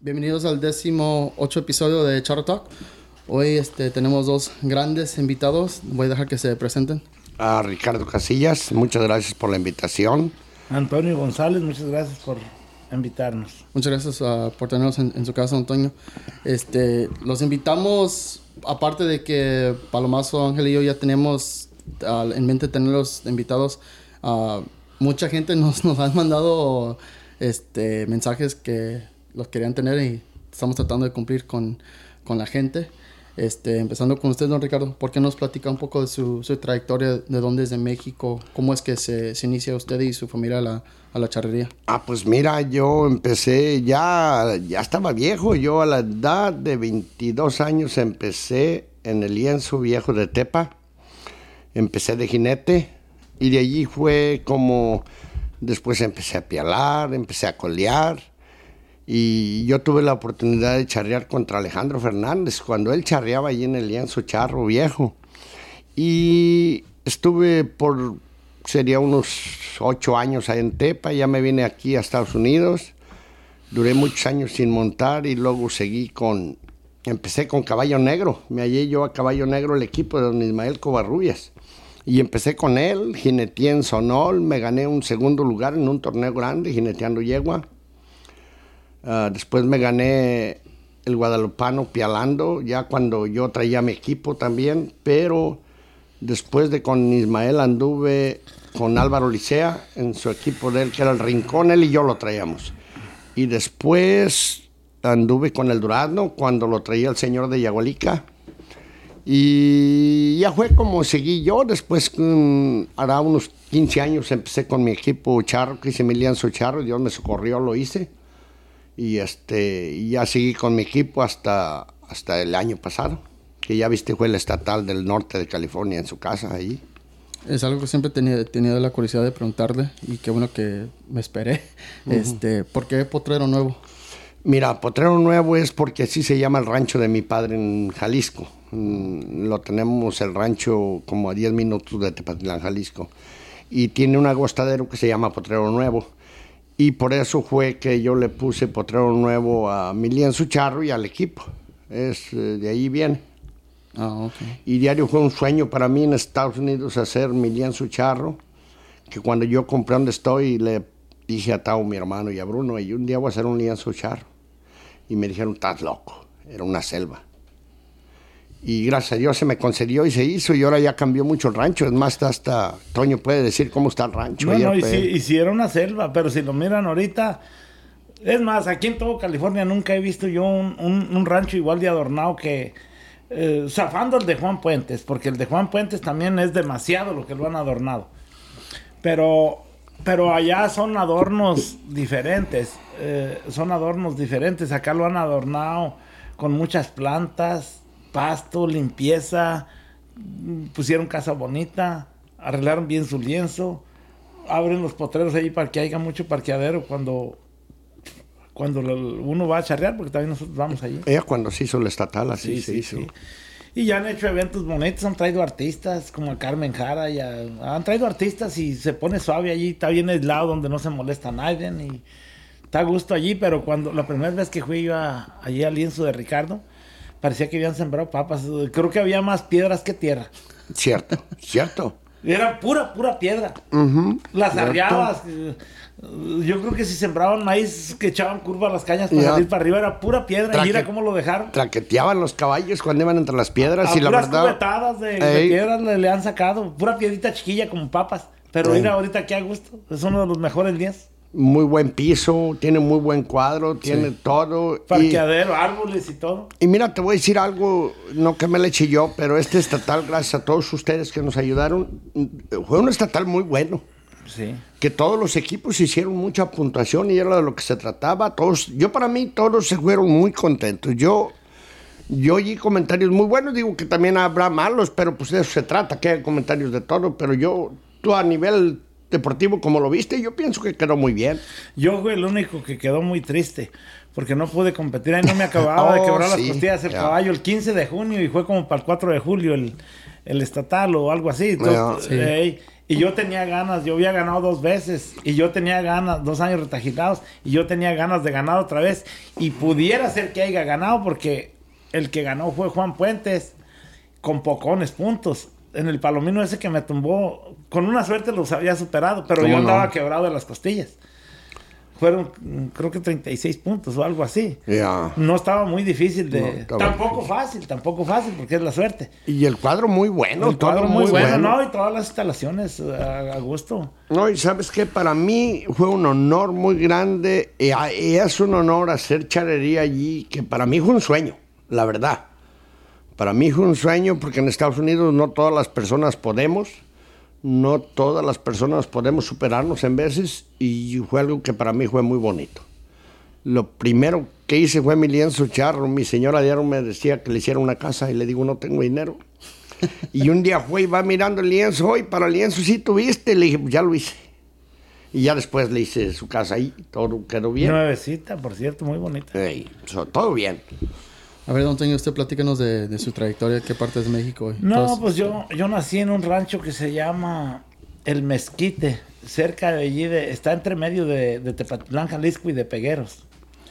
Bienvenidos al 18º episodio de Charro Talk. Hoy tenemos dos grandes invitados. Voy a dejar que se presenten. A Ricardo Casillas, muchas gracias por la invitación. Antonio González, muchas gracias por invitarnos. Muchas gracias por tenernos en su casa, Antonio. Los invitamos, aparte de que Palomazo, Ángel y yo ya tenemos en mente tenerlos invitados. Mucha gente nos ha mandado mensajes que los querían tener y estamos tratando de cumplir con la gente. Empezando con usted, don Ricardo, ¿por qué nos platica un poco de su trayectoria, de dónde es de México? ¿Cómo es que se inicia usted y su familia a la charrería? Pues mira, yo empecé, ya estaba viejo. Yo a la edad de 22 años empecé en el lienzo viejo de Tepa. Empecé de jinete y de allí fue como... Después empecé a pialar, empecé a colear. Y yo tuve la oportunidad de charrear contra Alejandro Fernández cuando él charreaba allí en el lienzo charro viejo. Y estuve sería unos 8 años ahí en Tepa. Ya me vine aquí a Estados Unidos. Duré muchos años sin montar y luego empecé con Caballo Negro. Me hallé yo a Caballo Negro, el equipo de don Ismael Covarrubias. Y empecé con él, jineteé en Sonol. Me gané un segundo lugar en un torneo grande, jineteando yegua. Después me gané el guadalupano pialando, ya cuando yo traía mi equipo también, pero después de con Ismael anduve con Álvaro Licea en su equipo de él, que era el Rincón, él y yo lo traíamos. Y después anduve con el Durazno cuando lo traía el señor de Yagualica. Y ya fue como seguí yo. Después, hará unos 15 años, empecé con mi equipo charro, que hice mi lienzo charro, Dios me socorrió, lo hice. Y ya seguí con mi equipo hasta el año pasado, que ya viste, fue el estatal del norte de California en su casa ahí. Es algo que siempre he tenido la curiosidad de preguntarle y qué bueno que me esperé. ¿Por qué Potrero Nuevo? Mira, Potrero Nuevo es porque así se llama el rancho de mi padre en Jalisco. Lo tenemos el rancho como a 10 minutos de Tepatitlán, Jalisco. Y tiene un agostadero que se llama Potrero Nuevo. Y por eso fue que yo le puse Potrero Nuevo a mi lienzo charro y al equipo. De ahí viene. Okay. Y diario fue un sueño para mí en Estados Unidos hacer mi lienzo charro. Que cuando yo compré donde estoy, le dije a Tao, mi hermano, y a Bruno, y un día voy a hacer un lienzo charro. Y me dijeron, estás loco. Era una selva. Y gracias a Dios se me concedió y se hizo, y ahora ya cambió mucho el rancho. Es más, hasta Toño puede decir cómo está el rancho. Y si era una selva, pero si lo miran ahorita... Es más, aquí en todo California nunca he visto yo un rancho igual de adornado que... zafando el de Juan Puentes, porque el de Juan Puentes también es demasiado lo que lo han adornado. Pero allá son adornos diferentes. Acá lo han adornado con muchas plantas, pasto, limpieza, pusieron casa bonita, arreglaron bien su lienzo, abren los potreros ahí para que haya mucho parqueadero cuando uno va a charrear, porque también nosotros vamos allí. Cuando se hizo el estatal, así se hizo. Sí. Y ya han hecho eventos bonitos, han traído artistas como a Carmen Jara, han traído artistas y se pone suave allí, está bien aislado donde no se molesta a nadie y está a gusto allí. Pero la primera vez que fui yo allí al lienzo de Ricardo, parecía que habían sembrado papas. Creo que había más piedras que tierra. Cierto. Era pura piedra. Las arriadas. Yo creo que si sembraban maíz, que echaban curva a las cañas para salir para arriba, era pura piedra. Y mira cómo lo dejaron. Traqueteaban los caballos cuando iban entre las piedras. Y la puras verdad, cubetadas de piedras le han sacado. Pura piedrita chiquilla como papas. Pero mira, ahorita qué a gusto. Es uno de los mejores días. Muy buen piso, tiene muy buen cuadro, tiene todo. Parqueadero, árboles y todo. Y mira, te voy a decir algo, no que me le eche yo, pero este estatal, gracias a todos ustedes que nos ayudaron, fue un estatal muy bueno. Sí. Que todos los equipos hicieron mucha puntuación y era de lo que se trataba. Para mí, todos se fueron muy contentos. Yo oí comentarios muy buenos, digo que también habrá malos, pero pues de eso se trata, que hay comentarios de todo, pero tú a nivel deportivo como lo viste, yo pienso que quedó muy bien. Yo fui el único que quedó muy triste, porque no pude competir. Ahí no me acababa de quebrar las costillas el caballo el 15 de junio y fue como para el 4 de julio el estatal o algo así. Entonces, y yo tenía ganas, yo había ganado 2 veces y yo tenía ganas, 2 años retagilados y yo tenía ganas de ganar otra vez y pudiera ser que haya ganado porque el que ganó fue Juan Puentes con pocones puntos. En el palomino ese que me tumbó, con una suerte los había superado, pero yo andaba quebrado de las costillas. Fueron, creo que 36 puntos o algo así. No estaba muy difícil de... tampoco fácil, porque es la suerte. Y el cuadro muy bueno. El cuadro muy bueno, ¿no? Y todas las instalaciones a gusto. No, y ¿sabes qué? Para mí fue un honor muy grande. Y es un honor hacer charrería allí, que para mí fue un sueño, la verdad. Para mí fue un sueño porque en Estados Unidos no todas las personas podemos superarnos en veces y fue algo que para mí fue muy bonito. Lo primero que hice fue mi lienzo charro. Mi señora diario me decía que le hiciera una casa y le digo, no tengo dinero. Y un día fue y va mirando el lienzo, hoy para el lienzo sí tuviste. Le dije, ya lo hice. Y ya después le hice su casa ahí, todo quedó bien. Nuevecita, por cierto, muy bonita. Todo bien. A ver, don Toño, usted platícanos de su trayectoria, ¿qué parte de México? No, pues yo nací en un rancho que se llama El Mezquite, cerca de allí, está entre medio de Tepatitlán, Jalisco y de Pegueros.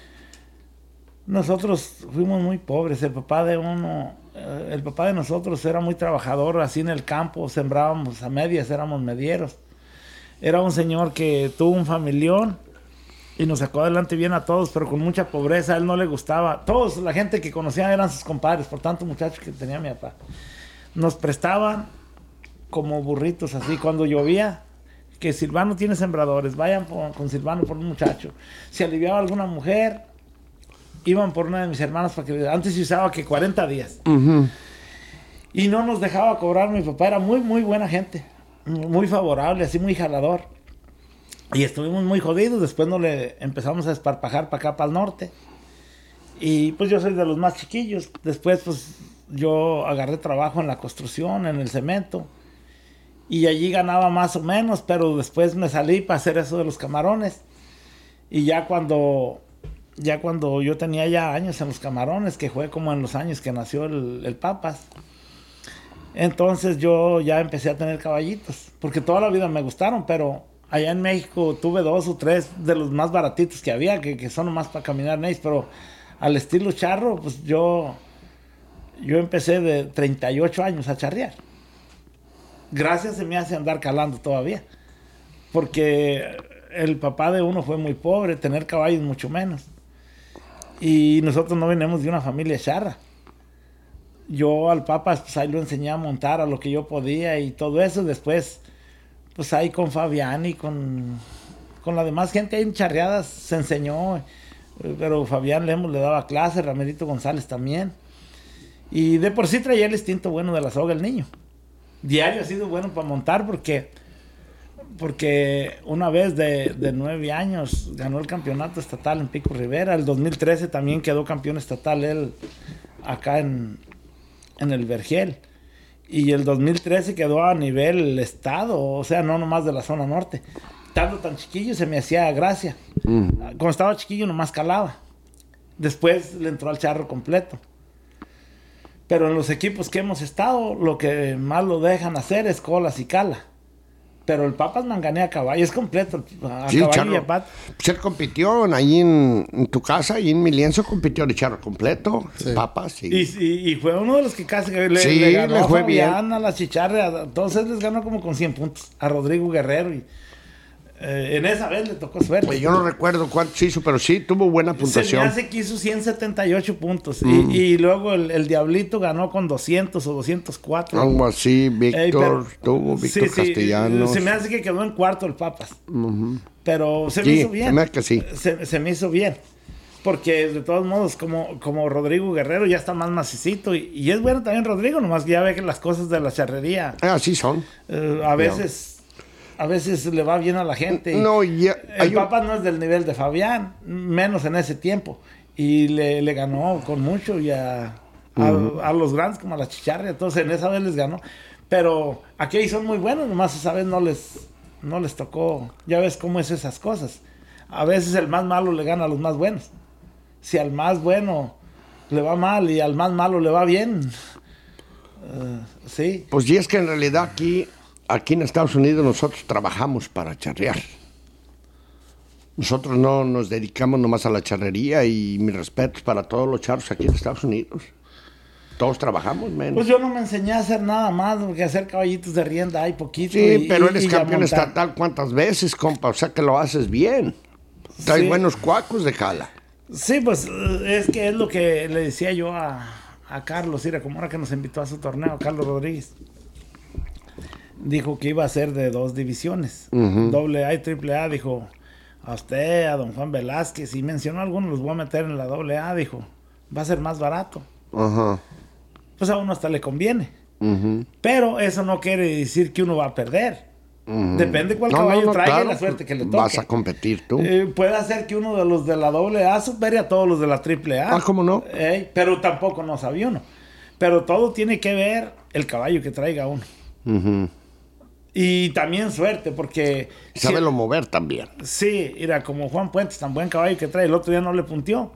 Nosotros fuimos muy pobres, el papá de nosotros era muy trabajador, así en el campo, sembrábamos a medias, éramos medieros. Era un señor que tuvo un familión y nos sacó adelante bien a todos, pero con mucha pobreza. A él no le gustaba. Todos, la gente que conocía eran sus compadres, por tanto muchachos que tenía mi papá. Nos prestaban como burritos así. Cuando llovía, que Silvano tiene sembradores, vayan con Silvano por un muchacho. Si aliviaba alguna mujer, iban por una de mis hermanas para que... Antes se usaba que 40 días. Y no nos dejaba cobrar. Mi papá era muy, muy buena gente. Muy favorable, así muy jalador. Y estuvimos muy jodidos, después nos le empezamos a esparpajar para acá, para el norte. Y pues yo soy de los más chiquillos. Después pues yo agarré trabajo en la construcción, en el cemento. Y allí ganaba más o menos, pero después me salí para hacer eso de los camarones. Y ya cuando yo tenía ya años en los camarones, que fue como en los años que nació el Papas, entonces yo ya empecé a tener caballitos, porque toda la vida me gustaron, pero... Allá en México tuve 2 o 3 de los más baratitos que había, que son nomás para caminar en ellos, pero al estilo charro, pues yo empecé de 38 años a charrear. Gracias se me hace andar calando todavía, porque el papá de uno fue muy pobre, tener caballos mucho menos. Y nosotros no venimos de una familia charra. Yo al papá, pues ahí lo enseñé a montar a lo que yo podía y todo eso. Después... pues ahí con Fabián y con la demás gente ahí en charreadas se enseñó, pero Fabián Lemos le daba clases, Ramerito González también. Y de por sí traía el instinto bueno de la soga el niño. Diario ha sido bueno para montar porque una vez de 9 años ganó el campeonato estatal en Pico Rivera. El 2013 también quedó campeón estatal él acá en el Vergel. Y el 2013 quedó a nivel estado, o sea, no nomás de la zona norte. Estando tan chiquillo se me hacía gracia. Cuando estaba chiquillo nomás calaba. Después le entró al charro completo. Pero en los equipos que hemos estado, lo que más lo dejan hacer es colas y cala. Pero el Papas manganea a caballo, es completo. A sí, caballo charro. y a pat. Pues él compitió ahí en tu casa, ahí en mi lienzo, compitió de charro completo, sí. Papas. Sí. Y fue uno de los que casi le ganó le fue a Fabián, bien. A la Chicharre, a todos ellos les ganó como con 100 puntos. A Rodrigo Guerrero y... en esa vez le tocó suerte. Pues yo no recuerdo cuántos hizo, pero sí tuvo buena puntuación. Se me hace que hizo 178 puntos. Y luego el Diablito ganó con 200 o 204. Algo así, Víctor Castellanos. Se me hace que quedó en cuarto el Papas. Pero se me hizo bien. Se me hace que sí. Se me hizo bien. Porque de todos modos, como Rodrigo Guerrero ya está más macicito. Y es bueno también Rodrigo, nomás que ya ve que las cosas de la charrería. Así son. A veces... A veces le va bien a la gente. El Papas no es del nivel de Fabián, menos en ese tiempo. Y le ganó con mucho y a los grandes como a la Chicharra. Entonces en esa vez les ganó. Pero aquí son muy buenos, nomás esa vez no no les tocó. Ya ves cómo es esas cosas. A veces el más malo le gana a los más buenos. Si al más bueno le va mal y al más malo le va bien, sí. Pues y es que en realidad aquí en Estados Unidos nosotros trabajamos para charrear. Nosotros no nos dedicamos nomás a la charrería, y mis respetos para todos los charros aquí en Estados Unidos. Todos trabajamos, men. Pues yo no me enseñé a hacer nada más, porque hacer caballitos de rienda hay poquito. Sí, pero eres campeón estatal ¿cuántas veces, compa? O sea que lo haces bien. Traes Sí. buenos cuacos de jala. Sí, pues es que es lo que le decía yo a Carlos, mira, como ahora que nos invitó a su torneo, Carlos Rodríguez. Dijo que iba a ser de 2 divisiones, AA y AAA, dijo, a usted, a don Juan Velázquez, y mencionó algunos, los voy a meter en la AA, dijo, va a ser más barato. Ajá. Pues a uno hasta le conviene. Pero eso no quiere decir que uno va a perder. Depende cuál caballo traiga y la suerte que le toque. Vas a competir tú. Puede hacer que uno de los de la AA supere a todos los de la AAA. ¿cómo no? Pero tampoco no sabe uno. Pero todo tiene que ver el caballo que traiga uno. Y también suerte, porque... Sábelo mover también. Sí, mira, como Juan Puentes, tan buen caballo que trae, el otro día no le punteó.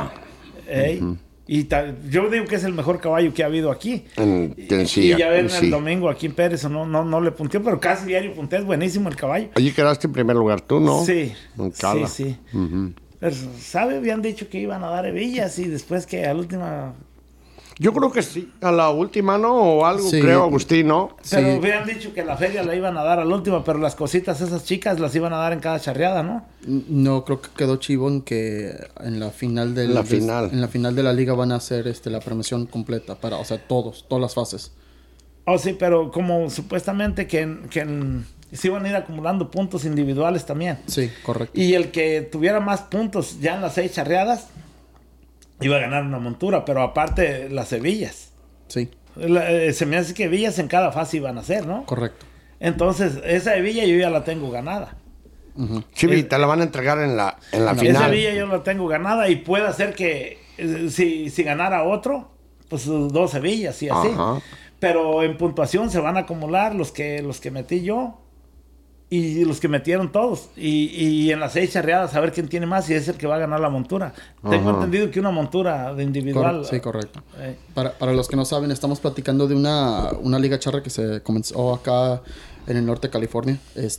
Y yo digo que es el mejor caballo que ha habido aquí. Sí, y ya ven sí. el domingo aquí en Pérez, no le punteó, pero casi diario puntea, es buenísimo el caballo. Allí quedaste en primer lugar tú, ¿no? Sí, En Cala. sí. Pero, ¿sabe? Habían dicho que iban a dar hebillas y después que a la última... Yo creo que sí. A la última, ¿no? O algo, Sí. creo, Agustín, ¿no? Pero Sí. habían dicho que la feria la iban a dar a la última, pero las cositas esas chicas las iban a dar en cada charreada, ¿no? No, creo que quedó chivo en que en la final del... final. En la final de la liga van a hacer la premiación completa para, o sea, todas las fases. Oh, sí, pero como supuestamente que se iban a ir acumulando puntos individuales también. Sí, correcto. Y el que tuviera más puntos ya en las 6 charreadas iba a ganar una montura, pero aparte las hebillas. Sí, Se me hace que hebillas en cada fase iban a ser, ¿no? correcto. Entonces, esa hebilla yo ya la tengo ganada. Sí, te la van a entregar en la Esa final. hebilla yo la tengo ganada y puede hacer que si ganara otro, pues 2 hebillas y así. Ajá. Pero en puntuación se van a acumular los que metí yo y los que metieron todos. Y en las 6 charreadas a ver quién tiene más y es el que va a ganar la montura. Tengo entendido que una montura de individual... Sí, correcto. Para los que no saben, estamos platicando de una liga charra que se comenzó acá en el norte de California.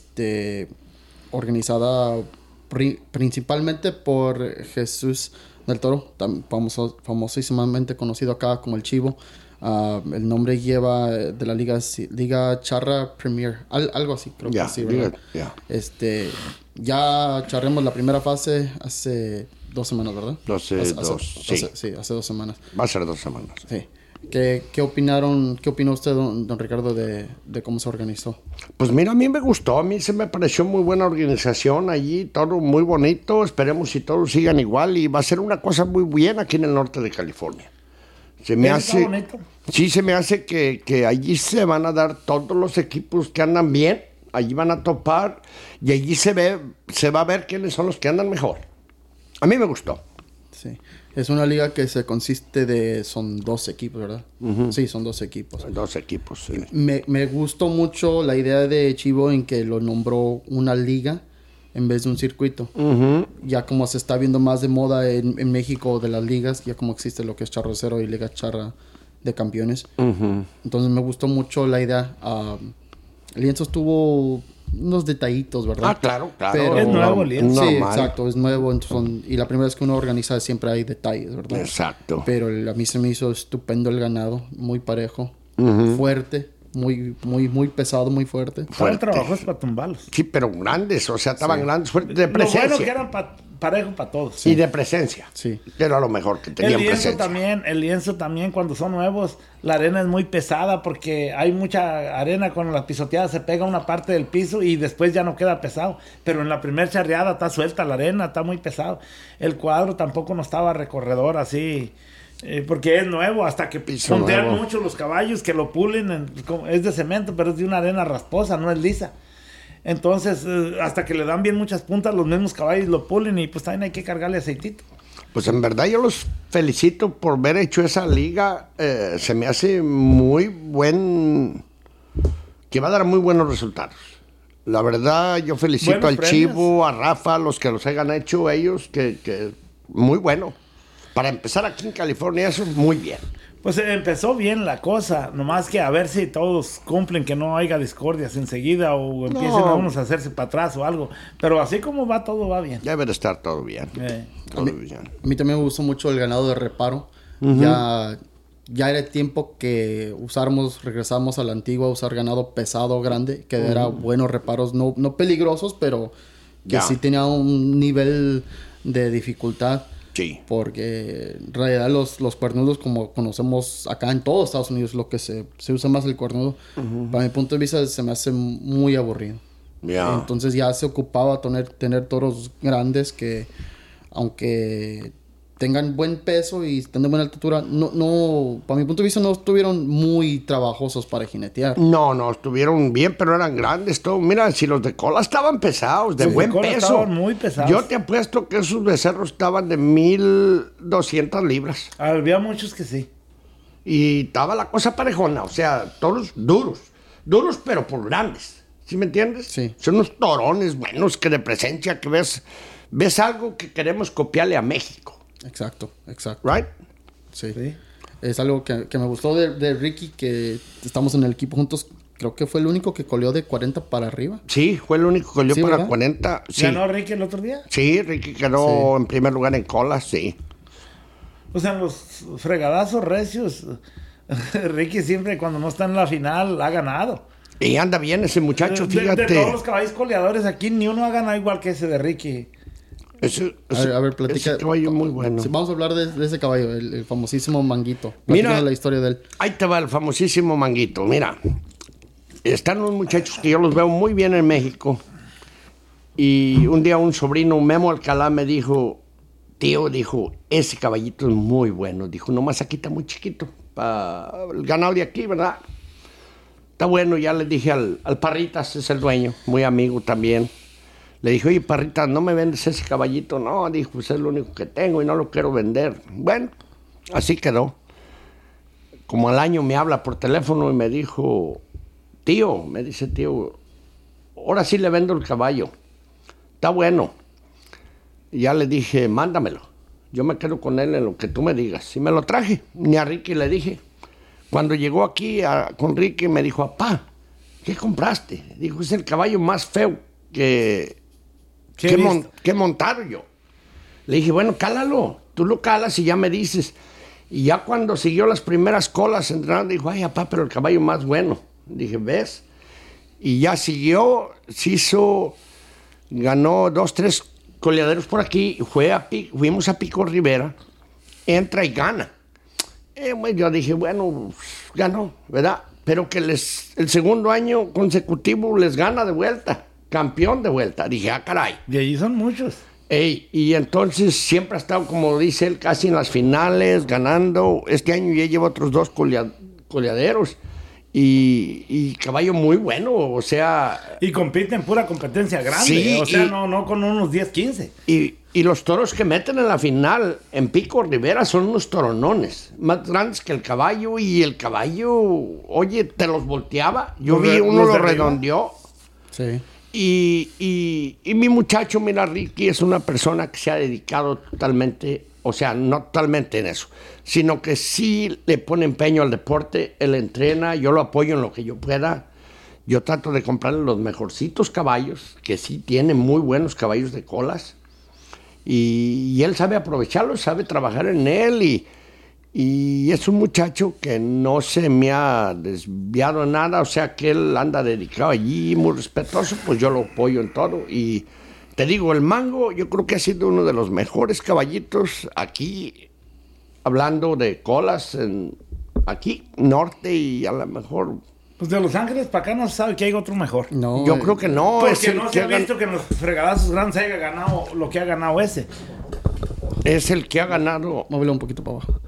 Organizada principalmente por Jesús del Toro, famosísimamente conocido acá como el Chivo. El nombre lleva de la Liga Charra Premier, algo así, creo que sí, ¿verdad? Ya charremos la primera fase hace 2 semanas, ¿verdad? Sí. Hace 2 semanas. Va a ser 2 semanas. Sí. ¿Qué opinó usted, don Ricardo, de cómo se organizó? Pues mira, a mí me gustó, a mí se me pareció muy buena organización allí, todo muy bonito, esperemos si todos sigan igual y va a ser una cosa muy bien aquí en el norte de California. Se me Está hace, bonito. sí, se me hace que allí se van a dar todos los equipos que andan bien, allí van a topar y allí se va a ver quiénes son los que andan mejor. A mí me gustó. Sí. Es una liga que son 2 equipos, ¿verdad? Sí, son 2 equipos. 2 equipos, sí. Me gustó mucho la idea de Chivo en que lo nombró una liga en vez de un circuito. Ya como se está viendo más de moda en México de las ligas, ya como existe lo que es Charro Cero y Liga Charra de Campeones. Entonces me gustó mucho la idea. El lienzo tuvo unos detallitos, ¿verdad? Claro. Pero es nuevo el lienzo. Sí, Normal. exacto, es nuevo. Y la primera vez que uno organiza siempre hay detalles, ¿verdad? Exacto. Pero a mí se me hizo estupendo el ganado, muy parejo, fuerte, muy pesado, muy fuerte. Todo el trabajo es para tumbarlos. Sí, pero grandes, o sea, estaban grandes, fuertes, de Lo presencia. bueno que eran parejo para todos. Y de presencia. Sí. Era lo mejor que tenían presencia. El lienzo también, cuando son nuevos, la arena es muy pesada porque hay mucha arena. Cuando la pisoteada se pega a una parte del piso y después ya no queda pesado. Pero en la primera charreada está suelta la arena, está muy pesado. El cuadro tampoco no estaba recorredor así, porque es nuevo, hasta que pontean mucho los caballos, que lo pulen, es de cemento, pero es de una arena rasposa, no es lisa. Entonces, hasta que le dan bien muchas puntas, los mismos caballos lo pulen y pues también hay que cargarle aceitito. Pues en verdad yo los felicito por haber hecho esa liga. Se me hace muy buen... que va a dar muy buenos resultados. La verdad, yo felicito Buenos al premios. Chivo, a Rafa, los que los hayan hecho ellos, que muy bueno. Para empezar aquí en California, eso es muy bien. Pues empezó bien la cosa, nomás que a ver si todos cumplen, que no haya discordias enseguida o empiecen a unos a hacerse para atrás o algo. Pero así como va, todo va bien. Debe de estar todo bien. Todo bien. A mí también me gustó mucho el ganado de reparo. Ya era tiempo que regresamos a la antigua, usar ganado pesado, grande, que era buenos reparos, no peligrosos, pero que Ya. sí tenía un nivel de dificultad. Sí. Porque en realidad los cuernudos, como conocemos acá en todo Estados Unidos, lo que se usa más el cuernudo, para mi punto de vista se me hace muy aburrido. Ya. Entonces ya se ocupaba tener toros grandes que, aunque tengan buen peso y estén de buena altura, no, para mi punto de vista no estuvieron muy trabajosos para jinetear. No, estuvieron bien, pero eran grandes. Todo. Mira, si los de cola estaban pesados, de Los de buen cola peso. estaban muy pesados. Yo te apuesto que esos becerros estaban de 1,200 libras. Había muchos que sí. Y estaba la cosa parejona, o sea, toros duros. Duros, pero por grandes. ¿Sí me entiendes? Sí. Son unos torones buenos que de presencia, que ves algo que queremos copiarle a México. Exacto. ¿Right? Sí. Sí. Es algo que me gustó de Ricky, que estamos en el equipo juntos. Creo que fue el único que coleó de 40 para arriba. Sí, fue el único que coleó Sí, para ¿verdad? 40. Sí. ¿Ganó Ricky el otro día? Sí, Ricky quedó en primer lugar en cola, sí. O sea, en los fregadazos recios, Ricky siempre cuando no está en la final ha ganado. Y anda bien ese muchacho, fíjate. De todos los caballos coleadores aquí, ni uno ha ganado igual que ese de Ricky. A ver, platica. Ese caballo muy bueno. Sí, vamos a hablar de ese caballo, el famosísimo Manguito. Mira. Platícanos la historia de él. Ahí te va el famosísimo Manguito. Mira, están unos muchachos que yo los veo muy bien en México. Y un día un sobrino, Memo Alcalá, me dijo, tío, dijo, ese caballito es muy bueno. Dijo, nomás aquí está muy chiquito para el ganado de aquí, ¿verdad? Está bueno, ya le dije al Parritas, es el dueño, muy amigo también. Le dije, oye, Parritas, ¿no me vendes ese caballito? No, dijo, pues es lo único que tengo y no lo quiero vender. Bueno, así quedó. Como al año me habla por teléfono y me dijo, tío, me dice, tío, ahora sí le vendo el caballo. Está bueno. Y ya le dije, mándamelo. Yo me quedo con él en lo que tú me digas. Y me lo traje. Ni a Ricky le dije. Cuando llegó aquí con Ricky me dijo, papá, ¿qué compraste? Dijo, es el caballo más feo que montar yo. Le dije, bueno, cálalo. Tú lo calas y ya me dices. Y ya cuando siguió las primeras colas entrenando, dijo, ay, papá, pero el caballo más bueno. Dije, ¿ves? Y ya siguió, ganó 2, 3 coleaderos por aquí, fuimos a Pico Rivera, entra y gana. Bueno, yo dije, bueno, ganó, ¿verdad? Pero que el segundo año consecutivo les gana de vuelta, campeón de vuelta. Dije, caray. Y allí son muchos. Y entonces siempre ha estado, como dice él, casi en las finales, ganando. Este año ya lleva otros 2 coleaderos. Y caballo muy bueno, o sea... Y compite en pura competencia grande, Sí, o sea, no con unos 10, 15. Y los toros que meten en la final en Pico Rivera son unos toronones, más grandes que el caballo, y el caballo, oye, te los volteaba. Yo vi uno lo redondeó. Sí. Y mi muchacho, mira, Ricky, es una persona que se ha dedicado totalmente, o sea, no totalmente en eso, sino que sí le pone empeño al deporte, él entrena, yo lo apoyo en lo que yo pueda. Yo trato de comprarle los mejorcitos caballos, que sí tiene muy buenos caballos de colas, y él sabe aprovecharlo, sabe trabajar en él, y es un muchacho que no se me ha desviado en nada, o sea que él anda dedicado allí, muy respetuoso, pues yo lo apoyo en todo. Y te digo, el Mango yo creo que ha sido uno de los mejores caballitos aquí, hablando de colas, aquí, norte, y a lo mejor... Pues de Los Ángeles para acá no se sabe que hay otro mejor. No, Yo creo que no. Porque no se ha visto que en los fregadazos grandes haya ganado lo que ha ganado ese. Es el que ha ganado... Móvelo un poquito para abajo.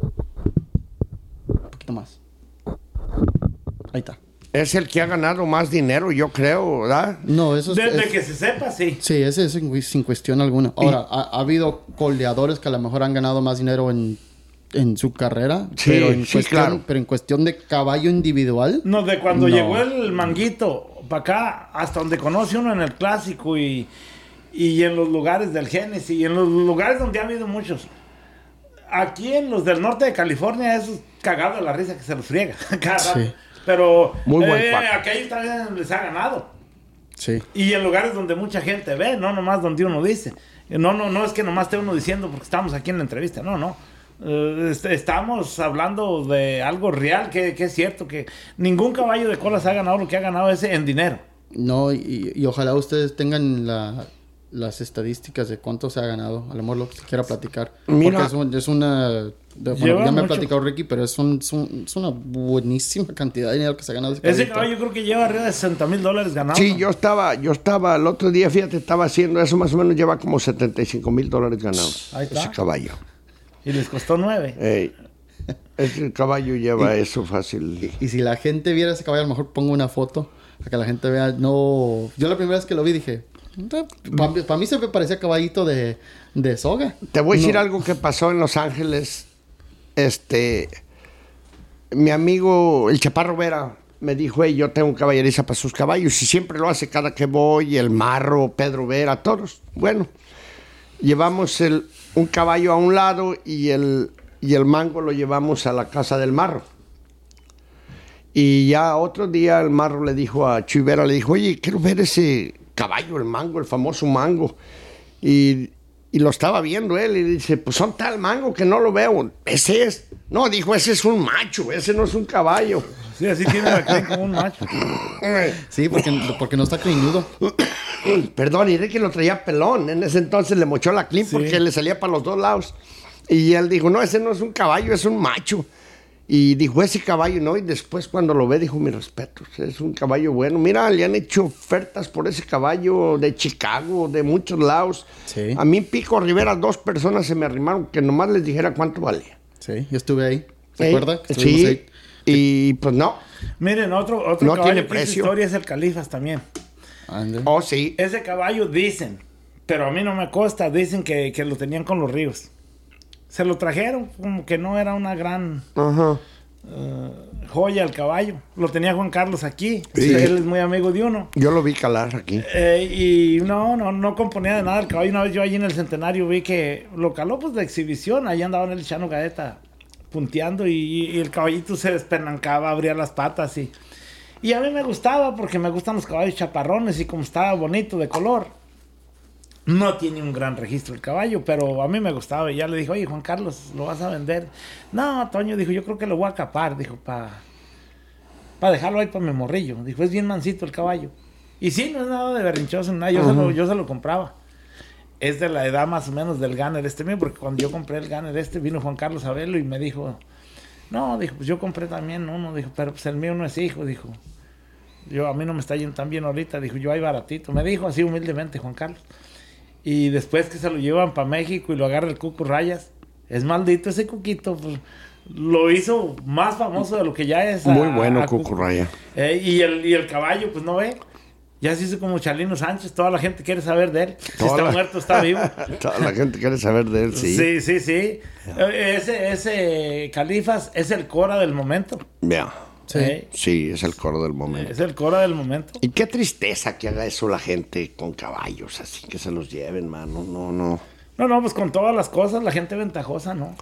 Un poquito más. Ahí está. Es el que ha ganado más dinero, yo creo, ¿verdad? No, eso es... Desde que se sepa, sí. Sí, ese es sin cuestión alguna. Ahora, ha habido coleadores que a lo mejor han ganado más dinero en su carrera, Sí, pero sí, claro. Pero en cuestión de caballo individual... No, de cuando No. llegó el Manguito, para acá, hasta donde conoce uno en el clásico y en los lugares del Génesis y en los lugares donde ha habido muchos. Aquí en los del norte de California es cagado de la risa que se los friega. Sí. Pero Muy buen cuate. aquellos también les ha ganado. Sí. Y en lugares donde mucha gente ve, no nomás donde uno dice. No es que nomás esté uno diciendo porque estamos aquí en la entrevista, no. Estamos hablando de algo real que es cierto, que ningún caballo de colas ha ganado lo que ha ganado ese en dinero. No, y ojalá ustedes tengan las estadísticas de cuánto se ha ganado. A lo mejor lo que se quiera platicar. Mira. Porque es una... Lleva ya me ha mucho. platicado Ricky, pero es una buenísima cantidad de dinero que se ha ganado Ese caballo yo creo que lleva arriba de $60,000 ganados. Sí, ¿no? yo estaba el otro día, fíjate, estaba haciendo eso, más o menos lleva como $75,000 ganados. Ahí está. Ese caballo. Y les costó 9. Ey, ese caballo lleva eso fácil. Y si la gente viera ese caballo, a lo mejor pongo una foto para que la gente vea. No, yo la primera vez que lo vi dije, para mí se me parecía caballito de soga. Te voy a decir No. algo que pasó en Los Ángeles. Mi amigo, el Chaparro Vera, me dijo, hey, yo tengo caballeriza para sus caballos. Y siempre lo hace cada que voy, el Marro, Pedro Vera, todos. Bueno, llevamos un caballo a un lado y el mango lo llevamos a la casa del Marro. Y ya otro día el Marro le dijo a Chuy Vera, le dijo, oye, quiero ver ese caballo, el mango, el famoso mango. Y lo estaba viendo él y dice, pues son tal mango que no lo veo. Ese es. No, dijo, ese es un macho, ese no es un caballo. Sí, así tiene la crin como un macho. Sí, porque no está criñudo. Perdón, y Ricky lo traía pelón. En ese entonces le mochó la clean Sí. porque le salía para los dos lados. Y él dijo, no, ese no es un caballo, es un macho. Y dijo, ese caballo no. Y después cuando lo ve, dijo, mi respeto, es un caballo bueno. Mira, le han hecho ofertas por ese caballo de Chicago, de muchos lados. Sí. A mí en Pico Rivera 2 personas se me arrimaron que nomás les dijera cuánto valía. Sí, yo estuve ahí. ¿Se ¿Eh? acuerda? Estuvimos Sí. ahí. Y pues no. Miren, otro No caballo tiene que hizo precio. historia es el Califas también. Ande. Oh, sí. Ese caballo dicen, pero a mí no me consta, dicen que lo tenían con los ríos. Se lo trajeron, como que no era una gran Ajá. joya el caballo. Lo tenía Juan Carlos aquí. Sí. Él es muy amigo de uno. Yo lo vi calar aquí. Y no componía de nada el caballo. Una vez yo allí en el Centenario vi que lo caló pues de exhibición. Ahí andaba en el Chano Gaeta punteando y el caballito se despernancaba, abría las patas y a mí me gustaba porque me gustan los caballos chaparrones y como estaba bonito de color. No tiene un gran registro el caballo, pero a mí me gustaba. Y ya le dije, oye, Juan Carlos, ¿lo vas a vender? No, Toño, dijo, yo creo que lo voy a capar, dijo, para dejarlo ahí para mi morrillo. Dijo, es bien mansito el caballo. Y sí, no es nada de berrinchoso, nada, yo se lo compraba. Es de la edad más o menos del Gunner mío, porque cuando yo compré el Gunner vino Juan Carlos a verlo y me dijo, no, dijo, pues yo compré también uno, dijo, pero pues el mío no es hijo, dijo. A mí no me está yendo tan bien ahorita, dijo, yo hay baratito. Me dijo así humildemente Juan Carlos. Y después que se lo llevan para México y lo agarra el Cuco Rayas, es maldito ese Cuquito, pues, lo hizo más famoso de lo que ya es. Muy bueno, Cucurraya. Y el caballo, pues no ve. Ya se hizo como Chalino Sánchez, toda la gente quiere saber de él. Si está muerto, está vivo. Toda la gente quiere saber de él, sí. Sí. Ese Califas es el Cora del momento. Ya. Sí. Sí, es el coro del momento. Es el Cora del momento. Y qué tristeza que haga eso la gente con caballos, así que se los lleven, mano. No. No, pues con todas las cosas, la gente ventajosa, ¿no?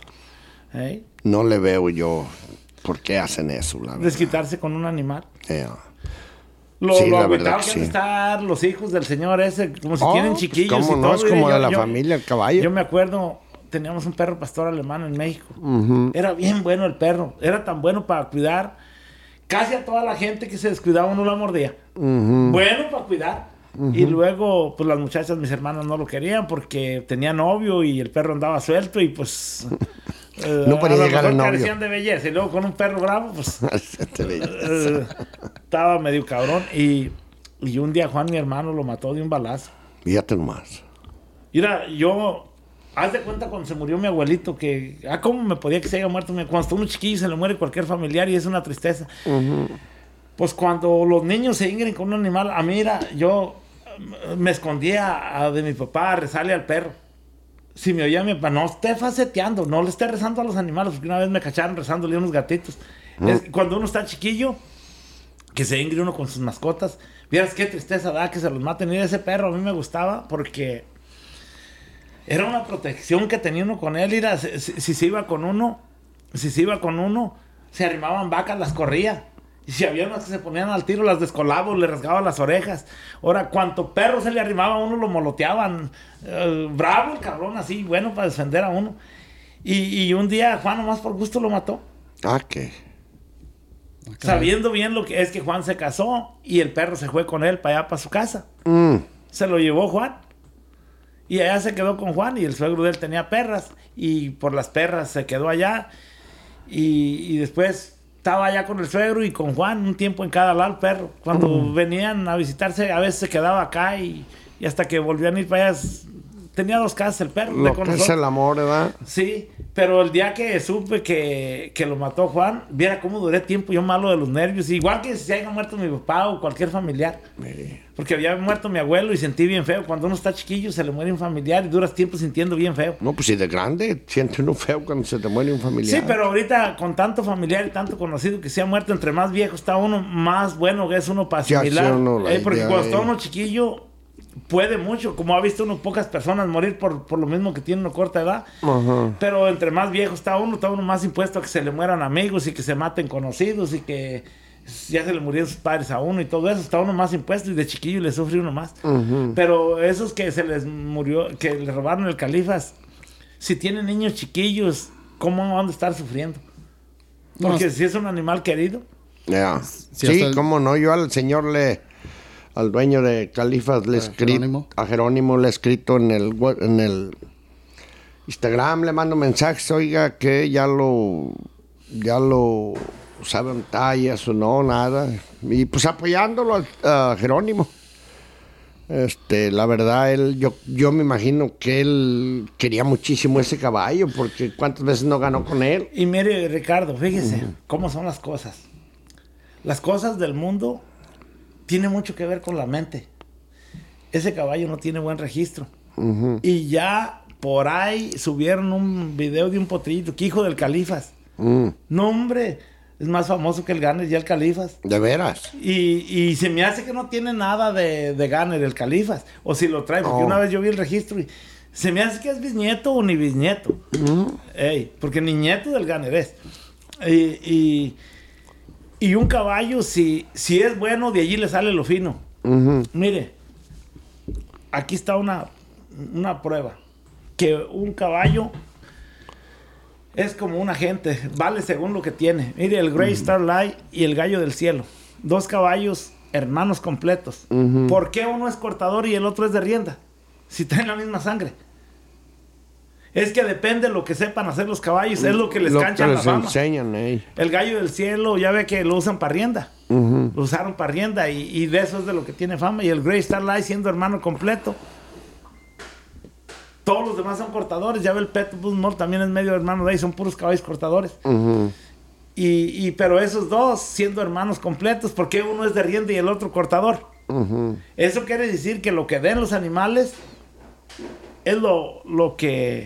No le veo yo por qué hacen eso, la verdad. Desquitarse con un animal. Sí, Lo la agüitados verdad que que han de sí. estar los hijos del señor ese, como si tienen Pues, chiquillos ¿cómo y no? todo. Es Mire, como de la familia, el caballo. Yo me acuerdo, teníamos un perro pastor alemán en México. Era bien bueno el perro. Era tan bueno para cuidar. Casi a toda la gente que se descuidaba uno la mordía. Bueno para cuidar. Y luego, pues las muchachas, mis hermanas, no lo querían porque tenía novio y el perro andaba suelto y pues... No podía llegar el novio. Carecían de belleza. Y luego con un perro bravo, pues... Te veía. estaba medio cabrón. Y un día Juan, mi hermano, lo mató de un balazo. Fíjate nomás. Mira, yo... Haz de cuenta cuando se murió mi abuelito que... ¿Cómo me podía que se haya muerto? Cuando está uno chiquillo se le muere cualquier familiar y es una tristeza. Pues cuando los niños se ingren con un animal... A mí era... Yo me escondía de mi papá a rezarle al perro. Si me oía mi papá, no esté faceteando, no le esté rezando a los animales, porque una vez me cacharon rezándole a unos gatitos. Cuando uno está chiquillo, que se engrie uno con sus mascotas. Vieras qué tristeza da que se los maten. Y ese perro a mí me gustaba porque era una protección que tenía uno con él. Mira, si se iba con uno, se arrimaban vacas, las corría. Y si había unas que se ponían al tiro, las descolaba o le rasgaba las orejas. Ahora, cuanto perro se le arrimaba a uno, lo moloteaban. Bravo el cabrón, así, bueno, para defender a uno. Y un día Juan nomás por gusto lo mató. Ah, ¿qué? Sabiendo bien lo que es que Juan se casó y el perro se fue con él para allá, para su casa. Se lo llevó Juan. Y allá se quedó con Juan y el suegro de él tenía perras. Y por las perras se quedó allá. Y después estaba allá con el suegro y con Juan un tiempo en cada lado el perro. Cuando venían a visitarse, a veces se quedaba acá y hasta que volvían a ir para allá. Tenía 2 casas el perro. Lo que es el amor, ¿verdad? Sí, pero el día que supe que lo mató Juan, viera cómo duré tiempo yo malo de los nervios. Igual que si haya muerto mi papá o cualquier familiar. Porque había muerto mi abuelo y sentí bien feo. Cuando uno está chiquillo se le muere un familiar y duras tiempo sintiendo bien feo. No, pues si de grande siente uno feo cuando se te muere un familiar. Sí, pero ahorita con tanto familiar y tanto conocido que se ha muerto, entre más viejo está uno, más bueno es uno para asimilar. Porque cuando está uno chiquillo puede mucho, como ha visto uno pocas personas morir por lo mismo que tiene una corta edad. Pero entre más viejo está uno más impuesto a que se le mueran amigos y que se maten conocidos y que ya se le murieron sus padres a uno y todo eso, está uno más impuesto y de chiquillo le sufre uno más. Pero esos que se les murió, que le robaron el Califas, si tienen niños chiquillos, ¿cómo van a estar sufriendo? Porque si es un animal querido. Sí, cómo no, yo al señor al dueño de Califas a Jerónimo le he escrito en el Instagram, le mando mensajes, oiga, que ya lo saben tallas o no, nada. Y pues apoyándolo a Jerónimo. La verdad, yo me imagino que él quería muchísimo ese caballo, porque cuántas veces no ganó con él. Y mire, Ricardo, fíjese cómo son las cosas. Las cosas del mundo tiene mucho que ver con la mente. Ese caballo no tiene buen registro. Y ya por ahí subieron un video de un potrillo que hijo del Califas. No, hombre, es más famoso que el Gunner ya el Califas. ¿De veras? Y se me hace que no tiene nada de Gunner el Califas. O si lo trae, porque una vez yo vi el registro y se me hace que es bisnieto o ni bisnieto. Porque ni nieto del Gunner es. Y un caballo, si es bueno, de allí le sale lo fino. Mire, aquí está una prueba. Que un caballo es como un agente, vale según lo que tiene. Mire, el Grey Starlight y el Gallo del Cielo. 2 caballos hermanos completos. ¿Por qué uno es cortador y el otro es de rienda? Si traen la misma sangre. Es que depende de lo que sepan hacer los caballos, es lo que les canchan la fama. Enseñan, El Gallo del Cielo, ya ve que lo usan para rienda. Lo usaron para rienda y de eso es de lo que tiene fama. Y el Grey Starlight siendo hermano completo. Todos los demás son cortadores. Ya ve el Pet Bullmore también es medio hermano de ahí, son puros caballos cortadores. Pero esos 2 siendo hermanos completos, ¿por qué uno es de rienda y el otro cortador? Eso quiere decir que lo que den los animales es lo que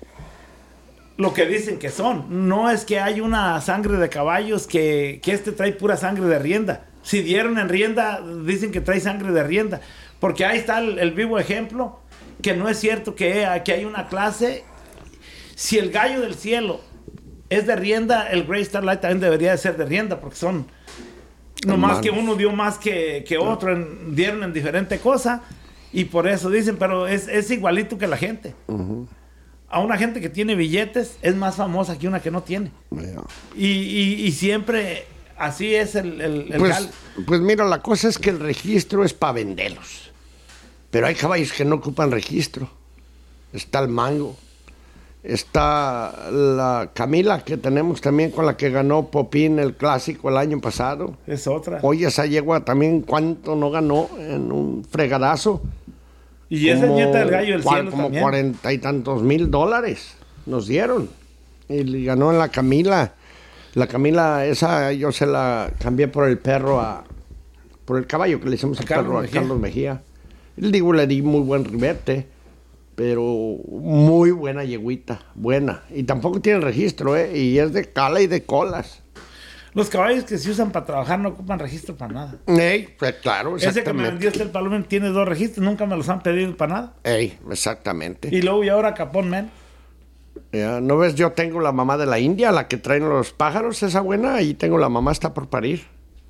dicen que son. No es que hay una sangre de caballos que trae pura sangre de rienda. Si dieron en rienda, dicen que trae sangre de rienda. Porque ahí está el vivo ejemplo, que no es cierto que hay una clase. Si el Gallo del Cielo es de rienda, el Grey Starlight también debería de ser de rienda, porque son... No más que uno dio más que otro, dieron en diferente cosa. Y por eso dicen, pero es igualito que la gente. A una gente que tiene billetes es más famosa que una que no tiene. Y siempre así es pues mira, la cosa es que el registro es para venderlos. Pero hay caballos que no ocupan registro. Está el Mango. Está la Camila, que tenemos también, con la que ganó Popín el clásico el año pasado. Es otra. Oye, esa yegua también, ¿cuánto no ganó en un fregadazo? Y esa nieta del Gallo del Cielo como también. 40 y tantos mil dólares nos dieron. Y ganó en la Camila. La Camila, esa yo se la cambié por el caballo que le hicimos al perro a Carlos Mejía. Le di muy buen ribete, pero muy buena yeguita, buena. Y tampoco tiene registro, y es de cala y de colas. Los caballos que se usan para trabajar no ocupan registro para nada. Pues claro, exactamente. Ese que me vendió el Palomín tiene 2 registros, nunca me los han pedido para nada. Exactamente. Y luego y ahora Capón menos. Ya, ¿no ves? Yo tengo la mamá de la India, la que traen los pájaros, esa buena, ahí tengo la mamá, está por parir.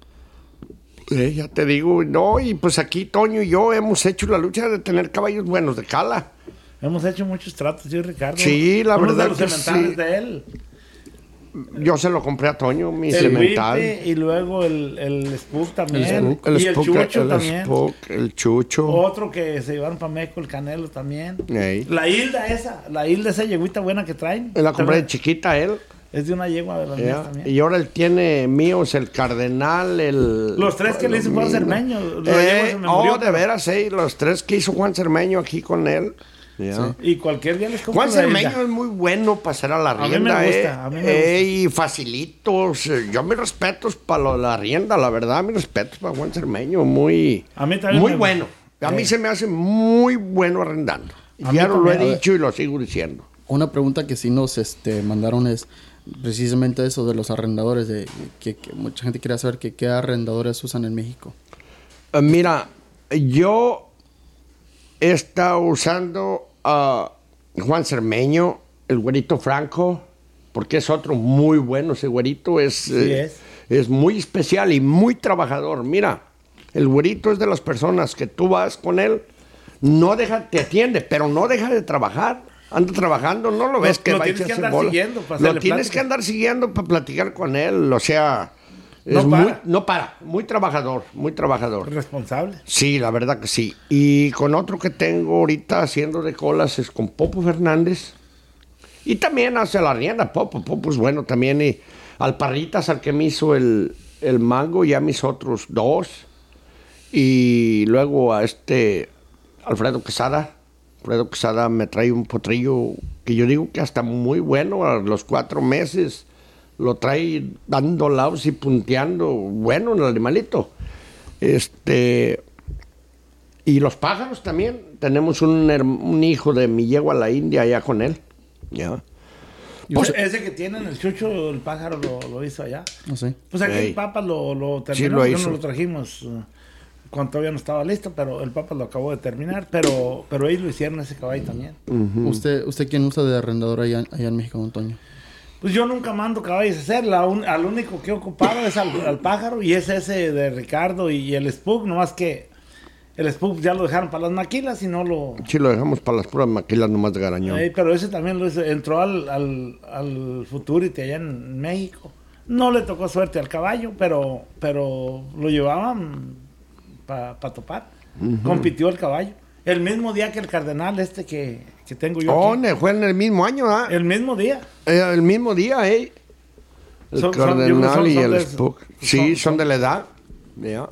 Ya te digo, no, y pues aquí Toño y yo hemos hecho la lucha de tener caballos buenos de cala. Hemos hecho muchos tratos, yo y Ricardo. Sí, la Unos verdad de los que sementales sí. de él. Yo se lo compré a Toño, mi El semental. Huipe y luego el Spook también. El y el Spook, Chucho el también. Spook, el Chucho. Otro que se llevaron para México, el Canelo también. Ey. La Hilda esa yeguita buena que traen. La compré de También chiquita él. es de una yegua de las Ya. mías también. Y ahora él tiene míos, el Cardenal, el... Los 3 que le hizo Juan Cermeño. De veras, los 3 que hizo Juan Cermeño aquí con él. Ya. Y cualquier día les compro Juan la Cermeño Hilda. es muy bueno para hacer a la A mí rienda. me gusta, a mí me gusta. Y facilitos. Yo mis respetos para la rienda, la verdad, mis respetos para Juan Cermeño. Muy, A mí también muy me bueno. gusta. A mí se me hace muy bueno arrendando. A mí Ya lo he también. dicho y lo sigo diciendo. Una pregunta que sí nos mandaron es precisamente eso de los arrendadores, de que mucha gente quiere saber que qué arrendadores usan en México. Mira, yo he estado usando a Juan Cermeño, el güerito Franco, porque es otro muy bueno. Ese güerito es muy especial y muy trabajador. Mira, el güerito es de las personas que tú vas con él, te atiende, pero no deja de trabajar. Anda trabajando, no lo ves que va y se hace bola. Lo tienes que andar siguiendo para platicar con él. O sea, no para. Muy trabajador, muy trabajador. Responsable. Sí, la verdad que sí. Y con otro que tengo ahorita haciendo de colas es con Popo Fernández. Y también hace la rienda, Popo es bueno también. Y al Parritas, al que me hizo el mango, ya mis otros 2. Y luego a Alfredo Quesada. Alfredo Quesada me trae un potrillo que yo digo que hasta muy bueno. A los 4 meses lo trae dando lados y punteando. Bueno, el animalito. Y los pájaros también. Tenemos un hijo de mi yegua a la India allá con él. Ya. Pues ese que tienen, el Chucho, el pájaro, lo hizo allá. No sé. Pues aquí el Papa lo terminó. Sí, lo hizo. No lo trajimos cuando todavía no estaba listo, pero el Papa lo acabó de terminar. Pero ellos lo hicieron ese caballo también. ¿Usted quién usa de arrendador allá en México, don Toño? Pues yo nunca mando caballos a hacer. Al único que he ocupado es al pájaro y es ese de Ricardo y el Spook, nomás que el Spook ya lo dejaron para las maquilas y no lo... Sí, lo dejamos para las puras maquilas nomás de Garañón. Pero ese también lo hizo, entró al Futurity allá en México. No le tocó suerte al caballo, pero lo llevaban para topar. Compitió el caballo. El mismo día que el Cardenal que tengo yo aquí. Fue en el mismo año, ¿ah? El mismo día. El mismo día, El Cardenal y el Spook. Sí, son de la edad. Ya.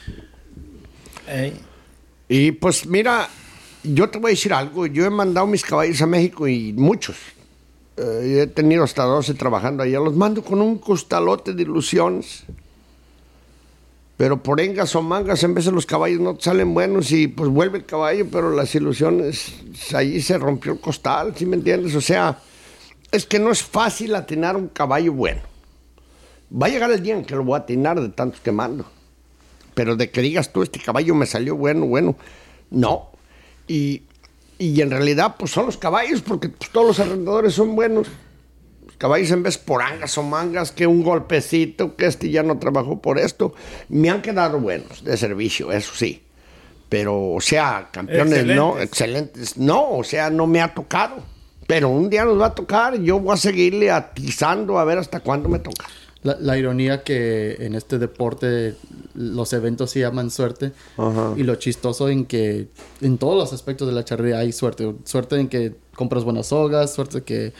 Y pues mira, yo te voy a decir algo. Yo he mandado mis caballos a México y muchos. He tenido hasta 12 trabajando allá. Los mando con un costalote de ilusiones. Pero por engas o mangas, en veces los caballos no te salen buenos y pues vuelve el caballo, pero las ilusiones, allí se rompió el costal, ¿sí me entiendes? O sea, es que no es fácil atinar un caballo bueno. Va a llegar el día en que lo voy a atinar de tantos que mando. Pero de que digas tú, este caballo me salió bueno, no. Y en realidad, pues son los caballos, porque pues, todos los arrendadores son buenos. Los caballos en vez por angas o mangas, que un golpecito, que ya no trabajó por esto, me han quedado buenos de servicio, eso sí. Pero, o sea, campeones, excelentes, no, o sea, no me ha tocado. Pero un día nos va a tocar y yo voy a seguirle atizando a ver hasta cuándo me toca. La ironía que en este deporte los eventos se llaman suerte. Ajá. Y lo chistoso en que en todos los aspectos de la charrería hay suerte. Suerte en que compras buenas sogas, suerte que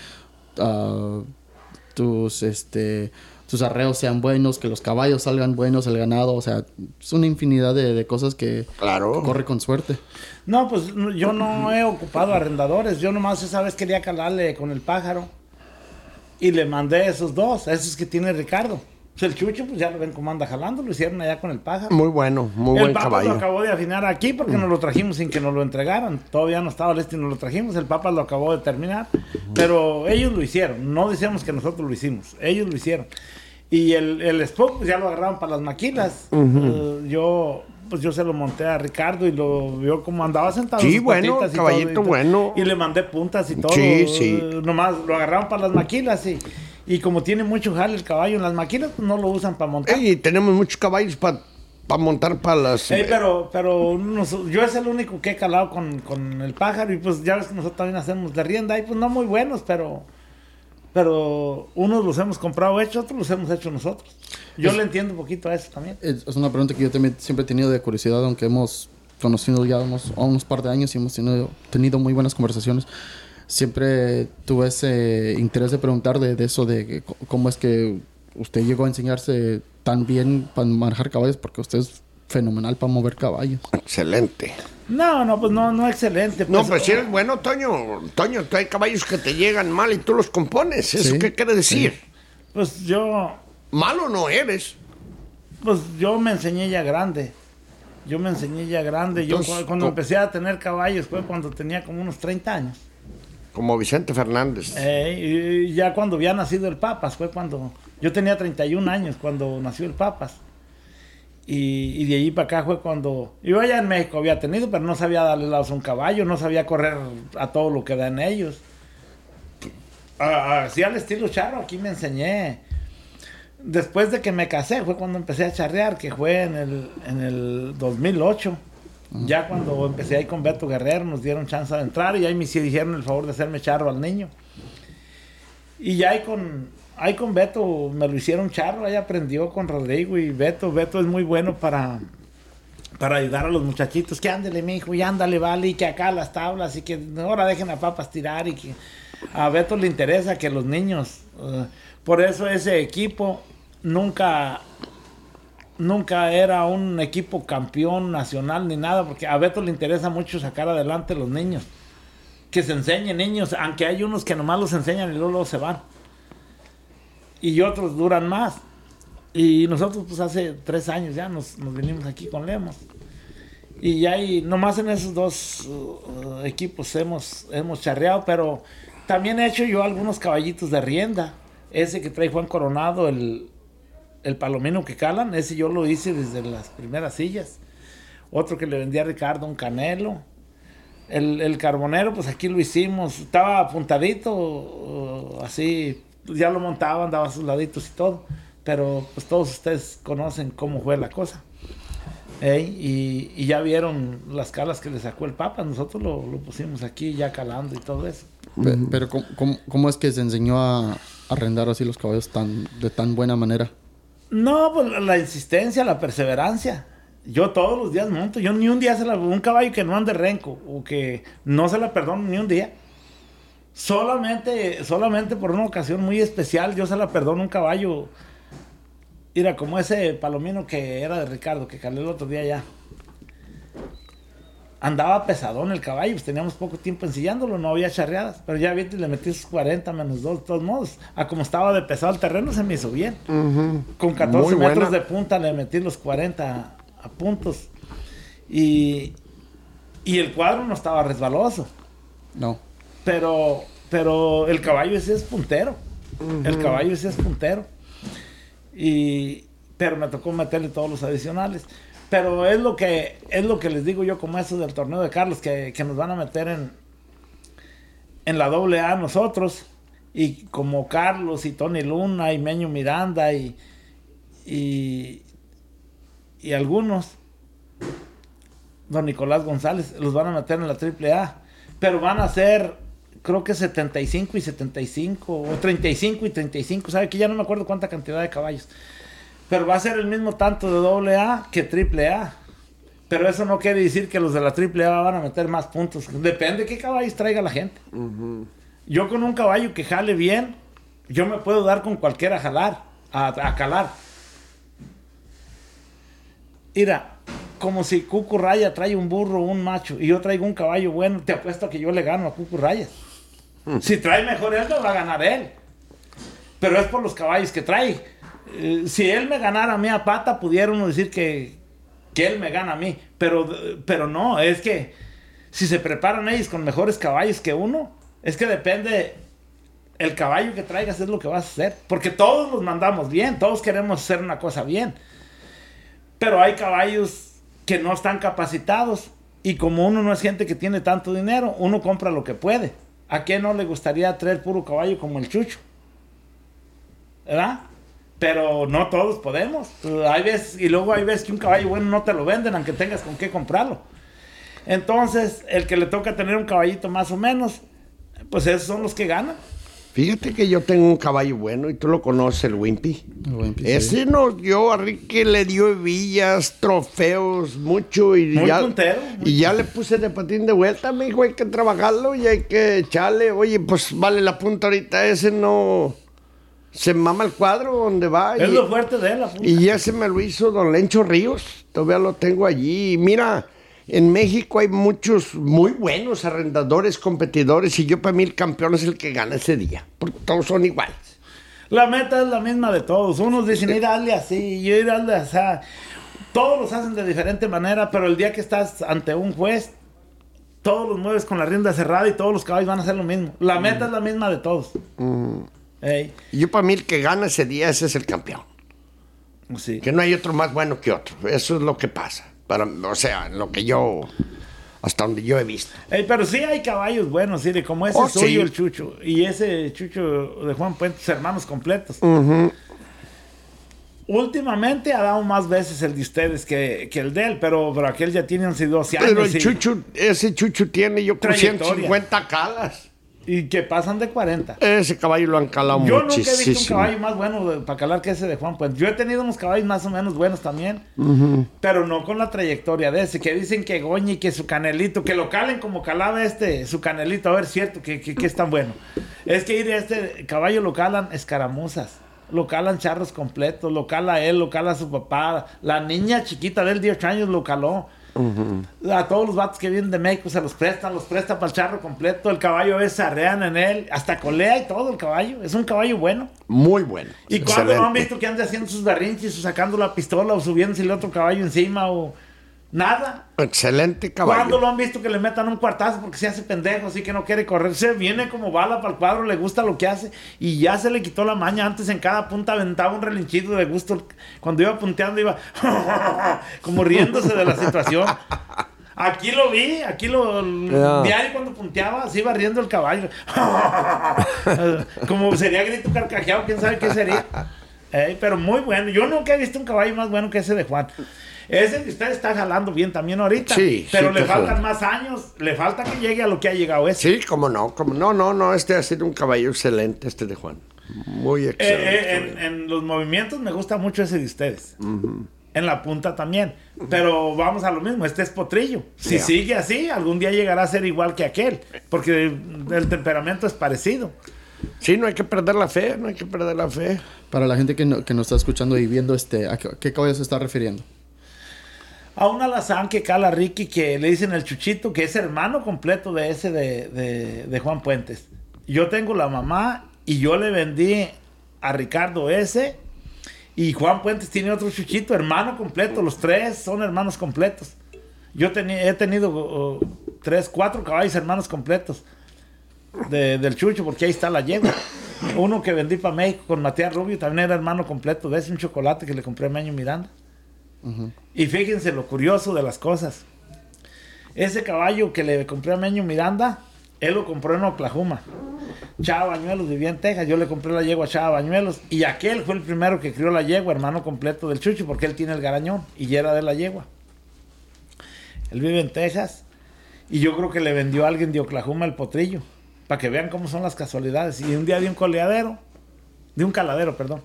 tus arreos sean buenos, que los caballos salgan buenos, el ganado. O sea, es una infinidad de cosas que corre con suerte. No, pues yo no he ocupado arrendadores. Yo nomás esa vez quería calarle con el pájaro. Y le mandé esos 2, esos que tiene Ricardo. Pues el Chucho, pues ya lo ven como anda jalando, lo hicieron allá con el pájaro. Muy bueno, muy buen Papa caballo. Lo acabó de afinar aquí porque nos lo trajimos sin que nos lo entregaran. Todavía no estaba listo y nos lo trajimos. El Papa lo acabó de terminar. Pero ellos lo hicieron. No decíamos que nosotros lo hicimos. Ellos lo hicieron. Y el Spook, pues ya lo agarraban para las maquilas. Yo se lo monté a Ricardo y lo vio como andaba sentado. Sí, bueno, caballito bueno. Y le mandé puntas y todo. Sí. Nomás lo agarraban para las maquilas y como tiene mucho jale el caballo en las maquilas, pues no lo usan para montar. Y tenemos muchos caballos para montar para las... Pero yo es el único que he calado con el pájaro y pues ya ves que nosotros también hacemos de rienda y pues no muy buenos, pero unos los hemos comprado hechos, otros los hemos hecho nosotros. Yo le entiendo un poquito a eso también. Es una pregunta que yo también siempre he tenido de curiosidad, aunque hemos conocido ya unos par de años y hemos tenido muy buenas conversaciones. Siempre tuve ese interés de preguntar de eso, de cómo es que usted llegó a enseñarse tan bien para manejar caballos, porque usted es fenomenal para mover caballos. Excelente. No, pues no excelente. Pues, no, pues si eres bueno, Toño, tú hay caballos que te llegan mal y tú los compones. ¿Eso sí, qué quiere decir? Sí. Pues yo... Malo no eres. Pues yo me enseñé ya grande. Entonces, yo cuando empecé a tener caballos fue cuando tenía como unos 30 años. Como Vicente Fernández. Y ya cuando había nacido el Papas, fue cuando... Yo tenía 31 años cuando nació el Papas. Y de allí para acá fue cuando... Yo allá en México había tenido, pero no sabía darle lados a un caballo, no sabía correr a todo lo que dan ellos. Así al estilo charro, aquí me enseñé. Después de que me casé fue cuando empecé a charrear, que fue en el 2008. Ya cuando empecé ahí con Beto Guerrero nos dieron chance de entrar y ahí me dijeron el favor de hacerme charro al niño. Y ya ahí con Beto me lo hicieron charro, ahí aprendió con Rodrigo y Beto es muy bueno para ayudar a los muchachitos, que ándale mijo, y ándale vale, y que acá las tablas, y que ahora dejen a Papas tirar, y que a Beto le interesa que los niños, por eso ese equipo nunca era un equipo campeón nacional ni nada, porque a Beto le interesa mucho sacar adelante a los niños, que se enseñen niños, aunque hay unos que nomás los enseñan y luego se van. Y otros duran más. Y nosotros pues hace 3 años ya nos vinimos aquí con Lemos. Y ya nomás en esos dos equipos hemos charreado, pero también he hecho yo algunos caballitos de rienda. Ese que trae Juan Coronado, el palomino que calan, ese yo lo hice desde las primeras sillas. Otro que le vendía a Ricardo, un canelo. El carbonero, pues aquí lo hicimos. Estaba apuntadito, así... Ya lo montaba, andaba a sus laditos y todo. Pero pues todos ustedes conocen cómo fue la cosa. Y ya vieron las calas que le sacó el Papa. Nosotros lo pusimos aquí ya calando y todo eso. Pero ¿cómo es que se enseñó a arrendar así los caballos de tan buena manera? No, pues la insistencia, la perseverancia. Yo todos los días monto. Yo ni un día un caballo que no ande renco o que no se la perdono ni un día. Solamente por una ocasión muy especial yo se la perdono un caballo. Mira, como ese palomino que era de Ricardo, que calé el otro día ya. Andaba pesadón el caballo, pues teníamos poco tiempo ensillándolo, no había charreadas. Pero ya vi, le metí sus 40 menos 2, de todos modos. A como estaba de pesado el terreno se me hizo bien. Con 14 metros de punta le metí los 40 a puntos. Y el cuadro no estaba resbaloso. No. Pero el caballo ese es puntero. El caballo ese es puntero. Pero me tocó meterle todos los adicionales. Pero es lo que les digo yo, como eso del torneo de Carlos, que nos van a meter en la AA nosotros. Y como Carlos y Tony Luna y Meño Miranda y algunos, don Nicolás González, los van a meter en la AAA. Pero van a ser... creo que 75 y 75, o 35 y 35, ¿sabe? Que ya no me acuerdo cuánta cantidad de caballos. Pero va a ser el mismo tanto de AA que AAA. Pero eso no quiere decir que los de la AAA van a meter más puntos. Depende de qué caballos traiga la gente. Yo con un caballo que jale bien, yo me puedo dar con cualquiera a jalar, a calar. Mira, como si Cucu Raya trae un burro o un macho y yo traigo un caballo bueno, te apuesto a que yo le gano a Cucu Rayas. Si trae mejor él, lo va a ganar él. Pero es por los caballos que trae. Si él me ganara a mí a pata, pudiéramos decir que él me gana a mí. Pero no, es que si se preparan ellos con mejores caballos que uno, es que depende el caballo que traigas es lo que vas a hacer. Porque todos los mandamos bien, todos queremos hacer una cosa bien. Pero hay caballos que no están capacitados. Y como uno no es gente que tiene tanto dinero, uno compra lo que puede. ¿A quién no le gustaría traer puro caballo como el Chucho? ¿Verdad? Pero no todos podemos. Hay veces, y luego hay veces que un caballo bueno no te lo venden, aunque tengas con qué comprarlo. Entonces, el que le toca tener un caballito más o menos, pues esos son los que ganan. Fíjate que yo tengo un caballo bueno y tú lo conoces, el Wimpy. Ese nos dio a Ricky, le dio hebillas, trofeos, mucho. Y Muy ya, puntero. Y ya le puse de patín de vuelta, me dijo, hay que trabajarlo y hay que echarle. Oye, pues vale la punta ahorita, ese no... Se mama el cuadro donde va. Es lo fuerte de él, la punta. Y ese me lo hizo don Lencho Ríos, todavía lo tengo allí. Y mira... En México hay muchos muy buenos arrendadores, competidores, y yo para mí el campeón es el que gana ese día, porque todos son iguales. La meta es la misma de todos. Unos dicen ir a darle así, yo ir a darle así. Todos los hacen de diferente manera, pero el día que estás ante un juez, todos los mueves con la rienda cerrada y todos los caballos van a hacer lo mismo. La meta es la misma de todos. Y yo para mí el que gana ese día, ese es el campeón. Sí. Que no hay otro más bueno que otro. Eso es lo que pasa. O sea, lo que yo... Hasta donde yo he visto. Pero sí hay caballos buenos, ¿sí? Como ese suyo, sí. El Chucho. Y ese Chucho de Juan Puentes, hermanos completos. Últimamente ha dado más veces el de ustedes que el de él, pero aquel ya tiene 11, 12 años. Pero el Chucho, ese Chucho tiene yo creo 150 calas. Y que pasan de 40. Ese caballo lo han calado muchísimo. Yo nunca he visto un caballo más bueno para calar que ese de Juan Puentes. Yo he tenido unos caballos más o menos buenos también, pero no con la trayectoria de ese, que dicen que Goñi, que su Canelito, que lo calen como calaba su Canelito, a ver, cierto, que es tan bueno. Es que ir a este caballo lo calan escaramuzas, lo calan charros completos, lo cala él, lo cala su papá, la niña chiquita de él de 8 años lo caló. A todos los vatos que vienen de México se los presta para el charro completo. El caballo a veces se arrean en él, hasta colea y todo el caballo. Es un caballo bueno. Muy bueno. Y cuando no han visto que ande haciendo sus berrinches o sacando la pistola o subiéndose el otro caballo encima o nada. Excelente caballo. Cuando lo han visto que le metan un cuartazo porque se hace pendejo, así que no quiere correr, se viene como bala para el cuadro, le gusta lo que hace y ya se le quitó la maña. Antes en cada punta aventaba un relinchido de gusto. Cuando iba punteando iba como riéndose de la situación. Aquí lo vi, diario cuando punteaba, se iba riendo el caballo. Como sería grito carcajeado, quién sabe qué sería. Pero muy bueno. Yo nunca he visto un caballo más bueno que ese de Juan. Ese de usted está jalando bien también ahorita. Sí, pero le faltan más años. Le falta que llegue a lo que ha llegado ese. Sí, cómo no. No. Este ha sido un caballo excelente, este de Juan. Muy excelente. En los movimientos me gusta mucho ese de ustedes. En la punta también. Pero vamos a lo mismo. Este es potrillo. Si sigue así, algún día llegará a ser igual que aquel. Porque el temperamento es parecido. Sí, no hay que perder la fe. Para la gente que nos está escuchando y viendo ¿a qué caballo se está refiriendo? A un alazán que cala Ricky, que le dicen el Chuchito, que es hermano completo de ese de Juan Puentes. Yo tengo la mamá y yo le vendí a Ricardo ese, y Juan Puentes tiene otro Chuchito, hermano completo. Los tres son hermanos completos. Yo he tenido 3, 4 caballos hermanos completos del Chucho, porque ahí está la yegua. Uno que vendí para México con Matías Rubio también era hermano completo de ese, un chocolate que le compré a Meño Miranda. Y fíjense lo curioso de las cosas. Ese caballo que le compré a Meño Miranda, él lo compró en Oklahoma. Chava Bañuelos vivía en Texas. Yo le compré la yegua a Chava Bañuelos, y aquel fue el primero que crió la yegua, hermano completo del Chucho, porque él tiene el garañón y ya era de la yegua. Él vive en Texas y yo creo que le vendió a alguien de Oklahoma el potrillo, para que vean cómo son las casualidades. Y un día de un caladero, perdón,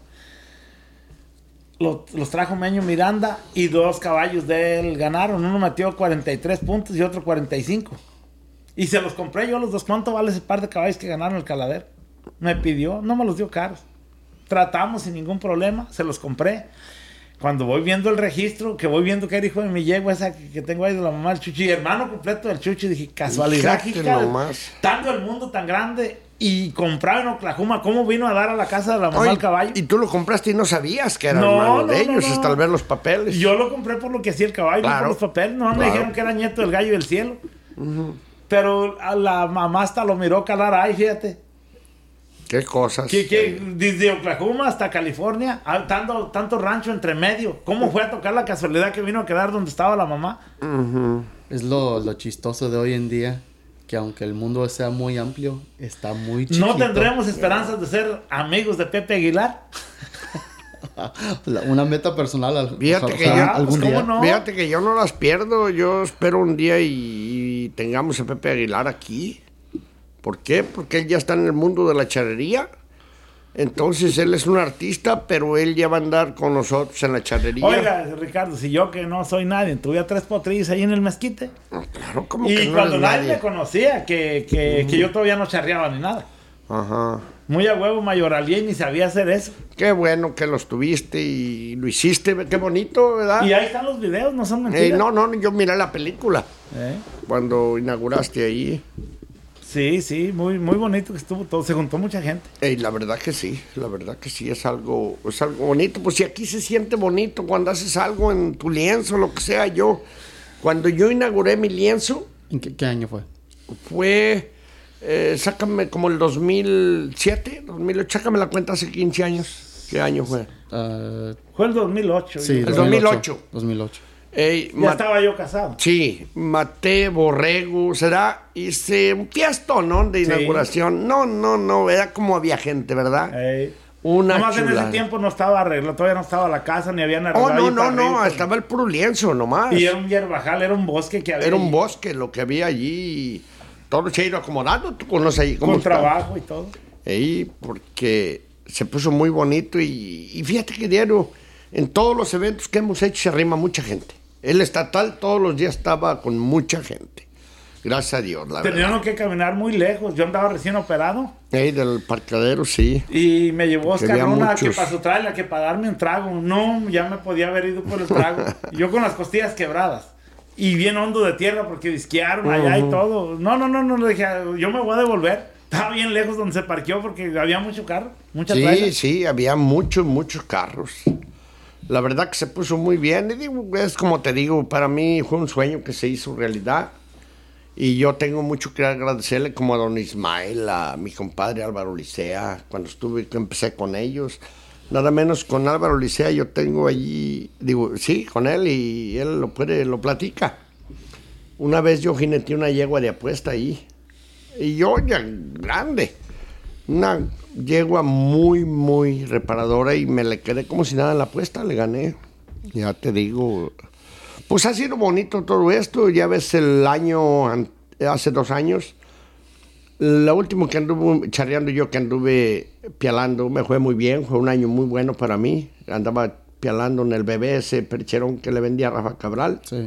los trajo Meño Miranda y 2 caballos de él ganaron. Uno metió 43 puntos y otro 45. Y se los compré yo los 2. ¿Cuánto vale ese par de caballos que ganaron el caladero? Me pidió, no me los dio caros. Tratamos sin ningún problema, se los compré. Cuando voy viendo el registro, que voy viendo que era hijo de mi yegua esa que tengo ahí de la mamá del Chuchi, hermano completo del Chuchi, dije, casualidad, tanto el mundo tan grande. Y compraba en Oklahoma, ¿cómo vino a dar a la casa de la mamá el caballo? Y tú lo compraste y no sabías que era hermano de ellos, hasta al ver los papeles. Yo lo compré por lo que hacía el caballo, no por los papeles. No me dijeron que era nieto del gallo del cielo. Pero a la mamá hasta lo miró calar ahí, fíjate. Qué cosas. Desde Oklahoma hasta California, tanto rancho entre medio. ¿Cómo fue a tocar la casualidad que vino a quedar donde estaba la mamá? Es lo chistoso de hoy en día, que aunque el mundo sea muy amplio, está muy chiquito. ¿No tendremos esperanzas de ser amigos de Pepe Aguilar? Una meta personal. Fíjate que algún pues, día. ¿cómo no? Fíjate que yo no las pierdo. Yo espero un día y tengamos a Pepe Aguilar aquí. ¿Por qué? Porque él ya está en el mundo de la charrería. Entonces él es un artista, pero él ya va a andar con nosotros en la charrería. Oiga, Ricardo, si yo que no soy nadie, tuve 3 potrillos ahí en el mezquite. Claro, como Y que no cuando eres nadie nadie. me conocía, que yo todavía no charreaba ni nada. Ajá. Muy a huevo mayoralía y ni sabía hacer eso. Qué bueno que los tuviste y lo hiciste. Qué bonito, ¿verdad? Y ahí están los videos, no son mentiras. No, yo miré la película ¿Eh? cuando inauguraste ahí. Sí, muy bonito que estuvo todo. Se juntó mucha gente. La verdad que sí, es algo bonito. Pues si aquí se siente bonito cuando haces algo en tu lienzo, lo que sea. Cuando yo inauguré mi lienzo, ¿En qué año fue? fue, sácame como el 2007, 2008, sácame la cuenta hace 15 años. ¿Qué año fue? Fue el 2008. Sí, yo El creo. 2008. 2008. Ya estaba yo casado. Sí, maté borregos, hice un fiestón, ¿no? De Sí. inauguración. No, era como había gente, ¿verdad? Una Nomás en ese chulada. tiempo no estaba arreglado, todavía no estaba la casa, ni habían arreglado. Oh, ahí para no, arriba. estaba el puro lienzo nomás. Y era un hierbajal, era un bosque que había. Era un ahí, bosque lo que había allí. Todo se ha ido acomodando. Tú conoces ahí cómo con está. trabajo y todo. Porque se puso muy bonito y fíjate que diario, en todos los eventos que hemos hecho se arrima mucha gente. El estatal todos los días estaba con mucha gente. Gracias a Dios, la Teníamos verdad. que caminar muy lejos. Yo andaba recién operado. Del parqueadero, sí. Y me llevó Que Oscar había Rona muchos. que para su trailer, que para darme un trago. No, ya me podía haber ido por el trago. Yo con las costillas quebradas. Y bien hondo de tierra porque disquearon allá y todo. No, le dije, yo me voy a devolver. Estaba bien lejos donde se parqueó porque había mucho carro, mucha trailer. Sí, había muchos carros. La verdad que se puso muy bien. Y digo, es como te digo, para mí fue un sueño que se hizo realidad. Y yo tengo mucho que agradecerle como a don Ismael, a mi compadre Álvaro Licea, cuando empecé con ellos. Nada menos con Álvaro Licea yo tengo allí, sí, con él y él lo platica. Una vez yo jineteé una yegua de apuesta ahí. Y yo ya grande. Una yegua muy reparadora y me le quedé como si nada en la apuesta, le gané. Ya te digo, pues ha sido bonito todo esto. Ya ves el año, hace 2 años, lo último que anduve charreando yo, que anduve pialando, me fue muy bien, fue un año muy bueno para mí. Andaba pialando en el bebé, ese percherón que le vendía a Rafa Cabral. Sí.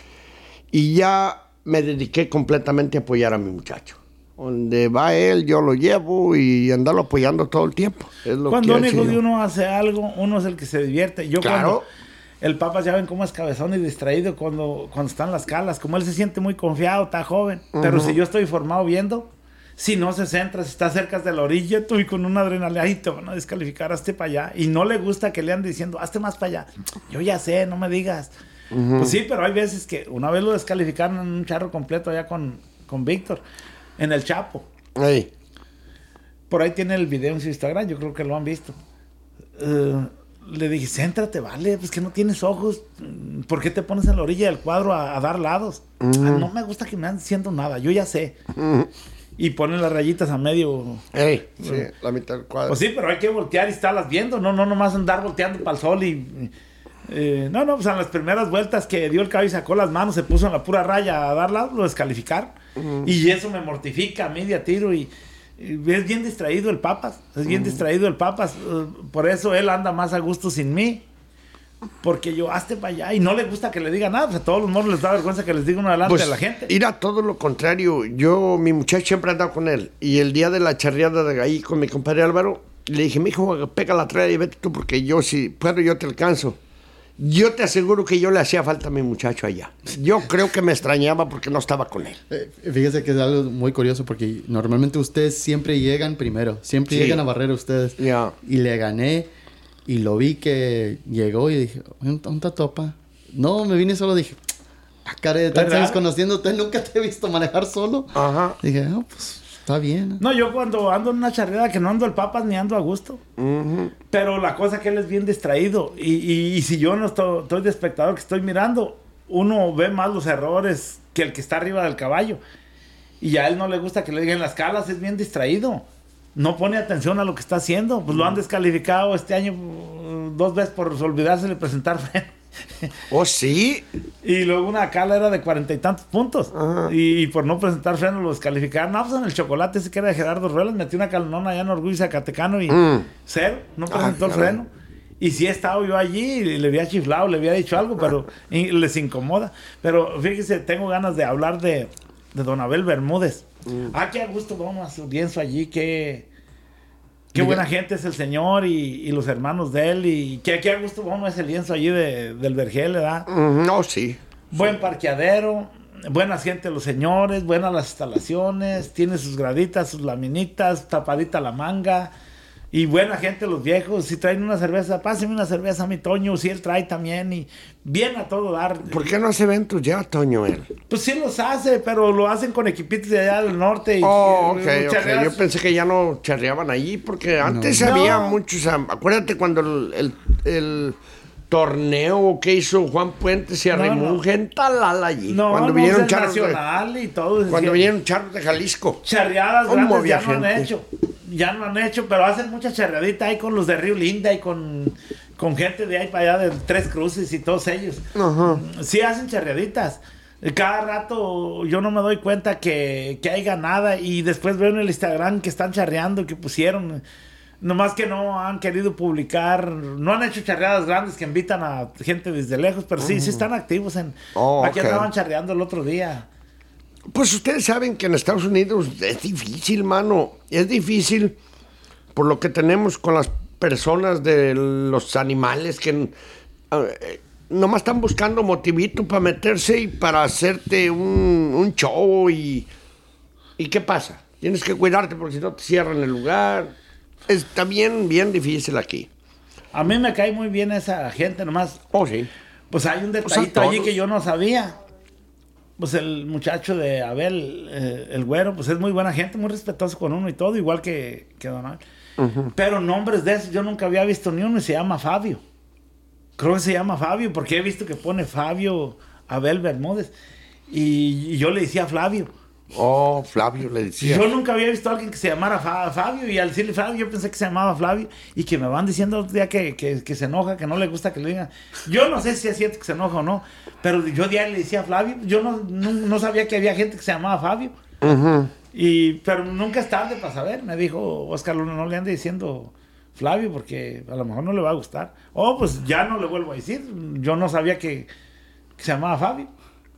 Y ya me dediqué completamente a apoyar a mi muchacho. Donde va él, yo lo llevo y andarlo apoyando todo el tiempo. Es lo Cuando que un he hijo hecho de yo. uno hace algo, uno es el que se divierte. Yo Claro. cuando el Papas ya ven cómo es cabezón y distraído cuando están las calas. Como él se siente muy confiado, está joven. Pero si yo estoy formado viendo, si no se centra, si está cerca de la orilla, tú y con una adrenalina, ahí te van a descalificar, hazte para allá. Y no le gusta que le anden diciendo, hazte más para allá. Yo ya sé, no me digas. Pues sí, pero hay veces que una vez lo descalificaron en un charro completo allá con Víctor, en el Chapo. Ey. Por ahí tiene el video en su Instagram, yo creo que lo han visto. Le dije, céntrate, vale, pues que no tienes ojos. ¿Por qué te pones en la orilla del cuadro a dar lados? Ah, no me gusta que me anden diciendo nada, yo ya sé. Y ponen las rayitas a medio. Sí, la mitad del cuadro. Pues sí, pero hay que voltear y estarlas viendo, no nomás andar volteando para el sol y... pues en las primeras vueltas que dio el caballo y sacó las manos, se puso en la pura raya a dar lados, lo descalificaron. Y eso me mortifica a mí de a tiro y es bien distraído el Papas, por eso él anda más a gusto sin mí, porque yo hazte para allá y no le gusta que le diga nada, pues a todos los moros les da vergüenza que les diga uno delante de la gente. Ir a todo lo contrario, mi muchacho siempre ha andado con él y el día de la charreada de ahí con mi compadre Álvaro, le dije, mijo, pega la traya y vete tú porque yo si puedo yo te alcanzo. Yo te aseguro que yo le hacía falta a mi muchacho allá. Yo creo que me extrañaba porque no estaba con él. Fíjese que es algo muy curioso porque normalmente ustedes siempre llegan primero. Siempre Sí. llegan a barrer ustedes. Ya. Y le gané y lo vi que llegó y dije, ¿dónde topa? No, me vine solo, dije, cara de tantos ¿Verdad? años conociéndote, nunca te he visto manejar solo. Ajá. Dije, no, pues Está bien. No, yo cuando ando en una charreada que no ando al papas ni ando a gusto. Pero la cosa que él es bien distraído. Y si yo no estoy de espectador que estoy mirando, uno ve más los errores que el que está arriba del caballo. Y a él no le gusta que le digan las calas, es bien distraído. No pone atención a lo que está haciendo. Pues lo han descalificado este año 2 veces por olvidarse de presentar freno. ¿Oh, sí? Y luego una cala era de 40 y tantos puntos. Y por no presentar freno lo descalificaron. No, pues en el chocolate ese que era de Gerardo Ruelas, metió una calonona allá en Orgullo Zacatecano y cero, no presentó el freno. Y sí he estado yo allí y le había chiflado, le había dicho algo, pero les incomoda. Pero fíjese, tengo ganas de hablar de don Abel Bermúdez. Qué a gusto vamos a su lienzo allí, qué buena gente es el señor y los hermanos de él. Y qué a gusto vamos a ese lienzo allí del Vergel, ¿verdad? No, sí. Buen parqueadero, buena gente los señores, buenas las instalaciones, tiene sus graditas, sus laminitas, tapadita la manga. Y buena gente los viejos, si traen una cerveza, páseme una cerveza a mi Toño, si él trae también, y bien a todo dar. ¿Por qué no hace eventos ya, Toño, él? Pues sí los hace, pero lo hacen con equipitos de allá del norte. Ok. Yo pensé que ya no charreaban allí, porque antes había muchos, acuérdate cuando el torneo que hizo Juan Puente se arrimó un gentalal allí. Cuando vinieron charros nacional y todo. Cuando vinieron charros de Jalisco. Charreadas grandes ya no han hecho. Ya no han hecho, pero hacen mucha charreadita ahí con los de Río Linda y con gente de ahí para allá de Tres Cruces y todos ellos. Sí hacen charreaditas. Cada rato yo no me doy cuenta que hay ganada y después veo en el Instagram que están charreando, que pusieron. Nomás que no han querido publicar, no han hecho charreadas grandes que invitan a gente desde lejos, pero sí están activos aquí andaban charreando el otro día. Pues ustedes saben que en Estados Unidos es difícil, mano. Es difícil por lo que tenemos con las personas de los animales que nomás están buscando motivito para meterse y para hacerte un show y ¿qué pasa? Tienes que cuidarte porque si no te cierran el lugar. Está bien difícil aquí. A mí me cae muy bien esa gente nomás. Sí. Pues hay un detallito allí que yo no sabía. Pues el muchacho de Abel, el güero, pues es muy buena gente, muy respetuoso con uno y todo, igual que don Abel. Pero nombres de esos yo nunca había visto ni uno y se llama Fabio. Creo que se llama Fabio porque he visto que pone Fabio Abel Bermúdez. Y yo le decía Flavio. Flavio le decía. Yo nunca había visto a alguien que se llamara Fabio y al decirle Fabio yo pensé que se llamaba Flavio y que me van diciendo otro día que se enoja, que no le gusta que le digan. Yo no sé si es cierto que se enoja o no, pero yo diario le decía Flavio. Yo no sabía que había gente que se llamaba Fabio. Pero nunca es tarde para saber. Me dijo Oscar Luna, no le ande diciendo Flavio porque a lo mejor no le va a gustar. Pues ya no le vuelvo a decir. Yo no sabía que se llamaba Fabio.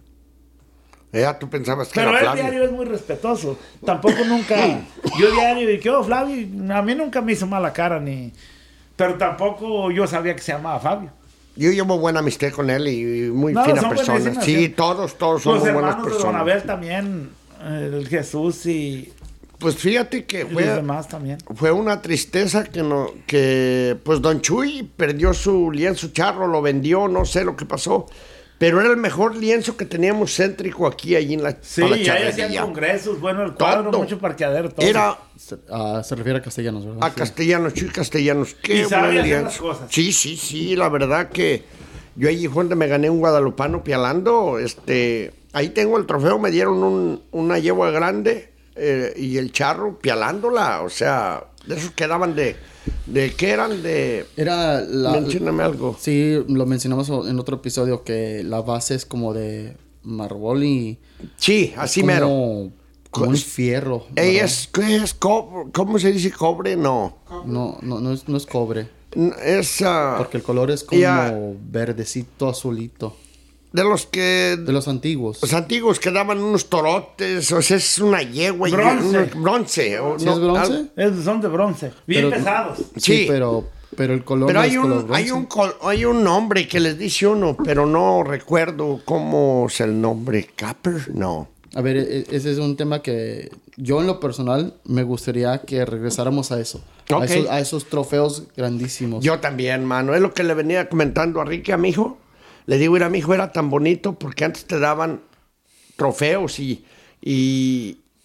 Tú pensabas que pero era él Flavio. diario es muy respetuoso. Tampoco nunca. Yo diario dije, Flavio, a mí nunca me hizo mala cara ni. Pero tampoco yo sabía que se llamaba Fabio. Yo llevo buena amistad con él y muy fina persona. Sí, todos somos buenas personas. Los hermanos de don Abel también, el Jesús y. Pues fíjate que los demás también. Fue una tristeza que pues don Chuy perdió su lienzo charro, lo vendió, no sé lo que pasó. Pero era el mejor lienzo que teníamos céntrico aquí, allí en la Sí, y ahí hacían congresos, bueno, el cuadro, mucho parqueadero, todo. Se refiere a Castellanos, ¿verdad? A Castellanos, Chuy Castellanos. Qué buen lienzo. Sí, la verdad que yo allí fue donde me gané un guadalupano pialando. Ahí tengo el trofeo, me dieron una yegua grande y el charro pialándola, o sea, de esos que daban ¿de qué eran? Mencióname algo. Sí, lo mencionamos en otro episodio, que la base es como de mármol y... Sí, así mero. Como un fierro. ¿Qué es? ¿Cómo se dice? ¿Cobre? No. No es cobre. Es... porque el color es como verdecito, azulito. De los antiguos. Los antiguos que daban unos torotes, o sea, es una yegua. Bronce. ¿Sí es bronce? Son de bronce, bien pesados. Sí, pero el color pero no es color bronce. hay un nombre que les dice uno, pero no recuerdo cómo es el nombre. ¿Capper? No. A ver, ese es un tema que yo en lo personal me gustaría que regresáramos a eso. Okay. A esos trofeos grandísimos. Yo también, mano. Es lo que le venía comentando a Ricky, a mi hijo. Le digo, mira, mi hijo era tan bonito porque antes te daban trofeos y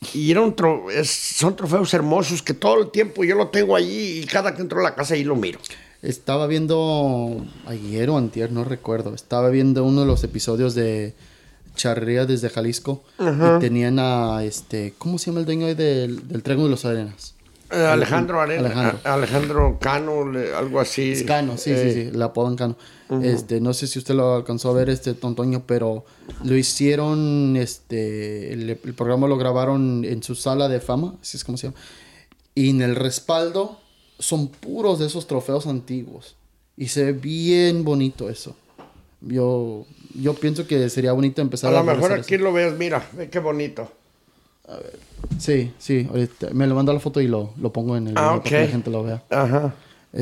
Y son trofeos hermosos que todo el tiempo yo lo tengo allí y cada que entro a la casa ahí lo miro. Estaba viendo ayer o antier, no recuerdo. Estaba viendo uno de los episodios de Charrería desde Jalisco. Y tenían a ¿cómo se llama el dueño ahí del Triángulo de los Arenas? Alejandro Cano, algo así. Es Cano, sí, le apodan Cano. No sé si usted lo alcanzó a ver, Tontoño, pero lo hicieron, el programa lo grabaron en su sala de fama, así es como se llama. Y en el respaldo son puros de esos trofeos antiguos. Y se ve bien bonito eso. Yo pienso que sería bonito empezar a lo mejor aquí eso. lo ves, mira, ve qué bonito. A ver. Sí, ahorita me lo manda la foto y lo pongo en el video para que la gente lo vea. Ajá.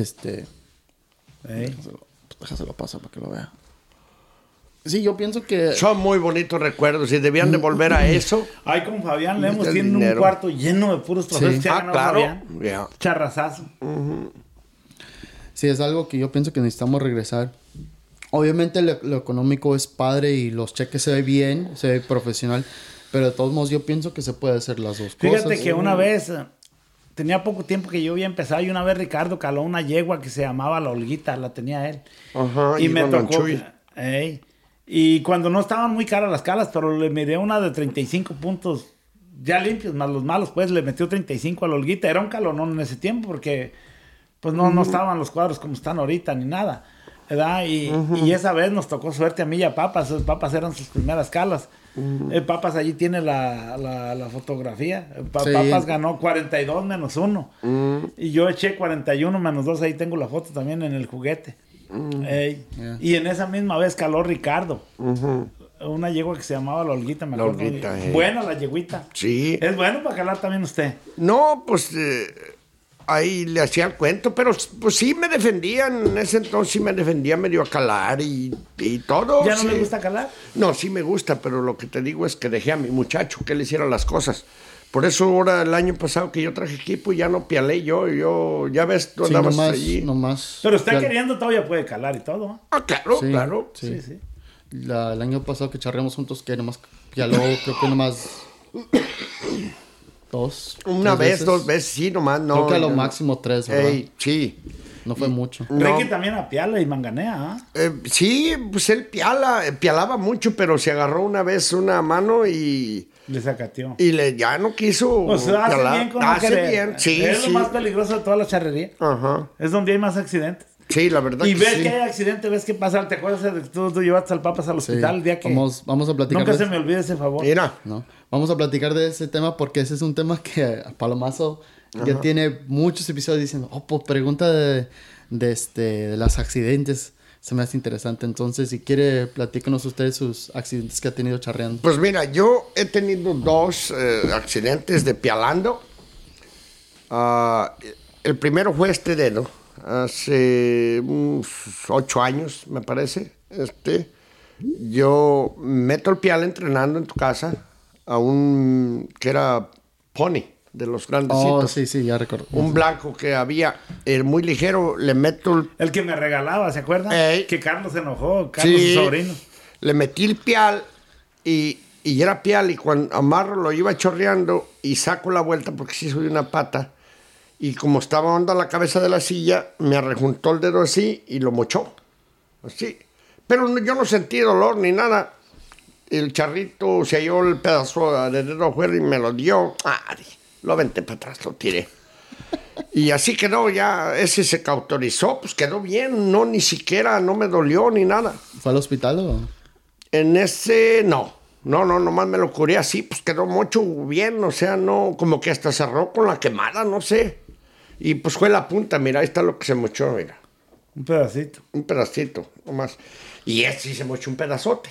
Déjaselo pasar para que lo vea. Sí, yo pienso que... Son muy bonitos recuerdos y debían de volver a eso. Ay, con Fabián Lemos tienen un cuarto lleno de puros trofeos que ha ganado Fabián. Yeah. Charrazazo. Sí, es algo que yo pienso que necesitamos regresar. Obviamente lo económico es padre y los cheques se ve bien, se ve profesional, pero de todos modos yo pienso que se puede hacer las dos cosas. Fíjate que una vez, tenía poco tiempo que yo había empezado y una vez Ricardo caló una yegua que se llamaba La Olguita, la tenía él. Ajá, y me tocó... Y cuando no estaban muy caras las calas, pero le miré una de 35 puntos ya limpios, más los malos, pues le metió 35 a La Olguita. Era un calonón en ese tiempo porque pues no estaban los cuadros como están ahorita ni nada, ¿verdad? Y esa vez nos tocó suerte a mí y a Papas. Papas eran sus primeras calas. Papas allí tiene la fotografía. Papas ganó 42 menos 1. Y yo eché 41 menos 2. Ahí tengo la foto también en el juguete. Y en esa misma vez caló Ricardo. Una yegua que se llamaba La Olguita, me acuerdo. Buena la yeguita. Sí. ¿Es bueno para calar también usted? No, pues ahí le hacía el cuento, pero pues sí me defendían. En ese entonces sí me defendía medio a calar y todo. ¿Ya no le gusta calar? No, sí me gusta, pero lo que te digo es que dejé a mi muchacho que él hiciera las cosas. Por eso ahora el año pasado que yo traje equipo ya no pialé yo ya ves, tú andabas allí. Nomás. Pero está queriendo todavía puede calar y todo. Ah, claro, sí, claro. Sí. El año pasado que charreamos juntos, que nomás pialó, creo que nomás 2. Una vez, 2 veces, sí, nomás no. Creo que a lo máximo 3, ¿verdad? Sí. No fue mucho. Ricky también apiala y manganea, sí, pues él pialaba mucho, pero se agarró una vez una mano y... Le sacateó. Y ya no quiso pues hace pialar. bien con hace bien, sí. Es lo más peligroso de toda la charrería. Ajá. Es donde hay más accidentes. Sí, la verdad y que ves sí. que hay accidentes, ves qué pasa. ¿Te acuerdas de que tú llevaste al Papas al hospital el día que... Vamos a platicar. Nunca se me olvide ese favor. Mira. No, vamos a platicar de ese tema porque ese es un tema que Palomazo ya tiene muchos episodios diciendo, pues pregunta de los accidentes. Se me hace interesante. Entonces, si quiere, platícanos ustedes sus accidentes que ha tenido charreando. Pues mira, yo he tenido 2 accidentes de pialando. El primero fue este dedo. Hace unos 8 años, me parece. Yo meto el pial entrenando en tu casa a que era pony, de los grandecitos. Sí, ya recuerdo. Un blanco que había, muy ligero, le meto el que me regalaba, ¿se acuerdan? Que Carlos se enojó, Carlos sí, su sobrino. Le metí el pial y era pial y cuando amarro lo iba chorreando y saco la vuelta porque sí soy una pata. Y como estaba onda la cabeza de la silla, me arrejuntó el dedo así y lo mochó. Así. Pero yo no sentí dolor ni nada. El charrito se halló el pedazo de dedo afuera y me lo dio. Lo aventé para atrás, lo tiré. Y así quedó ya. Ese se cauterizó, pues quedó bien. No, ni siquiera, no me dolió ni nada. ¿Fue al hospital o...? En ese, no, nomás me lo curé así, pues quedó mucho bien, o sea, no, como que hasta cerró con la quemada, no sé. Y pues fue la punta, mira, ahí está lo que se mochó, mira. Un pedacito. Un pedacito, nomás. Y sí se mochó un pedazote.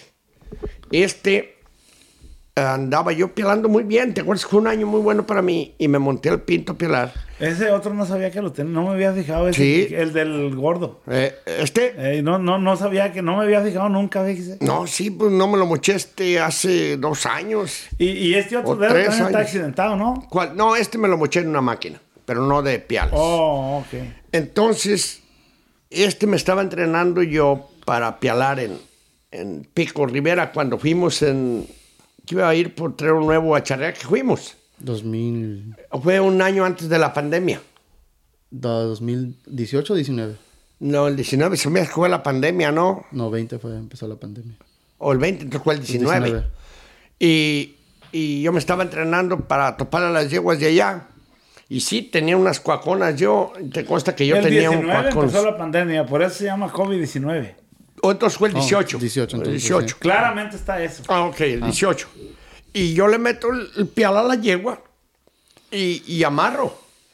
Andaba yo pialando muy bien, ¿te acuerdas? Fue un año muy bueno para mí y me monté al pinto a pialar. Ese otro no sabía que lo tenía, no me había fijado, sí. El del gordo. No sabía que no me había fijado nunca, fíjese. No, sí, pues no me lo moché hace 2 años. Y este otro dedo también está accidentado, ¿no? ¿Cuál? No, me lo moché en una máquina, pero no de piales. Oh, ok. Entonces, me estaba entrenando yo para pialar en Pico Rivera cuando fuimos que iba a ir por Trero Nuevo a charrear, que fuimos. 2000, Fue un año antes de la pandemia. 2018 o 19. No, el 19 se me fue la pandemia, ¿no? No, 20 empezó la pandemia. O el 20, entonces fue el 19. Y yo me estaba entrenando para topar a las yeguas de allá. Y sí, tenía unas cuaconas. Yo, te consta que yo tenía un cuacón. El 19 empezó la pandemia, por eso se llama COVID-19. O entonces fue el 18. 18, entonces, 18. sí. Claramente está eso. Ah, ok, el 18. Y yo le meto el pial a la yegua y amarro.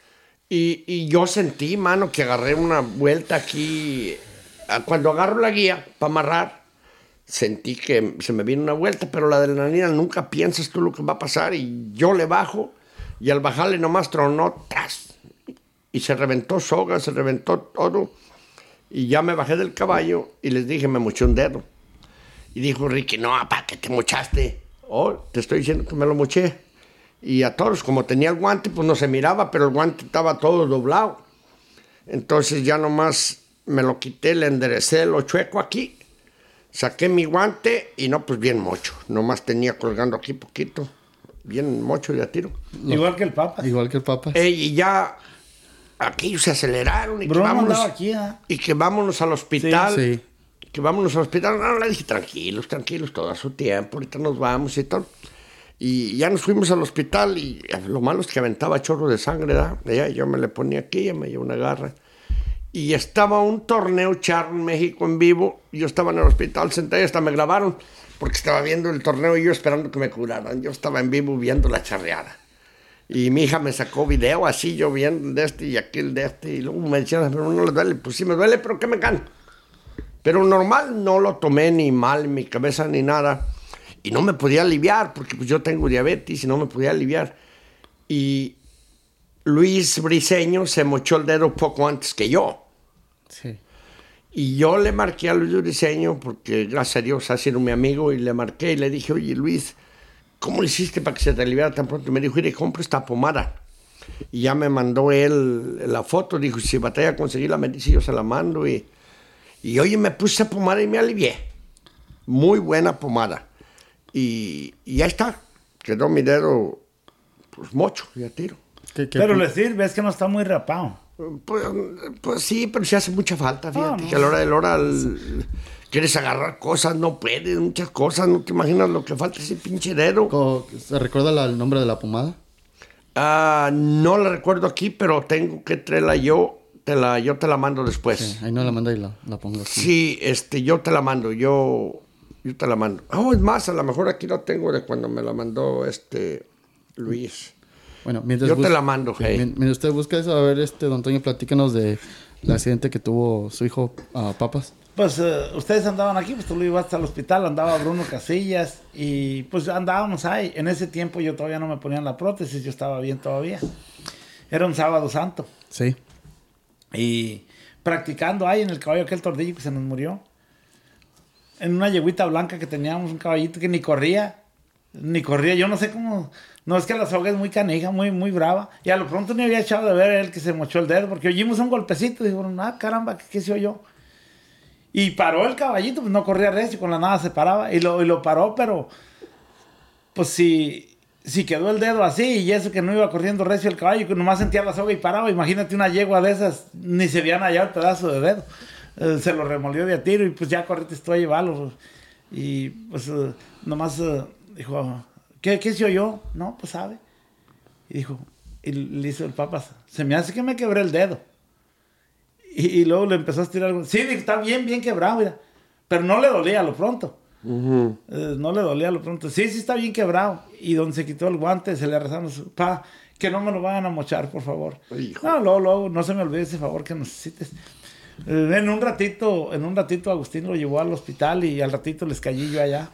Y yo sentí, mano, que agarré una vuelta aquí. Cuando agarro la guía para amarrar, sentí que se me vino una vuelta, pero la adrenalina nunca piensas tú lo que va a pasar. Y yo le bajo, y al bajarle nomás tronó, ¡tas! Y se reventó soga, se reventó todo. Y ya me bajé del caballo y les dije, me moché un dedo. Y dijo Ricky, no, papá, ¿qué te mochaste? Oh, te estoy diciendo que me lo moché. Y a todos, como tenía el guante, pues no se miraba, pero el guante estaba todo doblado. Entonces ya nomás me lo quité, le enderecé lo chueco aquí, saqué mi guante y no, pues bien mocho. Nomás tenía colgando aquí poquito, bien mocho de a tiro. Igual que el Papa. Igual que el Papa. Y ya aquellos se aceleraron y Bruno que vámonos, andaba aquí, ¿eh? y que vámonos al hospital. Sí. Que vámonos al hospital. No, le dije, tranquilos, todo a su tiempo, ahorita nos vamos y todo. Y ya nos fuimos al hospital y lo malo es que aventaba chorro de sangre, ¿verdad? Ya, yo me le ponía aquí, ya me llevó una garra. Y estaba un torneo charro en México en vivo. Yo estaba en el hospital sentado y hasta me grabaron porque estaba viendo el torneo y yo esperando que me curaran. Yo estaba en vivo viendo la charreada. Y mi hija me sacó video así, yo viendo el de este y aquel de este. Y luego me decían, pero no le duele. Pues sí me duele, pero ¿qué me gano? Pero normal, no lo tomé ni mal en mi cabeza ni nada. Y no me podía aliviar, porque pues yo tengo diabetes y no me podía aliviar. Y Luis Briseño se mochó el dedo poco antes que yo. Sí. Y yo le marqué a Luis Briseño, porque gracias a Dios ha sido mi amigo, y le marqué y le dije, oye Luis, ¿cómo le hiciste para que se te aliviara tan pronto? Y me dijo, compra esta pomada. Y ya me mandó él la foto, dijo, si batalla a conseguir la medicina, yo se la mando. Y oye, me puse esa pomada y me alivié. Muy buena pomada. Y ya está, quedó mi dedo, pues mocho, ya tiro. Pero le sirve, es que no está muy rapado. Pues sí, pero sí hace mucha falta, fíjate, no. que a la hora de la hora quieres agarrar cosas, no puedes, muchas cosas, no te imaginas lo que falta ese pinche dedo. ¿Se recuerda el nombre de la pomada? No la recuerdo aquí, pero tengo que traerla yo te la mando después. Sí, ahí no la manda y la pongo aquí. Sí, yo te la mando, yo te la mando. Es más, a lo mejor aquí lo tengo de cuando me la mandó Luis. Bueno, yo te la mando, hey. Mientras usted busca eso, a ver, don Toño, platícanos del accidente que tuvo su hijo Papas. Pues ustedes andaban aquí, pues tú lo ibas al hospital, andaba Bruno Casillas y pues andábamos ahí. En ese tiempo yo todavía no me ponía la prótesis, yo estaba bien todavía. Era un sábado santo. Sí. Y practicando ahí en el caballo aquel tordillo que se nos murió. En una yeguita blanca que teníamos, un caballito que ni corría. Yo no sé cómo... No, es que la soga es muy canija, muy, muy brava. Y a lo pronto ni había echado de ver él que se mochó el dedo, porque oímos un golpecito y dijeron, caramba, ¿qué se oyó? Y paró el caballito, pues no corría recio, con la nada se paraba. Y lo paró, pero... Pues si quedó el dedo así y eso que no iba corriendo recio el caballo, que nomás sentía la soga y paraba. Imagínate una yegua de esas, ni se veían allá el pedazo de dedo. Se lo remolió de a tiro y pues ya corriste tú a llevarlo. Y pues nomás dijo, ¿qué se oyó? No, pues sabe. Y dijo, y le hizo el Papas, se me hace que me quebré el dedo. Y luego le empezó a estirar algo. Sí, está bien quebrado, mira. Pero no le dolía a lo pronto. Uh-huh. No le dolía a lo pronto. Sí, está bien quebrado. Y donde se quitó el guante, se le rezamos, que no me lo vayan a mochar, por favor. Hijo. No, luego, no se me olvide ese favor que necesites. En un ratito Agustín lo llevó al hospital y al ratito les caí yo allá.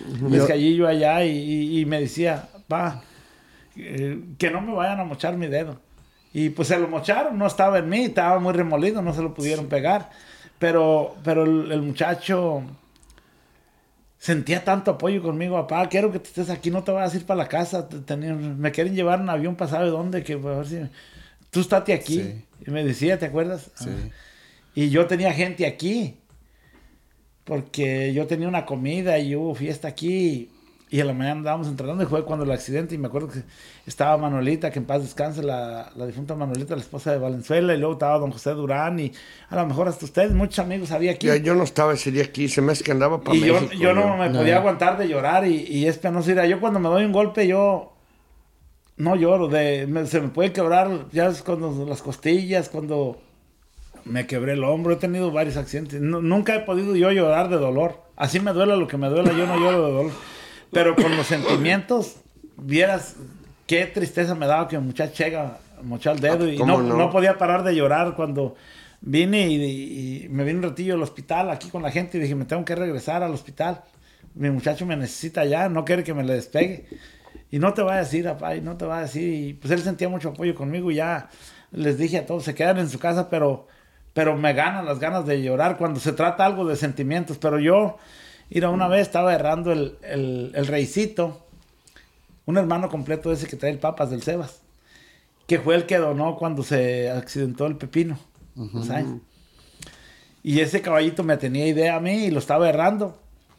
Y me decía, que no me vayan a mochar mi dedo. Y pues se lo mocharon, no estaba en mí, estaba muy remolido, no se lo pudieron pegar. Pero el muchacho sentía tanto apoyo conmigo, papá, quiero que te estés aquí, no te vayas a ir para la casa, me quieren llevar en avión para sabe dónde, que a ver si tú estate aquí. Sí. Y me decía, ¿te acuerdas? Sí. Y yo tenía gente aquí, porque yo tenía una comida y hubo fiesta aquí, Y en la mañana andábamos entrenando y fue cuando el accidente. Y me acuerdo que estaba Manuelita, que en paz descanse, la difunta Manuelita, la esposa de Valenzuela. Y luego estaba don José Durán. Y a lo mejor hasta ustedes, muchos amigos había aquí. Yo no estaba ese día aquí, se me hace que andaba para y México. Yo no me podía aguantar de llorar. Y es penoso. Mira, yo cuando me doy un golpe, yo no lloro. Se me puede quebrar, ya es cuando las costillas, cuando me quebré el hombro. He tenido varios accidentes. Nunca he podido yo llorar de dolor. Así me duela lo que me duela, yo no lloro de dolor. Pero con los sentimientos, vieras qué tristeza me daba que un muchacho llega, mochó el dedo y no podía parar de llorar cuando vine y me vine un ratillo al hospital aquí con la gente y dije, me tengo que regresar al hospital. Mi muchacho me necesita ya, no quiere que me le despegue. Y no te va a decir, papá, y no te va a decir. Y pues él sentía mucho apoyo conmigo y ya les dije a todos, se quedan en su casa, pero me ganan las ganas de llorar cuando se trata algo de sentimientos. Pero yo... Mira, una vez estaba errando el Reycito, un hermano completo ese que trae el Papas del Sebas, que fue el que donó cuando se accidentó el Pepino, ¿sabes? Y ese caballito me tenía idea a mí y lo estaba errando.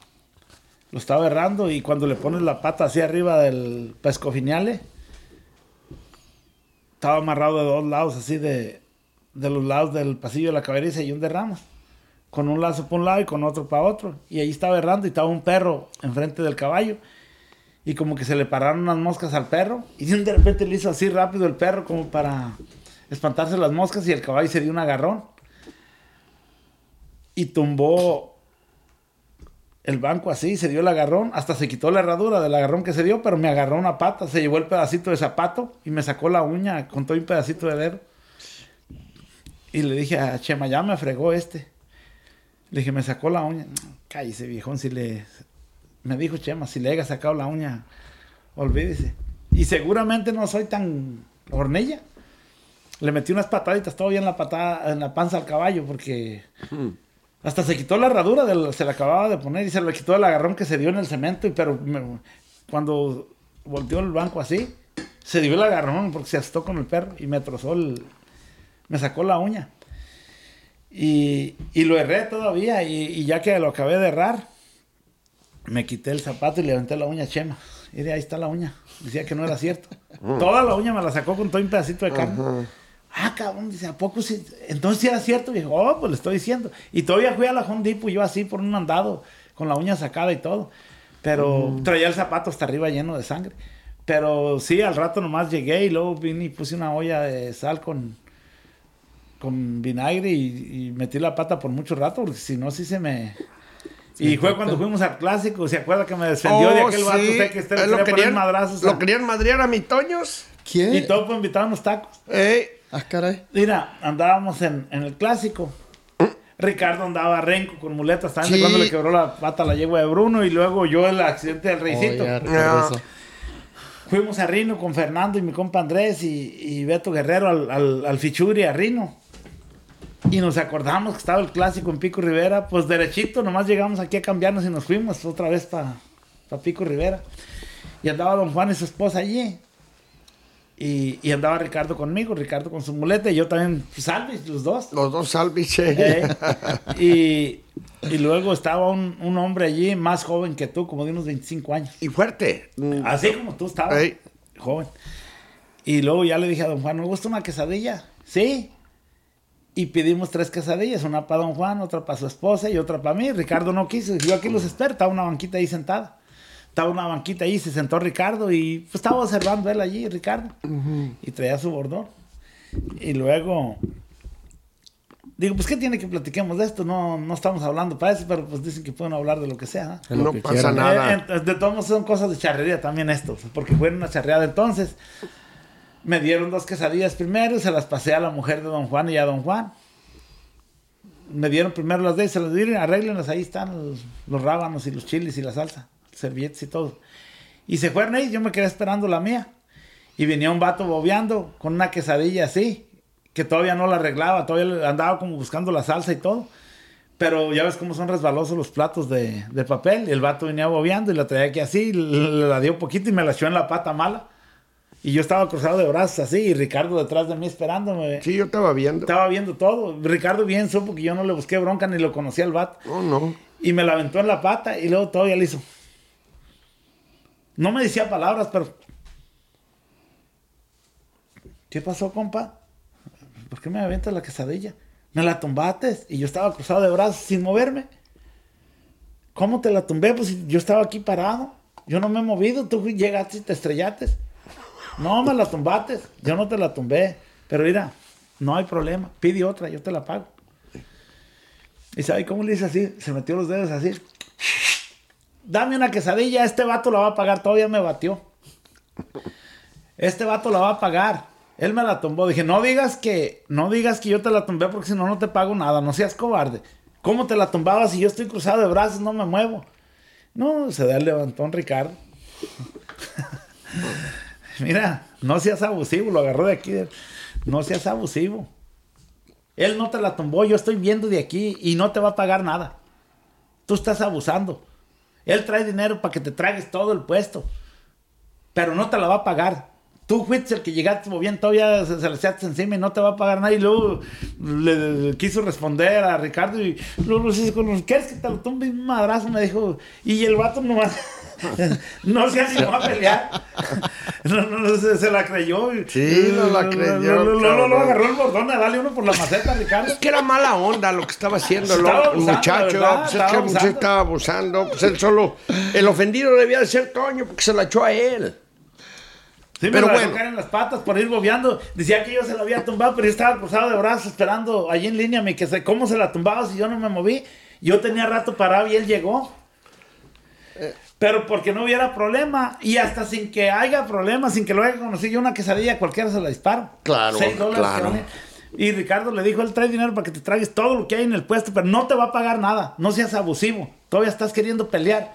Y cuando le pones la pata así arriba del pescofiñale, estaba amarrado de dos lados, así de los lados del pasillo de la caberiza y un de ramas. Con un lazo para un lado y con otro para otro. Y ahí estaba errando y estaba un perro enfrente del caballo. Y como que se le pararon unas moscas al perro. Y de repente le hizo así rápido el perro como para espantarse las moscas y el caballo se dio un agarrón. Y tumbó el banco así, se dio el agarrón. Hasta se quitó la herradura del agarrón que se dio, pero me agarró una pata. Se llevó el pedacito de zapato y me sacó la uña con todo un pedacito de dedo. Y le dije a Chema, ya me fregó este. Le dije, me sacó la uña. Cállese, viejón, me dijo Chema, si le haya sacado la uña, olvídese. Y seguramente no soy tan hornilla. Le metí unas pataditas todavía en la panza al caballo, porque hasta se quitó la herradura, se la acababa de poner y se le quitó el agarrón que se dio en el cemento. Cuando volteó el banco así, se dio el agarrón porque se asustó con el perro y me trozó me sacó la uña. Y lo erré todavía y ya que lo acabé de errar, me quité el zapato y le levanté la uña a Chema. Y ahí está la uña. Decía que no era cierto. Toda la uña me la sacó con todo un pedacito de carne. Cabrón, dice, ¿a poco sí? Entonces sí era cierto. Y dijo, pues le estoy diciendo. Y todavía fui a la Home Depot yo así por un andado, con la uña sacada y todo. Pero traía el zapato hasta arriba lleno de sangre. Pero sí, al rato nomás llegué y luego vine y puse una olla de sal con vinagre y metí la pata por mucho rato, porque si no, sí se me... Sí, y fue cuando fuimos al clásico, ¿se acuerda que me defendió de aquel vato? Usted que usted le quería poner madrazos. ¿Lo querían madrear a mi Toños? ¿Quién? Y todo por invitar unos tacos. Caray. Mira, andábamos en el clásico. Ricardo andaba renco con muletas también cuando le quebró la pata a la yegua de Bruno y luego yo el accidente del Reycito. Fuimos a Rino con Fernando y mi compa Andrés y Beto Guerrero al Fichuri a Rino. Y nos acordamos que estaba el clásico en Pico Rivera. Pues derechito, nomás llegamos aquí a cambiarnos y nos fuimos otra vez para Pico Rivera. Y andaba don Juan y su esposa allí. Y andaba Ricardo conmigo, Ricardo con su muleta. Y yo también, Salvich, los dos. Los dos Salvich. Y luego estaba un hombre allí, más joven que tú, como de unos 25 años. Y fuerte. Así como tú estabas, joven. Y luego ya le dije a don Juan, ¿me gusta una quesadilla? Sí. Y pedimos 3 quesadillas, una para don Juan, otra para su esposa y otra para mí. Ricardo no quiso, yo aquí los espero, estaba una banquita ahí sentada. Estaba una banquita ahí, se sentó Ricardo y pues estaba observando él allí, Ricardo. Y traía su bordón. Y luego, digo, pues ¿qué tiene que platiquemos de esto? No estamos hablando para eso, pero pues dicen que pueden hablar de lo que sea. No pasa nada. De todos modos son cosas de charrería también esto, porque fue una charreada entonces. Me dieron 2 quesadillas primero y se las pasé a la mujer de don Juan y a don Juan. Me dieron primero las de y se las dieron, arréglenlas, ahí están los rábanos y los chiles y la salsa, servilletas y todo. Y se fueron ahí, yo me quedé esperando la mía. Y venía un vato bobeando con una quesadilla así, que todavía no la arreglaba, todavía andaba como buscando la salsa y todo. Pero ya ves cómo son resbalosos los platos de papel. Y el vato venía bobeando y la traía aquí así, le la dio un poquito y me la echó en la pata mala. Y yo estaba cruzado de brazos así, y Ricardo detrás de mí esperándome. Sí, yo estaba viendo. Estaba viendo todo. Ricardo bien supo que yo no le busqué bronca ni lo conocía al vato. No. Y me la aventó en la pata y luego todavía le hizo. No me decía palabras, pero... ¿Qué pasó, compa? ¿Por qué me avientas la quesadilla? Me la tumbaste y yo estaba cruzado de brazos sin moverme. ¿Cómo te la tumbé? Pues yo estaba aquí parado. Yo no me he movido. Tú llegaste y te estrellaste. No, me la tumbaste. Yo no te la tumbé. Pero mira, no hay problema. Pide otra, yo te la pago. ¿Y sabe cómo le hice así? Se metió los dedos así. Dame una quesadilla. Este vato la va a pagar. Todavía me batió. Este vato la va a pagar. Él me la tumbó. Dije, no digas que yo te la tumbé porque si no, no te pago nada. No seas cobarde. ¿Cómo te la tumbabas si yo estoy cruzado de brazos? No me muevo. No, se da el levantón Ricardo. Mira, no seas abusivo. Lo agarró de aquí. No seas abusivo. Él no te la tumbó. Yo estoy viendo de aquí y no te va a pagar nada. Tú estás abusando. Él trae dinero para que te tragues todo el puesto. Pero no te la va a pagar. Tú fuiste el que llegaste moviendo, todavía se le echaste encima y no te va a pagar nada. Y luego le quiso responder a Ricardo y luego le dijo, ¿quieres que te lo tumbe un madrazo? Me dijo, y el vato nomás no se animó a pelear. No, se la creyó. Sí, no la creyó. Lo agarró el bordón a darle uno por la maceta, Ricardo. Es que era mala onda lo que estaba haciendo el muchacho. Pues es que el muchacho estaba abusando. Pues él solo, el ofendido debía de ser Toño porque se la echó a él. Sí, pero me bueno, en las patas por ir bobeando. Decía que yo se la había tumbado, pero yo estaba cruzado de brazos esperando allí en línea cómo se la tumbaba si yo no me moví. Yo tenía rato parado y él llegó. Pero porque no hubiera problema. Y hasta sin que haya problema, sin que lo haya conocido, yo una quesadilla cualquiera se la disparo. Claro, $6 claro. Y Ricardo le dijo, él trae dinero para que te tragues todo lo que hay en el puesto, pero no te va a pagar nada. No seas abusivo. Todavía estás queriendo pelear.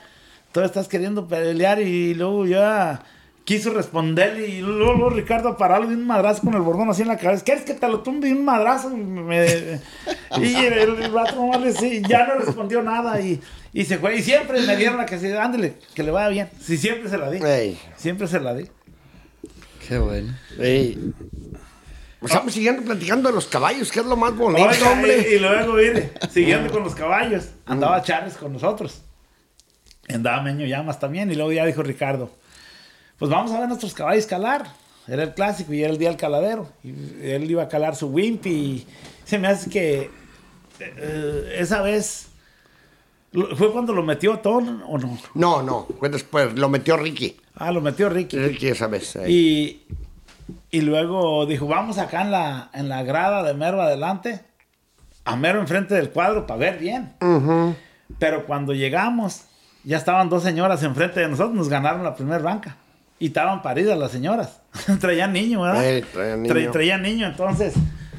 Y luego ya... quiso responderle y luego Ricardo pararlo de un madrazo con el bordón así en la cabeza. ¿Quieres que te lo tumbe de un madrazo? Y el vato nomás le decía, ya no respondió nada y se fue. Y siempre me dieron la que se ándale, que le vaya bien. Sí, siempre se la di. Ey. Siempre se la di. Qué bueno. Ey. Estamos siguiendo platicando de los caballos, que es lo más bonito, oiga, hombre. Y luego, mire, siguiendo con los caballos, andaba Charles con nosotros. Andaba Meño Llamas también. Y luego ya dijo Ricardo, pues vamos a ver nuestros caballos calar. Era el clásico y era el día del caladero. Y él iba a calar su Wimpy y se me hace que esa vez ¿fue cuando lo metió Ton o no? No, fue después, lo metió Ricky. Ah, lo metió Ricky. Ricky esa vez. Ahí. Y luego dijo, vamos acá en la grada de mero adelante, a mero enfrente del cuadro para ver bien. Uh-huh. Pero cuando llegamos, ya estaban dos señoras enfrente de nosotros, nos ganaron la primera banca. Y estaban paridas las señoras. Traían niño, ¿verdad? Traían niño. Entonces,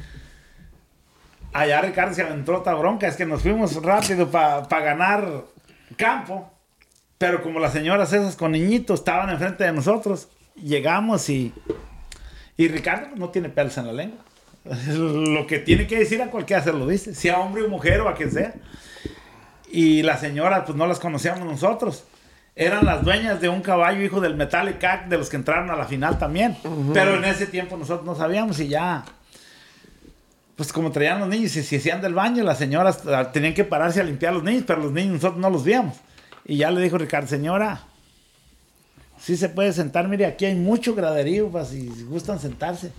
allá Ricardo se aventó otra bronca. Es que nos fuimos rápido para ganar campo. Pero como las señoras esas con niñitos estaban enfrente de nosotros, llegamos y Ricardo no tiene pelos en la lengua. Lo que tiene que decir a cualquiera se lo dice. Sea hombre o mujer o a quien sea. Y las señoras, pues no las conocíamos nosotros. Eran las dueñas de un caballo hijo del Metallic Act, de los que entraron a la final también. Uh-huh. Pero en ese tiempo nosotros no sabíamos y ya... Pues como traían los niños y se hacían del baño, las señoras tenían que pararse a limpiar a los niños, pero los niños nosotros no los víamos. Y ya le dijo Ricardo, señora, sí se puede sentar, mire, aquí hay mucho graderío para si gustan sentarse.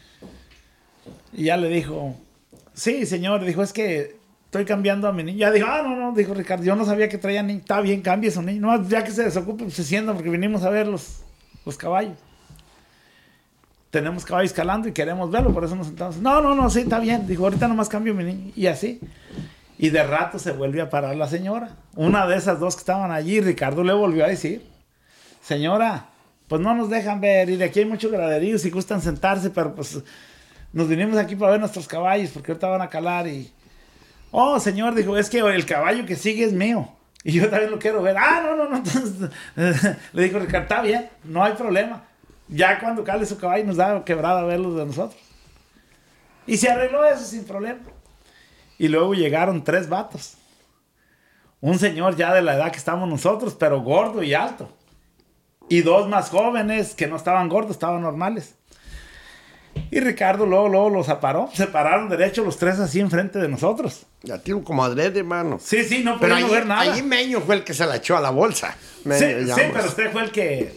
Y ya le dijo, sí, señor, dijo, es que... estoy cambiando a mi niño. Ya dijo, no, dijo Ricardo, yo no sabía que traía niño. Está bien, cambie su niño. No, ya que se desocupe, pues se sientan porque vinimos a ver los caballos. Tenemos caballos calando y queremos verlo, por eso nos sentamos. No, sí, está bien. Dijo, ahorita nomás cambio mi niño. Y así. Y de rato se vuelve a parar la señora. Una de esas dos que estaban allí, Ricardo le volvió a decir, señora, pues no nos dejan ver y de aquí hay muchos graderíos y gustan sentarse, pero pues nos vinimos aquí para ver nuestros caballos porque ahorita van a calar y... Oh, señor, dijo, es que el caballo que sigue es mío. Y yo también lo quiero ver. No. Entonces, le dijo Ricardo, está bien, no hay problema. Ya cuando cale su caballo nos da quebrada verlos de nosotros. Y se arregló eso sin problema. Y luego llegaron 3 vatos. Un señor ya de la edad que estamos nosotros, pero gordo y alto. Y 2 más jóvenes que no estaban gordos, estaban normales. Y Ricardo luego lo separó. Se pararon derecho los tres así enfrente de nosotros. Ya tiene como adrede, hermano. Sí, no Pero podíamos ver nada. allí Meño fue el que se la echó a la bolsa. Meño, Sí, pero usted fue el que...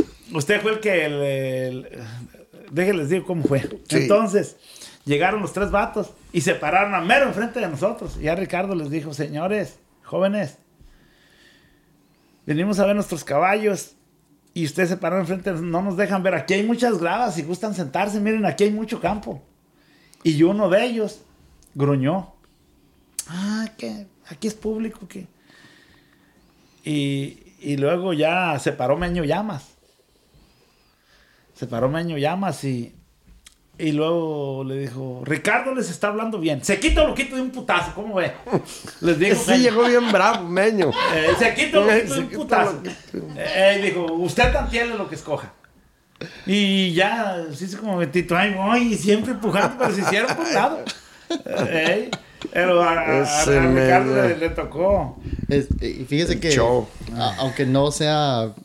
Déjenles digo cómo fue. Sí. Entonces, llegaron los tres vatos y se pararon a mero enfrente de nosotros. Y ya Ricardo les dijo, señores, jóvenes, venimos a ver nuestros caballos y ustedes se pararon enfrente, no nos dejan ver. Aquí hay muchas gradas, si gustan sentarse, miren, aquí hay mucho campo. Y uno de ellos gruñó. Que aquí es público, que... Y luego ya se paró Meño Llamas. Y luego le dijo, Ricardo les está hablando bien. Se quita o lo quito de un putazo, ¿cómo ve? Les dijo. Sí, llegó bien bravo, Meño. Se quita o lo quito de un putazo. Dijo, usted tantiele lo que escoja. Y ya, así como Betito, ay, voy, siempre empujando, pero se hicieron por un lado. Pero a Ricardo le tocó. Y fíjese que, aunque no sea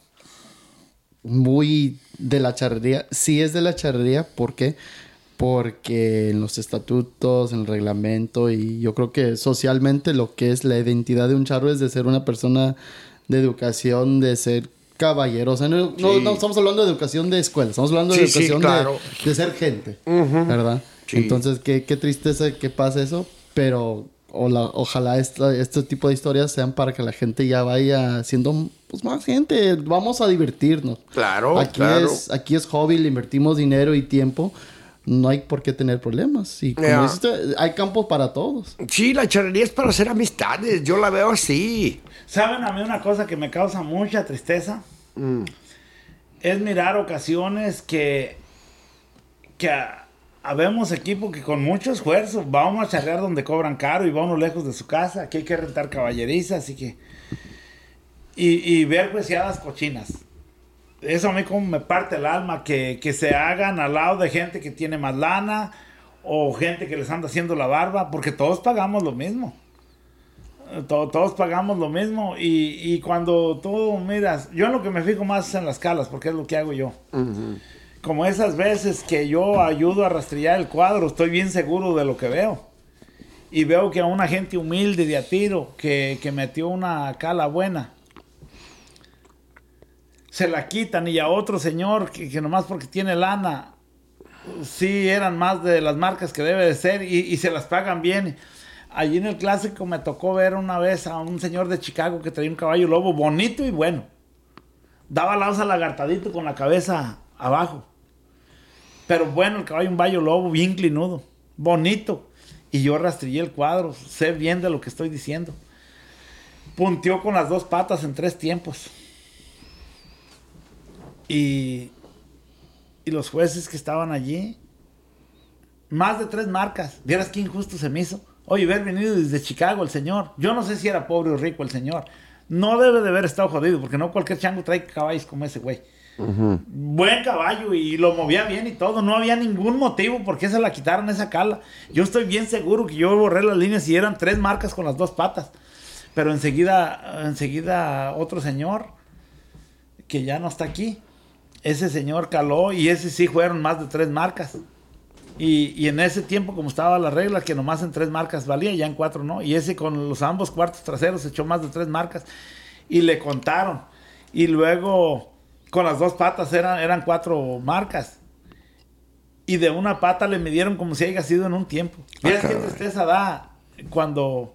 muy de la charrería, sí es de la charrería. ¿Por qué? Porque en los estatutos, en el reglamento, y yo creo que socialmente lo que es la identidad de un charro es de ser una persona de educación, de ser caballero. O sea, no estamos hablando de educación de escuela, estamos hablando de educación de ser gente, ¿verdad? Sí. Entonces, qué tristeza que pase eso, pero ojalá este tipo de historias sean para que la gente ya vaya siendo pues, más gente. Vamos a divertirnos. Claro, Aquí es hobby, le invertimos dinero y tiempo. No hay por qué tener problemas. Y como dices, hay campos para todos. Sí, la charrería es para hacer amistades. Yo la veo así. ¿Saben a mí una cosa que me causa mucha tristeza? Es mirar ocasiones que habemos equipo que con mucho esfuerzo vamos a charrear donde cobran caro y vamos lejos de su casa. Aquí hay que rentar caballerizas y ver preciadas cochinas. Eso a mí como me parte el alma, que se hagan al lado de gente que tiene más lana o gente que les anda haciendo la barba, porque todos pagamos lo mismo. Todos pagamos lo mismo y cuando tú miras, yo en lo que me fijo más es en las calas, porque es lo que hago yo. Como esas veces que yo ayudo a rastrillar el cuadro, estoy bien seguro de lo que veo. Y veo que a una gente humilde de a tiro que metió una cala buena, se la quitan, y a otro señor que nomás porque tiene lana, sí eran más de las marcas que debe de ser y se las pagan bien. Allí en el clásico me tocó ver una vez a un señor de Chicago que traía un caballo lobo bonito y bueno. Daba lanza lagartadito con la cabeza abajo. Pero bueno, el caballo un vallo lobo bien clinudo, bonito. Y yo rastrillé el cuadro, sé bien de lo que estoy diciendo. Punteó con las dos patas en 3 tiempos. Y los jueces que estaban allí, más de 3 marcas. Vieras qué injusto se me hizo. Oye, haber venido desde Chicago el señor. Yo no sé si era pobre o rico el señor. No debe de haber estado jodido, porque no cualquier chango trae caballos como ese güey. Buen caballo y lo movía bien y todo. No había ningún motivo por qué se la quitaron esa cala. Yo estoy bien seguro que yo borré las líneas y eran 3 marcas con las 2 patas. Pero enseguida otro señor que ya no está aquí, ese señor caló y ese sí fueron más de 3 marcas. Y en ese tiempo, como estaba la regla, que nomás en 3 marcas valía, ya en 4 no. Y ese con los ambos cuartos traseros echó más de 3 marcas. Y le contaron. Y luego, con las 2 patas eran 4 marcas. Y de una pata le midieron como si haya sido en un tiempo. Mira qué tristeza da cuando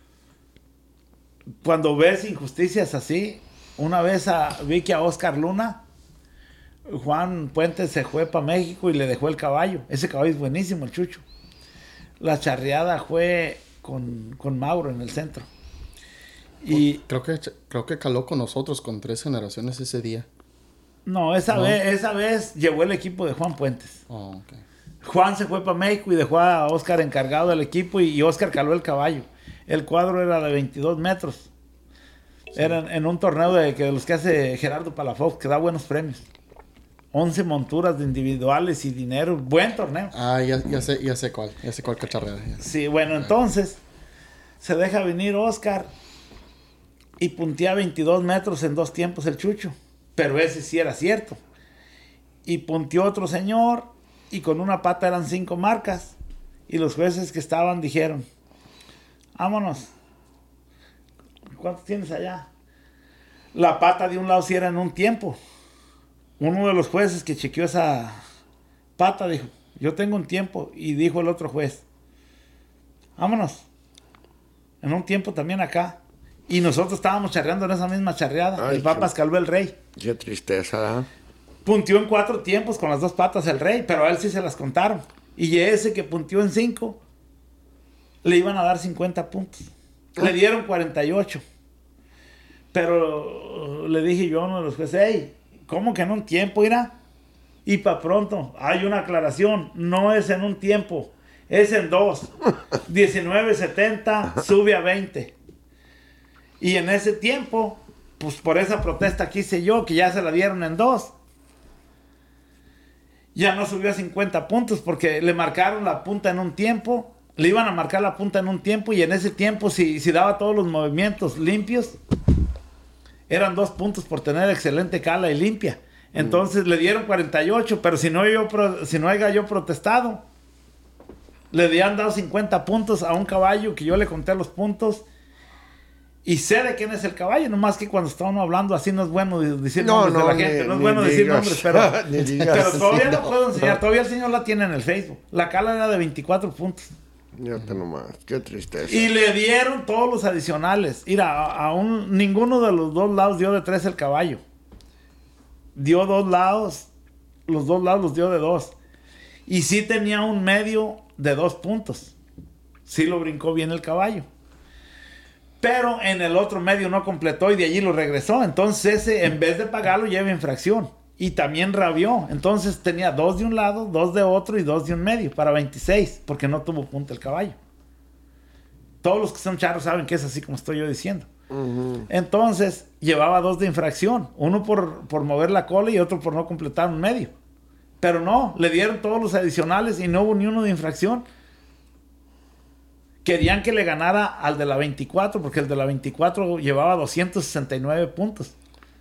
ves injusticias así. Una vez vi que a Oscar Luna, Juan Puente se fue para México y le dejó el caballo. Ese caballo es buenísimo, el Chucho. La charreada fue con Mauro en el centro. Y creo que caló con nosotros con 3 generaciones ese día. No, esa vez llevó el equipo de Juan Puentes. Okay. Juan se fue para México y dejó a Oscar encargado del equipo y Oscar caló el caballo. El cuadro era de 22 metros. Sí. Eran en un torneo de los que hace Gerardo Palafox, que da buenos premios. 11 monturas de individuales y dinero. Buen torneo. Ya sé cuál cacharrera. Sí, bueno, entonces se deja venir Oscar y puntea 22 metros en 2 tiempos el Chucho. Pero ese sí era cierto. Y punteó otro señor y con una pata eran 5 marcas. Y los jueces que estaban dijeron, vámonos. ¿Cuántos tienes allá? La pata de un lado sí era en un tiempo. Uno de los jueces que chequeó esa pata dijo, yo tengo un tiempo. Y dijo el otro juez, vámonos. En un tiempo también acá. Y nosotros estábamos charreando en esa misma charreada. Ay, el Papas calvó el rey. Qué tristeza, ¿eh? Punteó en 4 tiempos con las 2 patas el rey, pero a él sí se las contaron. Y ese que punteó en 5, le iban a dar 50 puntos. Le dieron 48. Pero le dije yo a uno de los jueces, hey, ¿cómo que en un tiempo irá? Y para pronto, hay una aclaración, no es en un tiempo, es en 2. 19.70 sube a 20. Y en ese tiempo, pues por esa protesta que hice yo, que ya se la dieron en 2, ya no subió a 50 puntos porque le marcaron la punta en un tiempo, le iban a marcar la punta en un tiempo y en ese tiempo si daba todos los movimientos limpios, eran 2 puntos por tener excelente cala y limpia. Entonces le dieron 48, pero si no haya yo protestado, le habían dado 50 puntos a un caballo que yo le conté los puntos. Y sé de quién es el caballo, nomás que cuando está uno hablando así no es bueno decir nombres de la gente, no es bueno decir nombres, pero todavía no puedo enseñar, todavía el señor la tiene en el Facebook. La cala era de 24 puntos. Fíjate nomás, qué tristeza. Y le dieron todos los adicionales. Mira, ninguno de los 2 lados dio de 3 el caballo. Dio 2 lados, los 2 lados los dio de 2. Y sí tenía un medio de 2 puntos. Sí lo brincó bien el caballo. Pero en el otro medio no completó y de allí lo regresó. Entonces ese, en vez de pagarlo, lleva infracción. Y también rabió. Entonces tenía 2 de un lado, 2 de otro y 2 de un medio para 26. Porque no tuvo punta el caballo. Todos los que son charros saben que es así como estoy yo diciendo. Entonces llevaba 2 de infracción. Uno por mover la cola y otro por no completar un medio. Pero no, le dieron todos los adicionales y no hubo ni uno de infracción. Querían que le ganara al de la 24, porque el de la 24 llevaba 269 puntos.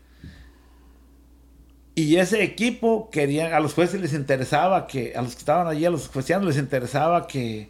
Y ese equipo querían, a los jueces les interesaba que, a los que estaban allí, a los juecianos les interesaba que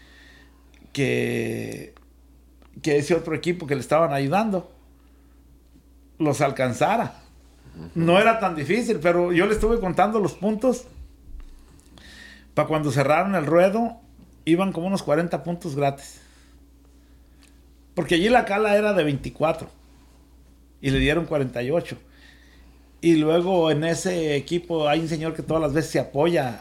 ese otro equipo que le estaban ayudando los alcanzara. No era tan difícil, pero yo le estuve contando los puntos. Para cuando cerraron el ruedo, iban como unos 40 puntos gratis. Porque allí la cala era de 24. Y le dieron 48. Y luego en ese equipo hay un señor que todas las veces se apoya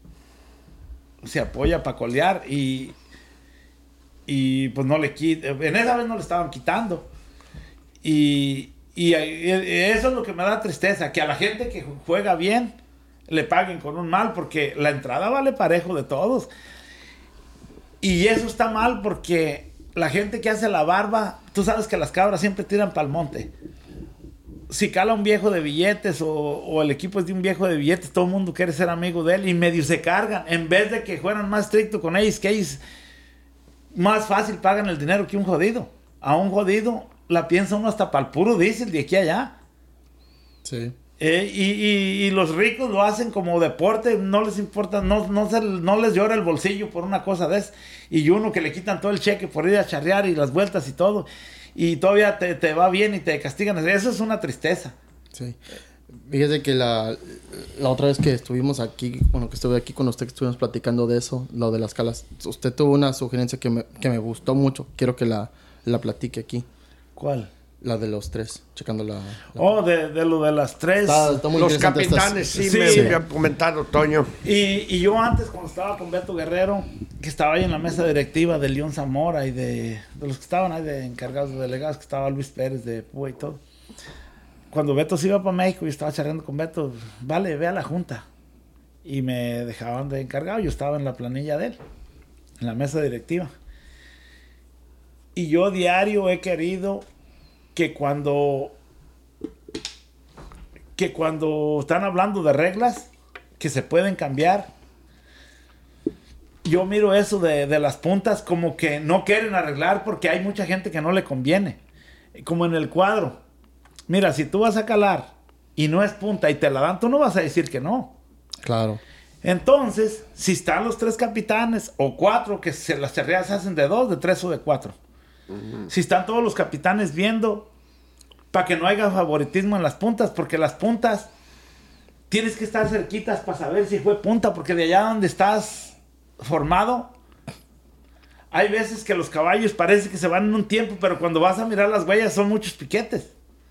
para colear. Y pues no le quita. En esa vez no le estaban quitando. Y eso es lo que me da tristeza. Que a la gente que juega bien le paguen con un mal. Porque la entrada vale parejo de todos. Y eso está mal porque la gente que hace la barba, tú sabes que las cabras siempre tiran para el monte. Si cala un viejo de billetes o el equipo es de un viejo de billetes, todo el mundo quiere ser amigo de él y medio se cargan. En vez de que fueran más estrictos con ellos, que ellos más fácil pagan el dinero que un jodido. A un jodido la piensa uno hasta para el puro diésel de aquí a allá. Sí. Y los ricos lo hacen como deporte, no les importa, no les llora el bolsillo por una cosa de eso. Y uno que le quitan todo el cheque por ir a charrear y las vueltas y todo, y todavía te va bien y te castigan. Eso es una tristeza. Sí. Fíjese que la otra vez que estuvimos aquí, bueno, que estuve aquí con usted, que estuvimos platicando de eso, lo de las calas, usted tuvo una sugerencia que me gustó mucho. Quiero que la platique aquí. ¿Cuál? La de los 3, checando la... de lo de las 3. Está muy Los capitanes, sí, me había comentado Toño. Y yo antes, cuando estaba con Beto Guerrero, que estaba ahí en la mesa directiva de León Zamora y de los que estaban ahí de encargados de delegados, que estaba Luis Pérez de Púa y todo. Cuando Beto se iba para México, yo estaba charlando con Beto, vale, ve a la junta. Y me dejaban de encargado, yo estaba en la planilla de él, en la mesa directiva. Y yo diario he querido que cuando están hablando de reglas que se pueden cambiar, yo miro eso de las puntas como que no quieren arreglar porque hay mucha gente que no le conviene. Como en el cuadro. Mira, si tú vas a calar y no es punta y te la dan, tú no vas a decir que no. Claro. Entonces, si están los 3 capitanes o 4, que las charreadas se hacen de 2, de 3 o de 4. Si están todos los capitanes viendo, para que no haya favoritismo en las puntas, porque las puntas tienes que estar cerquitas para saber si fue punta, porque de allá donde estás formado, hay veces que los caballos parece que se van en un tiempo, pero cuando vas a mirar las huellas son muchos piquetes.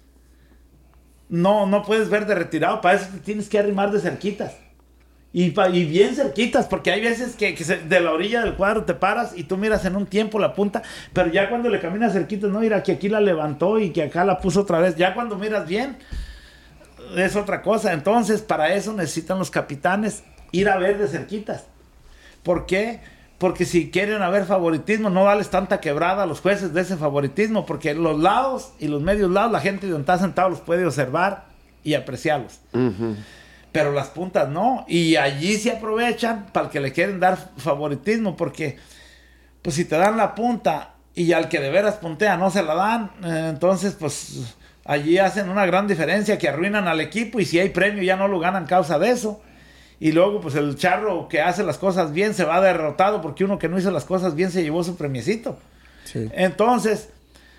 No puedes ver de retirado, para eso te tienes que arrimar de cerquitas. Y bien cerquitas, porque hay veces que de la orilla del cuadro te paras y tú miras en un tiempo la punta, pero ya cuando le caminas cerquitas, no, mira que aquí la levantó y que acá la puso otra vez. Ya cuando miras bien, es otra cosa. Entonces, para eso necesitan los capitanes ir a ver de cerquitas. ¿Por qué? Porque si quieren haber favoritismo, no darles tanta quebrada a los jueces de ese favoritismo, porque los lados y los medios lados, la gente donde está sentado los puede observar y apreciarlos. Pero las puntas no, y allí se aprovechan para el que le quieren dar favoritismo, porque pues si te dan la punta y al que de veras puntea no se la dan, entonces pues allí hacen una gran diferencia que arruinan al equipo, y si hay premio ya no lo ganan causa de eso. Y luego pues el charro que hace las cosas bien se va derrotado porque uno que no hizo las cosas bien se llevó su premiecito. Sí. Entonces,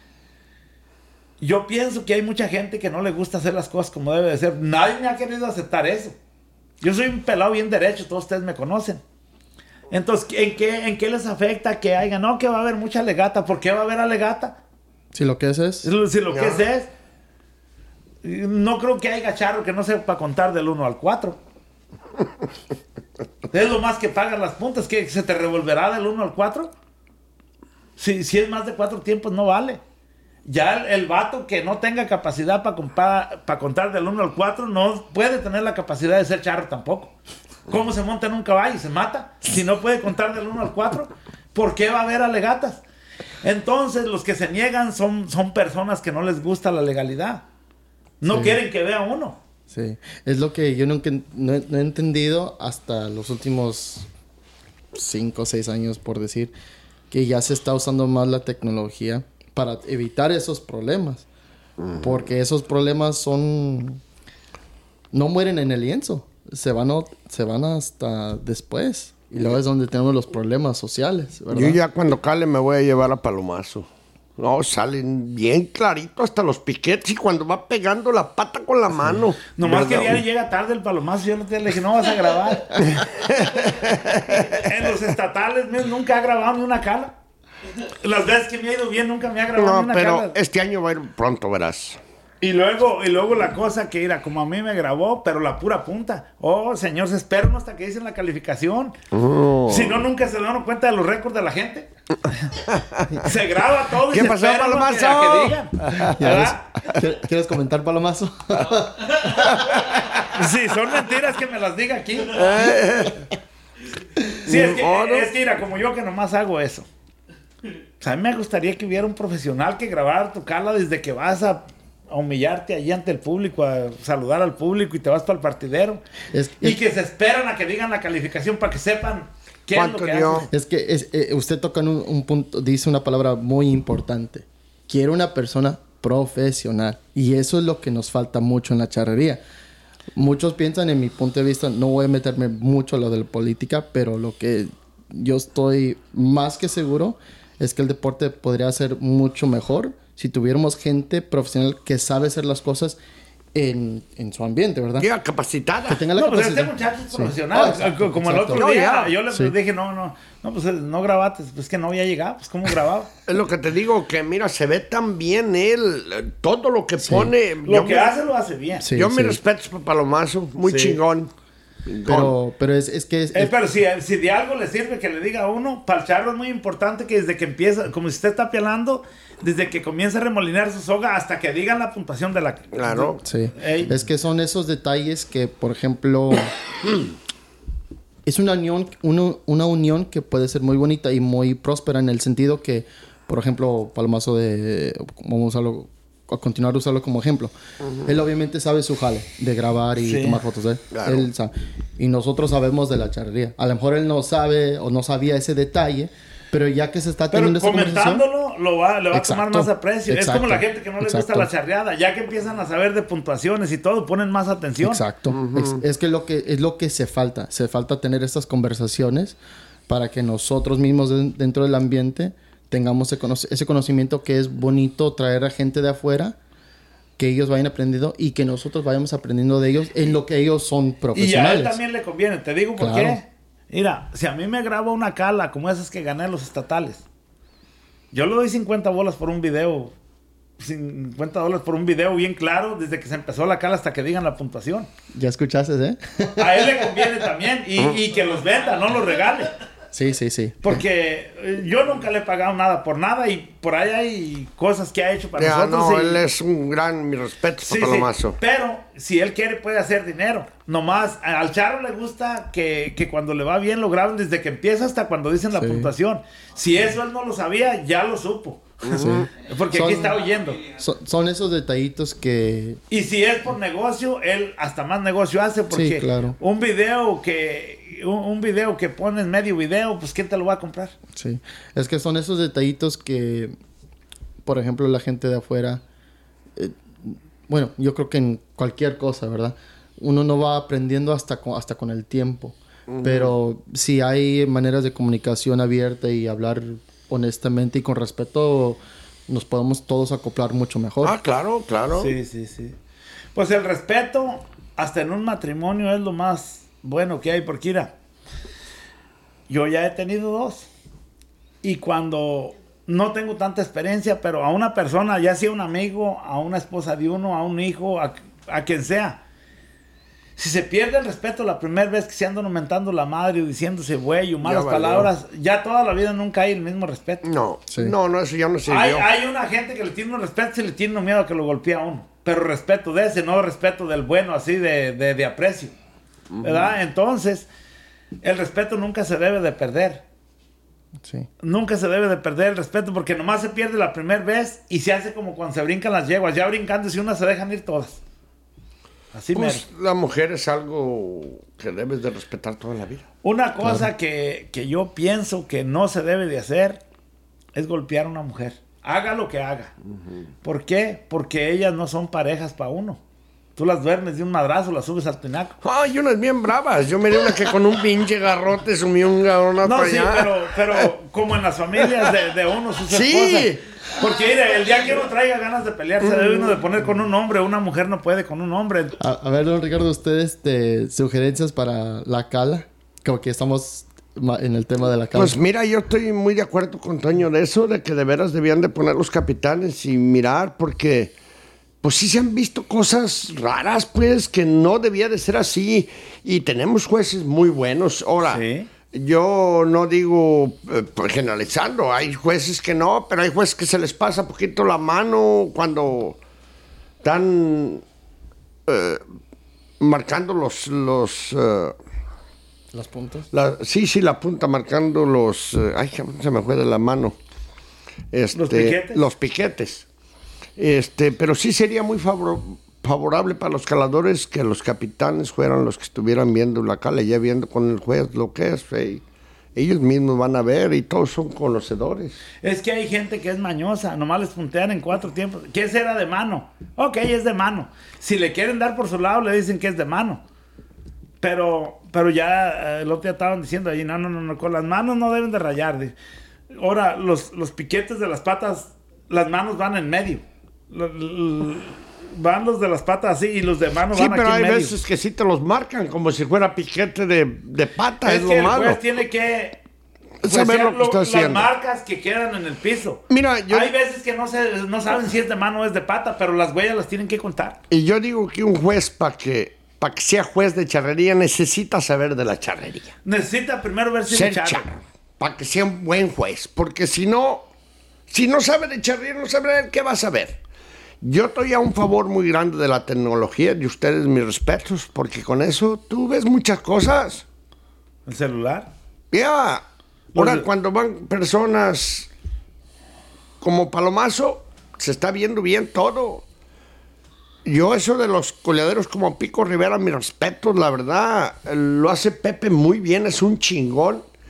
yo pienso que hay mucha gente que no le gusta hacer las cosas como debe de ser. Nadie me ha querido aceptar eso. Yo soy un pelado bien derecho, todos ustedes me conocen. Entonces, ¿en qué les afecta que haya? No, que va a haber mucha alegata. ¿Por qué va a haber alegata? Si lo que es. Si lo que es. No creo que haya charro que no sepa contar del 1 al 4. Es lo más que pagan las puntas, que se te revolverá del 1 al 4. Si es más de 4 tiempos, no vale. Ya el vato que no tenga capacidad para contar del 1 al 4 no puede tener la capacidad de ser charro tampoco. ¿Cómo se monta en un caballo y se mata? Si no puede contar del 1 al 4, ¿por qué va a haber alegatas? Entonces los que se niegan son personas que no les gusta la legalidad. No quieren que vea uno. Sí, es lo que yo nunca no he entendido hasta los últimos 5 o 6 años, por decir, que ya se está usando más la tecnología para evitar esos problemas. Porque esos problemas no mueren en el lienzo, se van hasta después. Y luego es donde tenemos los problemas sociales, ¿verdad? Yo ya cuando cale me voy a llevar a Palomazo. No, salen bien clarito hasta los piquetes y cuando va pegando la pata con la mano. Nomás que ya llega tarde el Palomazo. Yo le dije, no vas a grabar. En los estatales nunca ha grabado ni una cala. Las veces que me ha ido bien nunca me ha grabado ni una cala. No, pero este año va a ir pronto, verás. Y luego la cosa que era, como a mí me grabó, pero la pura punta. Oh, señor, se espera hasta que dicen la calificación. Si no, nunca se dan cuenta de los récords de la gente. Se graba todo y ¿qué pasó, Palomazo? Que digan. ¿Quieres comentar, Palomazo? Sí, son mentiras que me las diga aquí. Sí, es que mira, como yo que nomás hago eso. O sea, a mí me gustaría que hubiera un profesional que grabara tu cala desde que vas a humillarte allí ante el público, a saludar al público y te vas para el partidero. Y que se esperan a que digan la calificación para que sepan qué es lo que hacen. Es que usted toca en un punto, dice una palabra muy importante. Quiero una persona profesional. Y eso es lo que nos falta mucho en la charrería. Muchos piensan, en mi punto de vista, no voy a meterme mucho a lo de la política, pero lo que yo estoy más que seguro es que el deporte podría ser mucho mejor si tuviéramos gente profesional que sabe hacer las cosas en su ambiente, ¿verdad? Ya, capacitada. Que tenga la capacidad. Pero este muchacho es profesional. Exacto, como el otro día, yo le dije, pues no grabaste. Pues que no había llegado. Pues ¿cómo grababa? Es lo que te digo, que mira, se ve tan bien él. Todo lo que pone. Lo que hace, lo hace bien. Sí, yo me respeto por Palomazo. Muy chingón. Pero es que... Pero si de algo le sirve que le diga a uno, para el charro es muy importante que desde que empieza, como si usted está pelando, desde que comienza a remolinar su soga hasta que digan la puntuación de la... Claro. Sí. Es que son esos detalles que, por ejemplo... es una unión que puede ser muy bonita y muy próspera en el sentido que, por ejemplo, Palomazo vamos a continuar a usarlo como ejemplo. Él obviamente sabe su jale de grabar y tomar fotos de él. Claro. Él sabe. Y nosotros sabemos de la charrería. A lo mejor él no sabe o no sabía ese detalle, Pero ya que se está Pero teniendo esta conversación... comentándolo, le va a tomar Exacto, más aprecio. Es como la gente que no le gusta exacto. la charreada. Ya que empiezan a saber de puntuaciones y todo, ponen más atención. Exacto. Es que es lo que se falta. Se falta tener estas conversaciones para que nosotros mismos dentro del ambiente tengamos ese conocimiento, que es bonito traer a gente de afuera, que ellos vayan aprendiendo y que nosotros vayamos aprendiendo de ellos en lo que ellos son profesionales. Y a él también le conviene. Te digo por qué. Mira, si a mí me graba una cala como esas que gané los estatales, yo le doy 50 bolas por un video. $50 por un video bien claro, desde que se empezó la cala hasta que digan la puntuación. Ya escuchaste, ¿eh? A él le conviene también. Y que los venda, no los regale. Sí, sí, sí. Porque yo nunca le he pagado nada por nada y por ahí hay cosas que ha hecho para nosotros. No, él es un gran, mi respeto, sí, Palomazo. Sí. Pero si él quiere puede hacer dinero. Nomás al Charro le gusta que cuando le va bien lo graben desde que empieza hasta cuando dicen la puntuación. Si eso él no lo sabía, ya lo supo. Sí. Porque aquí está oyendo. Son esos detallitos que... Y si es por negocio, él hasta más negocio hace. Porque sí, claro. un video que pones medio video, pues ¿quién te lo va a comprar? Sí, es que son esos detallitos que, por ejemplo, la gente de afuera, bueno, yo creo que en cualquier cosa, ¿verdad? Uno no va aprendiendo hasta con el tiempo, pero si hay maneras de comunicación abierta y hablar honestamente y con respeto, nos podemos todos acoplar mucho mejor. Ah, claro, claro. Sí, sí, sí. Pues el respeto, hasta en un matrimonio, es lo más bueno que hay, porque mira, yo ya he tenido 2 y cuando no tengo tanta experiencia, pero a una persona, ya sea un amigo, a una esposa de uno, a un hijo, a quien sea, si se pierde el respeto la primera vez que se andan aumentando la madre o diciéndose güey o malas palabras, ya toda la vida nunca hay el mismo respeto. No, sí. no, eso ya no sirvió. Hay una gente que le tiene un respeto y le tiene miedo a que lo golpee a uno, pero respeto de ese, no respeto del bueno, así de aprecio. ¿Verdad? Entonces, el respeto nunca se debe de perder. Sí. Nunca se debe de perder el respeto porque nomás se pierde la primera vez y se hace como cuando se brincan las yeguas. Ya brincando, si una se dejan ir todas. Así pues la mujer es algo que debes de respetar toda la vida. Una cosa que yo pienso que no se debe de hacer es golpear a una mujer. Haga lo que haga. ¿Por qué? Porque ellas no son parejas para uno. Tú las duermes de un madrazo, las subes al tinaco. Ay, unas bien bravas. Yo miré una que con un pinche garrote sumió un garrón No, para sí, allá. pero como en las familias de uno, sus Sí. esposas. Porque mire, el día que uno traiga ganas de pelear, se debe uno de poner con un hombre. Una mujer no puede con un hombre. A ver, don Ricardo, ustedes sugerencias para la cala, como que estamos en el tema de la cala. Pues mira, yo estoy muy de acuerdo con Toño de eso, de que de veras debían de poner los capitanes y mirar, porque pues sí se han visto cosas raras, pues, que no debía de ser así. Y tenemos jueces muy buenos. Ahora, Sí. yo no digo generalizando, hay jueces que no, pero hay jueces que se les pasa poquito la mano cuando están marcando los ¿Las puntas? sí, la punta marcando los... ay, se me fue de la mano. ¿Los piquetes? Los piquetes. Pero sí sería muy favorable para los caladores que los capitanes fueran los que estuvieran viendo la cala, ya viendo con el juez lo que es. Ellos mismos van a ver y todos son conocedores. Es que hay gente que es mañosa, nomás les puntean en 4 tiempos. ¿Qué será de mano? Ok, es de mano. Si le quieren dar por su lado, le dicen que es de mano. Pero ya el otro día estaban diciendo ahí, no, con las manos no deben de rayar. Ahora, los piquetes de las patas, las manos van en medio. Van los de las patas así y los de mano sí, van aquí en medio. Sí, pero hay veces que sí te los marcan como si fuera piquete de pata, es lo que malo. El juez tiene que saber lo que está haciendo. las marcas que quedan en el piso. Mira, hay veces que no saben si es de mano o es de pata, pero las huellas las tienen que contar. Y yo digo que un juez para que sea juez de charrería necesita saber de la charrería. Necesita primero ver si ser es charro, para que sea un buen juez, porque si no sabe de charrería, no sabe qué va a saber. Yo estoy a un favor muy grande de la tecnología, de ustedes mis respetos, porque con eso tú ves muchas cosas. ¿El celular? Ya. Ahora, cuando van personas como Palomazo, se está viendo bien todo. Yo eso de los coleaderos como Pico Rivera, mis respetos, la verdad, lo hace Pepe muy bien, es un chingón.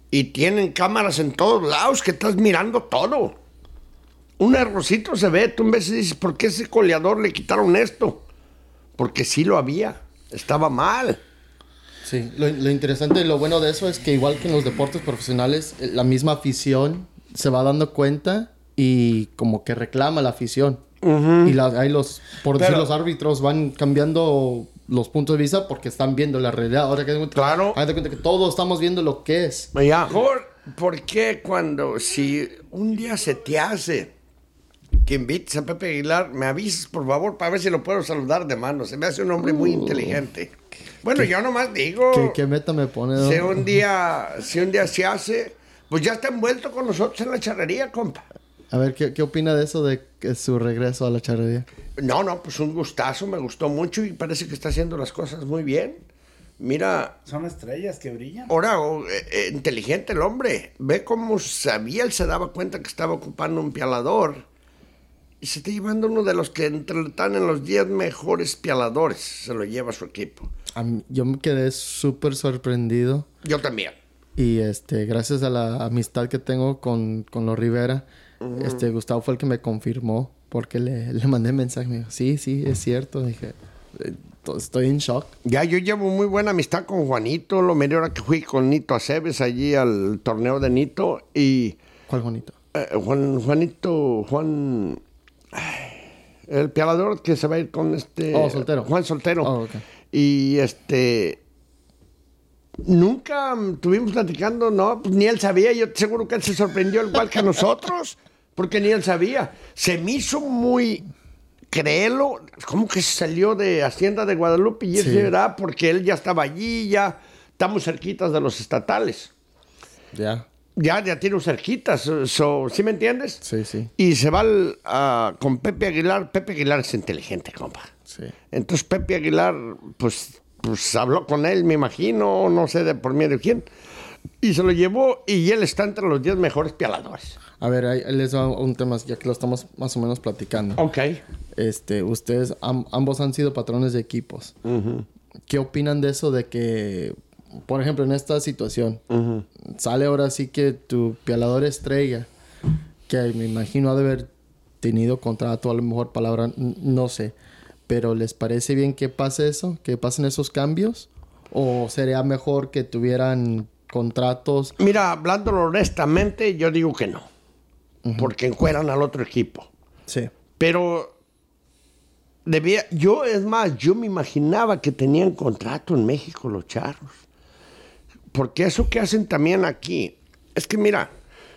Y tienen cámaras en todos lados que estás mirando todo. Un errorcito se ve, tú en vez de dices, ¿por qué ese goleador le quitaron esto? Porque sí lo había, estaba mal. Sí, lo interesante y lo bueno de eso es que igual que en los deportes profesionales, la misma afición se va dando cuenta y como que reclama la afición. Y ahí los árbitros van cambiando los puntos de vista porque están viendo la realidad. Ahora que claro. hay de cuenta que todos estamos viendo lo que es. Ya, ¿por qué si un día se te hace que invites a Pepe Aguilar, me avisas por favor para ver si lo puedo saludar de mano? Se me hace un hombre muy inteligente. Bueno, yo nomás digo. ¿Qué meta me pone? Si un día se hace, pues ya está envuelto con nosotros en la charrería, compa. A ver, ¿qué opina de eso de su regreso a la charrería? No, pues un gustazo, me gustó mucho y parece que está haciendo las cosas muy bien. Mira. Son estrellas que brillan. Ahora, inteligente el hombre. Ve cómo sabía, él se daba cuenta que estaba ocupando un pialador. Y se está llevando uno de los que están en los 10 mejores pialadores. Se lo lleva a su equipo. Yo me quedé súper sorprendido. Yo también. Y gracias a la amistad que tengo con los Rivera, Gustavo fue el que me confirmó. Porque le mandé mensaje. Me dijo, sí, es cierto. Dije, estoy en shock. Ya, yo llevo muy buena amistad con Juanito. Lo miré ahora que fui con Nito Aceves allí al torneo de Nito. Y ¿Cuál Juanito? Juan... El pialador que se va a ir con Soltero. Juan Soltero. Okay. Y nunca estuvimos platicando, no, pues ni él sabía. Yo seguro que él se sorprendió igual que nosotros, porque ni él sabía. Se me hizo muy, créelo, como que salió de Hacienda de Guadalupe y Sí. era porque él ya estaba allí, ya estamos cerquitas de los estatales. Ya. Ya tiene cerquitas, ¿sí me entiendes? Sí. Y se va con Pepe Aguilar. Pepe Aguilar es inteligente, compa. Sí. Entonces Pepe Aguilar, pues habló con él, me imagino, no sé por medio de quién, y se lo llevó y él está entre los 10 mejores pialadores. A ver, ahí les va un tema, ya que lo estamos más o menos platicando. Ok. Ustedes ambos han sido patrones de equipos. ¿Qué opinan de eso de que, por ejemplo, en esta situación, sale ahora sí que tu pialador estrella, que me imagino ha de haber tenido contrato, a lo mejor palabra, no sé, pero ¿les parece bien que pase eso? ¿Que pasen esos cambios? ¿O sería mejor que tuvieran contratos? Mira, hablándolo honestamente, yo digo que no. Porque encueran al otro equipo. Sí. Pero yo me imaginaba que tenían contrato en México los charros. Porque eso que hacen también aquí, es que mira,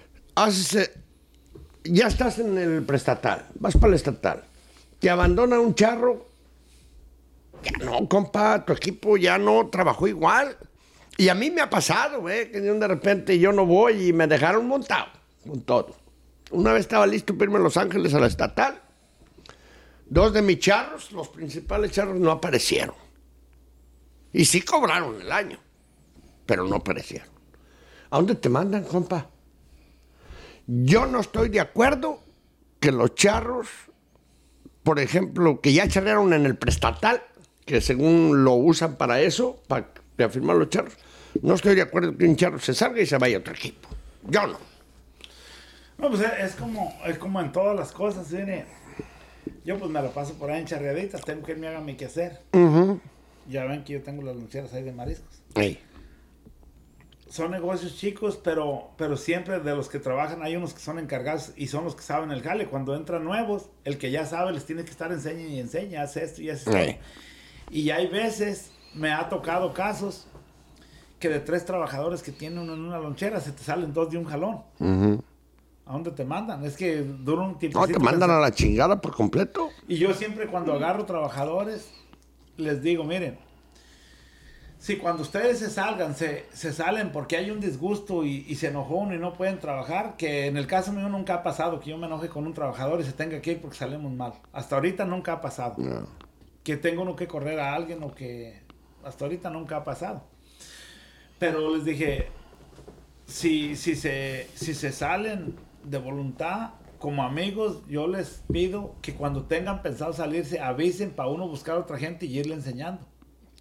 ya estás en el preestatal, vas para el estatal, te abandona un charro, ya no, compa, tu equipo ya no trabajó igual. Y a mí me ha pasado, que de repente yo no voy y me dejaron montado con todo. Una vez estaba listo para irme a Los Ángeles a la estatal. 2 de mis charros, los principales charros, no aparecieron. Y sí cobraron el año, pero no aparecieron. ¿A dónde te mandan, compa? Yo no estoy de acuerdo que los charros, por ejemplo, que ya charrearon en el preestatal, que según lo usan para eso, para reafirmar los charros, no estoy de acuerdo que un charro se salga y se vaya a otro equipo. Yo no. No, pues es como en todas las cosas, mire. Yo pues me lo paso por ahí en charreaditas, tengo que irme a haga mi quehacer. Ya ven que yo tengo las loncheras ahí de mariscos. Hey. Son negocios chicos, pero siempre de los que trabajan hay unos que son encargados y son los que saben el jale. Cuando entran nuevos, el que ya sabe les tiene que estar enseña, hace esto y hace esto. Y hay veces, me ha tocado casos, que de 3 trabajadores que tienen uno en una lonchera, se te salen 2 de un jalón. ¿A dónde te mandan? Es que dura un tiempo. No, te mandan a la chingada por completo. Y yo siempre cuando agarro trabajadores, les digo, miren, si cuando ustedes se salgan, se salen porque hay un disgusto y se enojó uno y no pueden trabajar, que en el caso mío nunca ha pasado que yo me enoje con un trabajador y se tenga que ir porque salimos mal. Hasta ahorita nunca ha pasado. No. Que tengo uno que correr a alguien o que... Hasta ahorita nunca ha pasado. Pero les dije, si se salen de voluntad, como amigos, yo les pido que cuando tengan pensado salirse, avisen para uno buscar a otra gente y irle enseñando.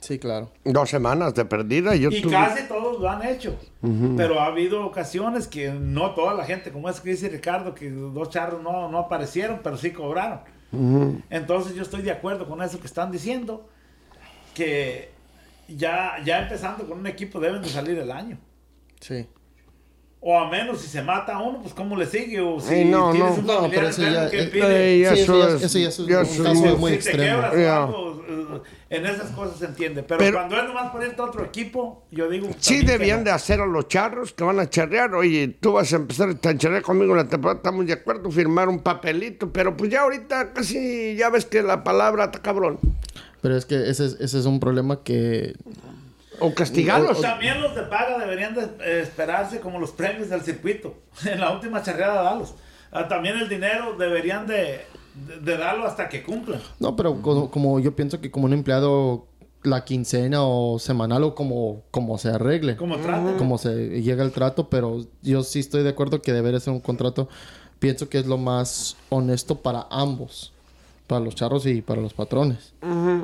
Sí, claro. 2 semanas de perdida. Casi todos lo han hecho. Pero ha habido ocasiones que no toda la gente, como es que dice Ricardo, que 2 charros no aparecieron, pero sí cobraron. Entonces yo estoy de acuerdo con eso que están diciendo, que ya empezando con un equipo deben de salir el año. Sí. O a menos si se mata uno, pues cómo le sigue. O si tienes un familiar pero eso enfermo ya, que pide. eso ya es un caso muy Si te extremo. quebras o algo, en esas cosas se entiende. Pero cuando es nomás ponerte a otro equipo, yo digo... Sí debían de hacer a los charros que van a charrear. Oye, tú vas a empezar a charrear conmigo en la temporada, estamos de acuerdo, firmar un papelito. Pero pues ya ahorita casi ya ves que la palabra está cabrón. Pero es que ese es un problema que... O castigarlos. También los de paga deberían de esperarse como los premios del circuito. En la última charreada dalos. También el dinero deberían de darlo hasta que cumplan. No, pero como yo pienso que como un empleado, la quincena o semanal o como se arregle. Como trate. Como se llega el trato, pero yo sí estoy de acuerdo que debería ser un contrato. Pienso que es lo más honesto para ambos. Para los charros y para los patrones.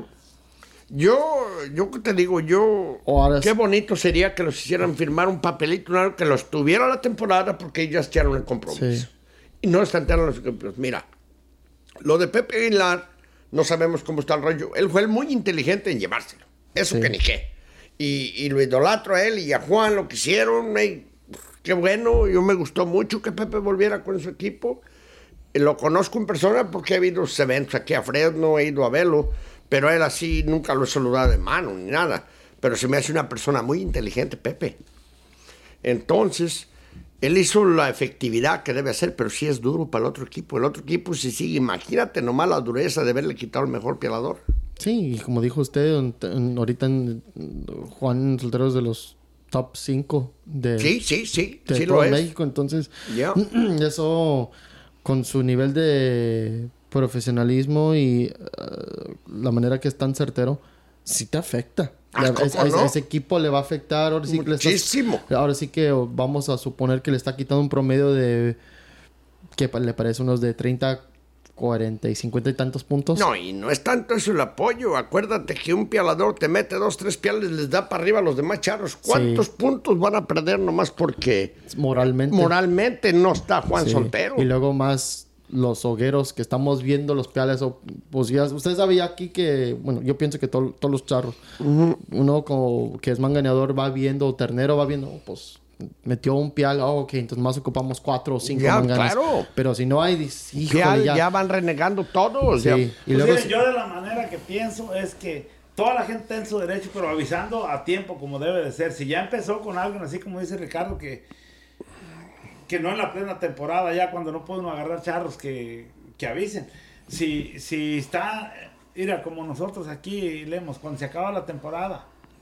Yo te digo, qué bonito sería que los hicieran firmar un papelito, algo que los tuviera la temporada porque ellos ya echaron el compromiso. Sí. Y no les tantearon los equipos. Mira, lo de Pepe Aguilar, no sabemos cómo está el rollo. Él fue muy inteligente en llevárselo. Eso sí. Que ni qué. Y lo idolatro a él y a Juan, lo que hicieron. Qué bueno, yo me gustó mucho que Pepe volviera con su equipo. Lo conozco en persona porque he habido eventos aquí a Fresno, he ido a verlo. Pero él así nunca lo he saludado de mano ni nada. Pero se me hace una persona muy inteligente, Pepe. Entonces, él hizo la efectividad que debe hacer, pero sí es duro para el otro equipo. El otro equipo si sigue, imagínate nomás la dureza de haberle quitado el mejor pialador. Sí, y como dijo usted, ahorita Juan Soltero es de los top 5 de... Sí de lo es. México. Entonces, eso con su nivel de... profesionalismo y la manera que es tan certero, sí te afecta. A ese equipo le va a afectar. Ahora sí muchísimo. Ahora sí que vamos a suponer que le está quitando un promedio de... que le parece unos de 30, 40 y 50 y tantos puntos. No, y no es tanto eso el apoyo. Acuérdate que un pialador te mete 2, 3 piales, les da para arriba a los demás charros. ¿Cuántos puntos van a perder nomás porque... Moralmente no está Juan Soltero? Y luego más... los hogueros que estamos viendo, los piales, pues ya, usted sabía aquí que, bueno, yo pienso que todos los charros, uno como que es manganeador va viendo, ternero va viendo, pues metió un pial, ok, entonces más ocupamos 4 o 5 manganes. Claro. Pero si no hay, híjole, ya van renegando todos. Sí. Y luego, yo de la manera que pienso es que toda la gente está en su derecho, pero avisando a tiempo como debe de ser. Si ya empezó con alguien así como dice Ricardo, que no en la plena temporada, ya cuando no pueden agarrar charros, que avisen. Si está, mira, como nosotros aquí leemos, cuando se acaba la temporada,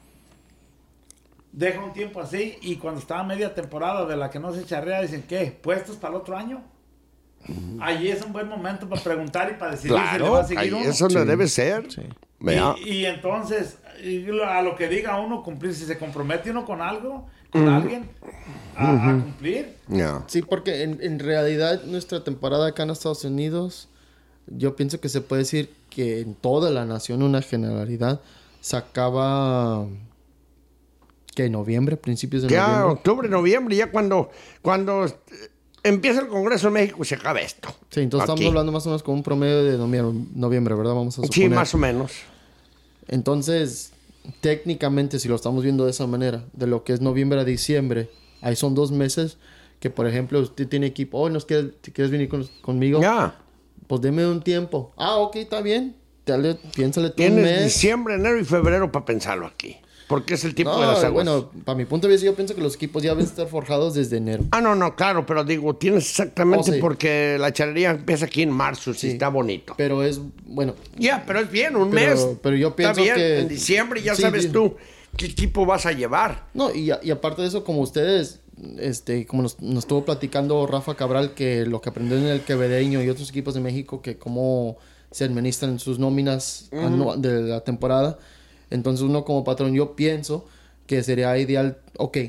deja un tiempo así, y cuando está a media temporada de la que no se charrea, dicen, ¿qué? ¿Puestos para el otro año? Allí es un buen momento para preguntar y para decidir si le va a seguir uno. Eso no debe ser. Sí. Y entonces, a lo que diga uno, cumplir. Si se compromete uno con algo, con alguien, a cumplir. Sí, porque en realidad nuestra temporada acá en Estados Unidos, yo pienso que se puede decir que en toda la nación, una generalidad, se acaba... ¿qué? ¿Noviembre? ¿Principios de noviembre? Ya, octubre, noviembre, ya cuando empieza el Congreso en México se acaba esto. Sí, entonces estamos hablando más o menos con un promedio de noviembre, ¿verdad? Vamos a suponer. Sí, más o menos. Entonces, técnicamente, si lo estamos viendo de esa manera, de lo que es noviembre a diciembre, ahí son 2 meses que, por ejemplo, usted tiene equipo, si quieres venir conmigo, pues deme un tiempo. Ok, está bien. Piénsale tú un mes. Tienes diciembre, enero y febrero para pensarlo aquí. Porque es el tiempo de las aguas. Bueno, para mi punto de vista, yo pienso que los equipos ya deben estar forjados desde enero. No, claro, pero digo, tienes exactamente porque la charrería empieza aquí en marzo, si está bonito. Pero es, bueno. Pero es bien, un mes. Pero yo pienso que... en diciembre ya sabes tú qué equipo vas a llevar. No, y aparte de eso, como ustedes, como nos estuvo platicando Rafa Cabral, que lo que aprendió en el Quevedeño y otros equipos de México, que cómo se administran sus nóminas de la temporada. Entonces uno como patrón, yo pienso que sería ideal,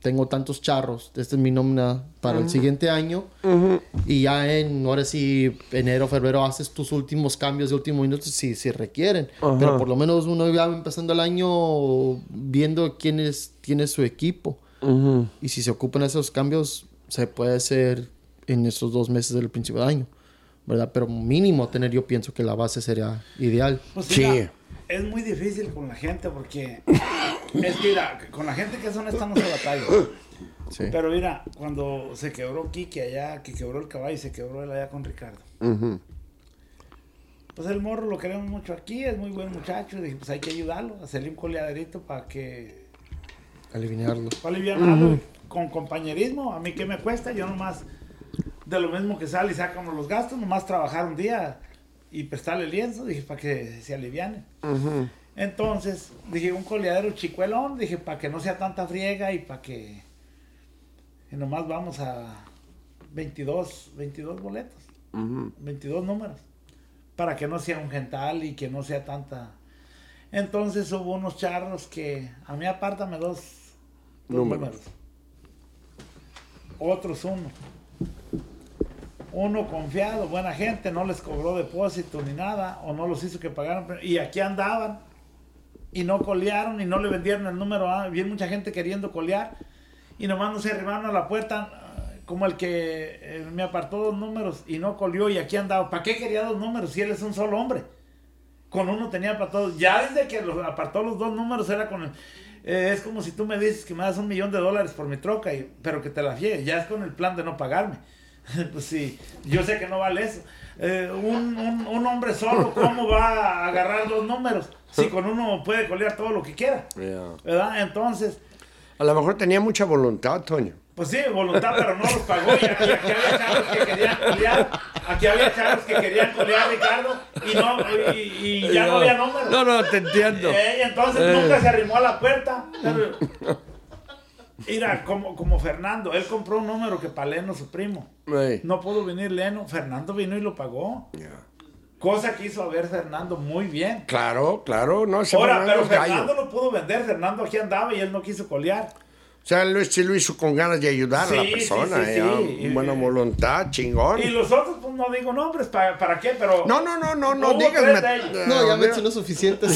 tengo tantos charros, esta es mi nómina para el siguiente año. Y ya ahora sí, enero, febrero, haces tus últimos cambios de último minuto si requieren. Pero por lo menos uno ya va empezando el año viendo quiénes tiene su equipo. Y si se ocupan esos cambios, se puede hacer en estos 2 meses del principio del año, ¿verdad? Pero mínimo tener, yo pienso que la base sería ideal. Pues Sí. mira, es muy difícil con la gente porque es que mira, con la gente que es honesta no se batalla. Sí. Pero mira, cuando se quebró Quique allá, que quebró el caballo y se quebró él allá con Ricardo. Pues el morro lo queremos mucho aquí, es muy buen muchacho. Dije, pues hay que ayudarlo, hacerle un coleaderito para Aliviarlo. aliviarlo con compañerismo. A mí qué me cuesta, yo nomás de lo mismo que sale y sacamos los gastos, nomás trabajar un día y prestarle lienzo, dije, para que se aliviane. Entonces, dije, un coleadero chicuelón, dije, para que no sea tanta friega y para que y nomás vamos a 22 boletos, 22 números, para que no sea un gental y que no sea tanta. Entonces hubo unos charros que, a mí apártame dos números. Otros uno confiado, buena gente, no les cobró depósito ni nada, o no los hizo que pagaran, y aquí andaban, y no colearon, y no le vendieron el número, bien mucha gente queriendo colear, y nomás no se arrimaron a la puerta, como el que me apartó 2 números, y no coleó, y aquí andaba. ¿Para qué quería 2 números si él es un solo hombre? Con uno tenía para todos. Ya desde que apartó los 2 números era con el... es como si tú me dices que me das $1,000,000 por mi troca, pero que te la fiegue. Ya es con el plan de no pagarme. Pues sí, yo sé que no vale eso. Un hombre solo, ¿cómo va a agarrar 2 números? Si con uno puede colear todo lo que quiera. ¿Verdad? Entonces... A lo mejor tenía mucha voluntad, Toño. Pues sí, voluntad, pero no los pagó. Y aquí había chavos que querían colear. Aquí había chavos que querían colear, Ricardo. Y ya no había números. No, te entiendo. Entonces nunca se arrimó a la puerta. Mira, como Fernando, él compró un número que para Leno, su primo. No pudo venir Leno. Fernando vino y lo pagó. Cosa que hizo a ver Fernando muy bien. Claro, no se Ahora, pero Fernando lo pudo vender. Fernando aquí andaba y él no quiso colear. O sea, él sí lo hizo con ganas de ayudar a la persona, sí. Buena voluntad, chingón. Y los otros, pues no digo nombres, ¿para qué? Pero... No digas... No, ya mencionó suficientes.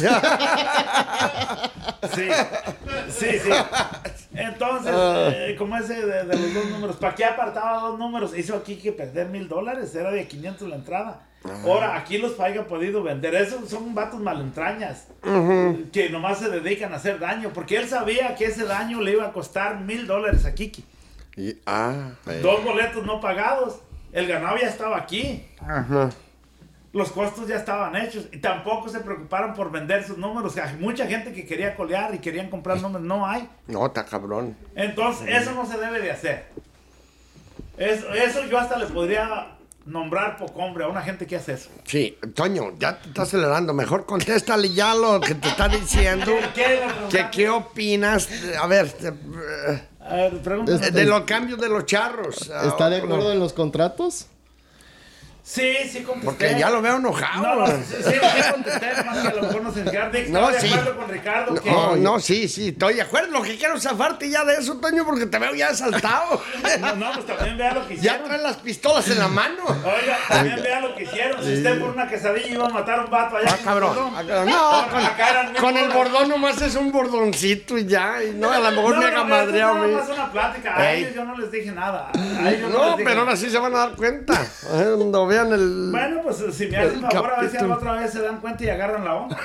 Sí. Entonces, como ese de los 2 números, ¿para qué apartaba 2 números? Hizo aquí que perder $1,000, era de 500 la entrada. Ahora, aquí los haya podido vender. Esos son vatos malentrañas, que nomás se dedican a hacer daño, porque él sabía que ese daño le iba a costar $1,000 a Kiki. 2 boletos no pagados. El ganado ya estaba aquí. Los costos ya estaban hechos. Y tampoco se preocuparon por vender sus números. Hay mucha gente que quería colear y querían comprar números. No hay. No, está cabrón. Entonces, eso no se debe de hacer. Eso yo hasta le podría nombrar poco hombre a una gente que hace eso. Sí, Toño, ya te estás acelerando. Mejor contéstale ya lo que te está diciendo. ¿Qué opinas? A ver, pregúntame. de los cambios de los charros. ¿Está de acuerdo en los contratos? Sí, contesté. Porque ya lo veo enojado. No, sí contesté, nomás que a lo mejor no se fijaron. Estoy de acuerdo con Ricardo. Sí, estoy de acuerdo. Lo que quiero es zafarte ya de eso, Toño, porque te veo ya saltado. Pues también vea lo que hicieron. Ya traen las pistolas en la mano. Oiga, también vea lo que hicieron. Si usted por una quesadilla iba a matar a un vato allá. Cabrón. Con el bordón nomás es un bordoncito y ya. Y no, a lo mejor me haga madreado. No, es una plática. A ellos yo no les dije nada. Pero ahora sí se van a dar cuenta. Cuando vean el... Bueno, pues si me hacen favor, a ver si a la otra vez se dan cuenta y agarran la onda.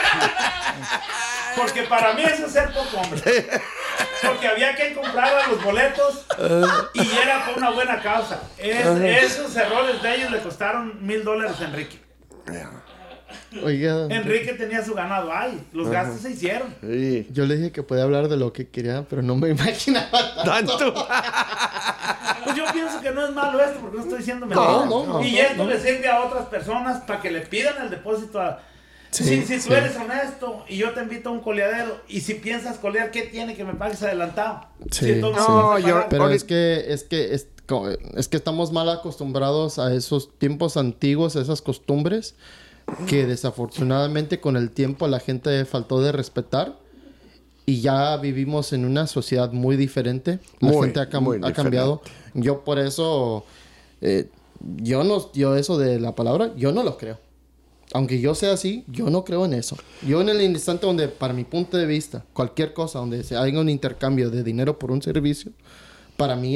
Porque para mí eso es ser poco hombre. Porque había que comprar los boletos y era por una buena causa. Esos errores de ellos le costaron $1,000 a Enrique. Oiga, Enrique tenía su ganado ahí. Los gastos se hicieron. Sí. yo le dije que podía hablar de lo que quería, pero no me imaginaba Tanto. Pues yo pienso que no es malo esto, porque no estoy diciendo mentiras. No, y esto le sirve a otras personas para que le pidan el depósito a... Si tú eres honesto y yo te invito a un coleadero, y si piensas colear, ¿qué tiene que me pagues adelantado? Pero es que estamos mal acostumbrados a esos tiempos antiguos, a esas costumbres que desafortunadamente con el tiempo la gente faltó de respetar y ya vivimos en una sociedad muy diferente. La Muy, gente ha muy cambiado. Yo por eso, yo eso de la palabra, yo no lo creo. Aunque yo sea así, yo no creo en eso. Yo en el instante donde, para mi punto de vista, cualquier cosa donde se haga un intercambio de dinero por un servicio, para mí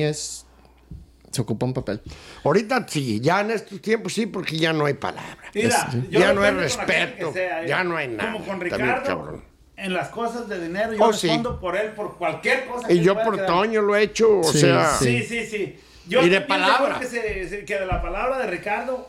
se ocupa un papel. Ahorita sí, ya en estos tiempos sí, porque ya no hay palabra. Mira, yo Ya no hay respeto con la gente respeto, que sea, ya no hay nada. Como con Está bien, Ricardo, cabrón. en las cosas de dinero, yo Sí. respondo por él, por cualquier cosa que Y yo pueda por quedar. Toño lo he hecho, o Sí, sea... Sí, sí, sí. Yo Y de estoy bien palabra. seguro que de la palabra de Ricardo,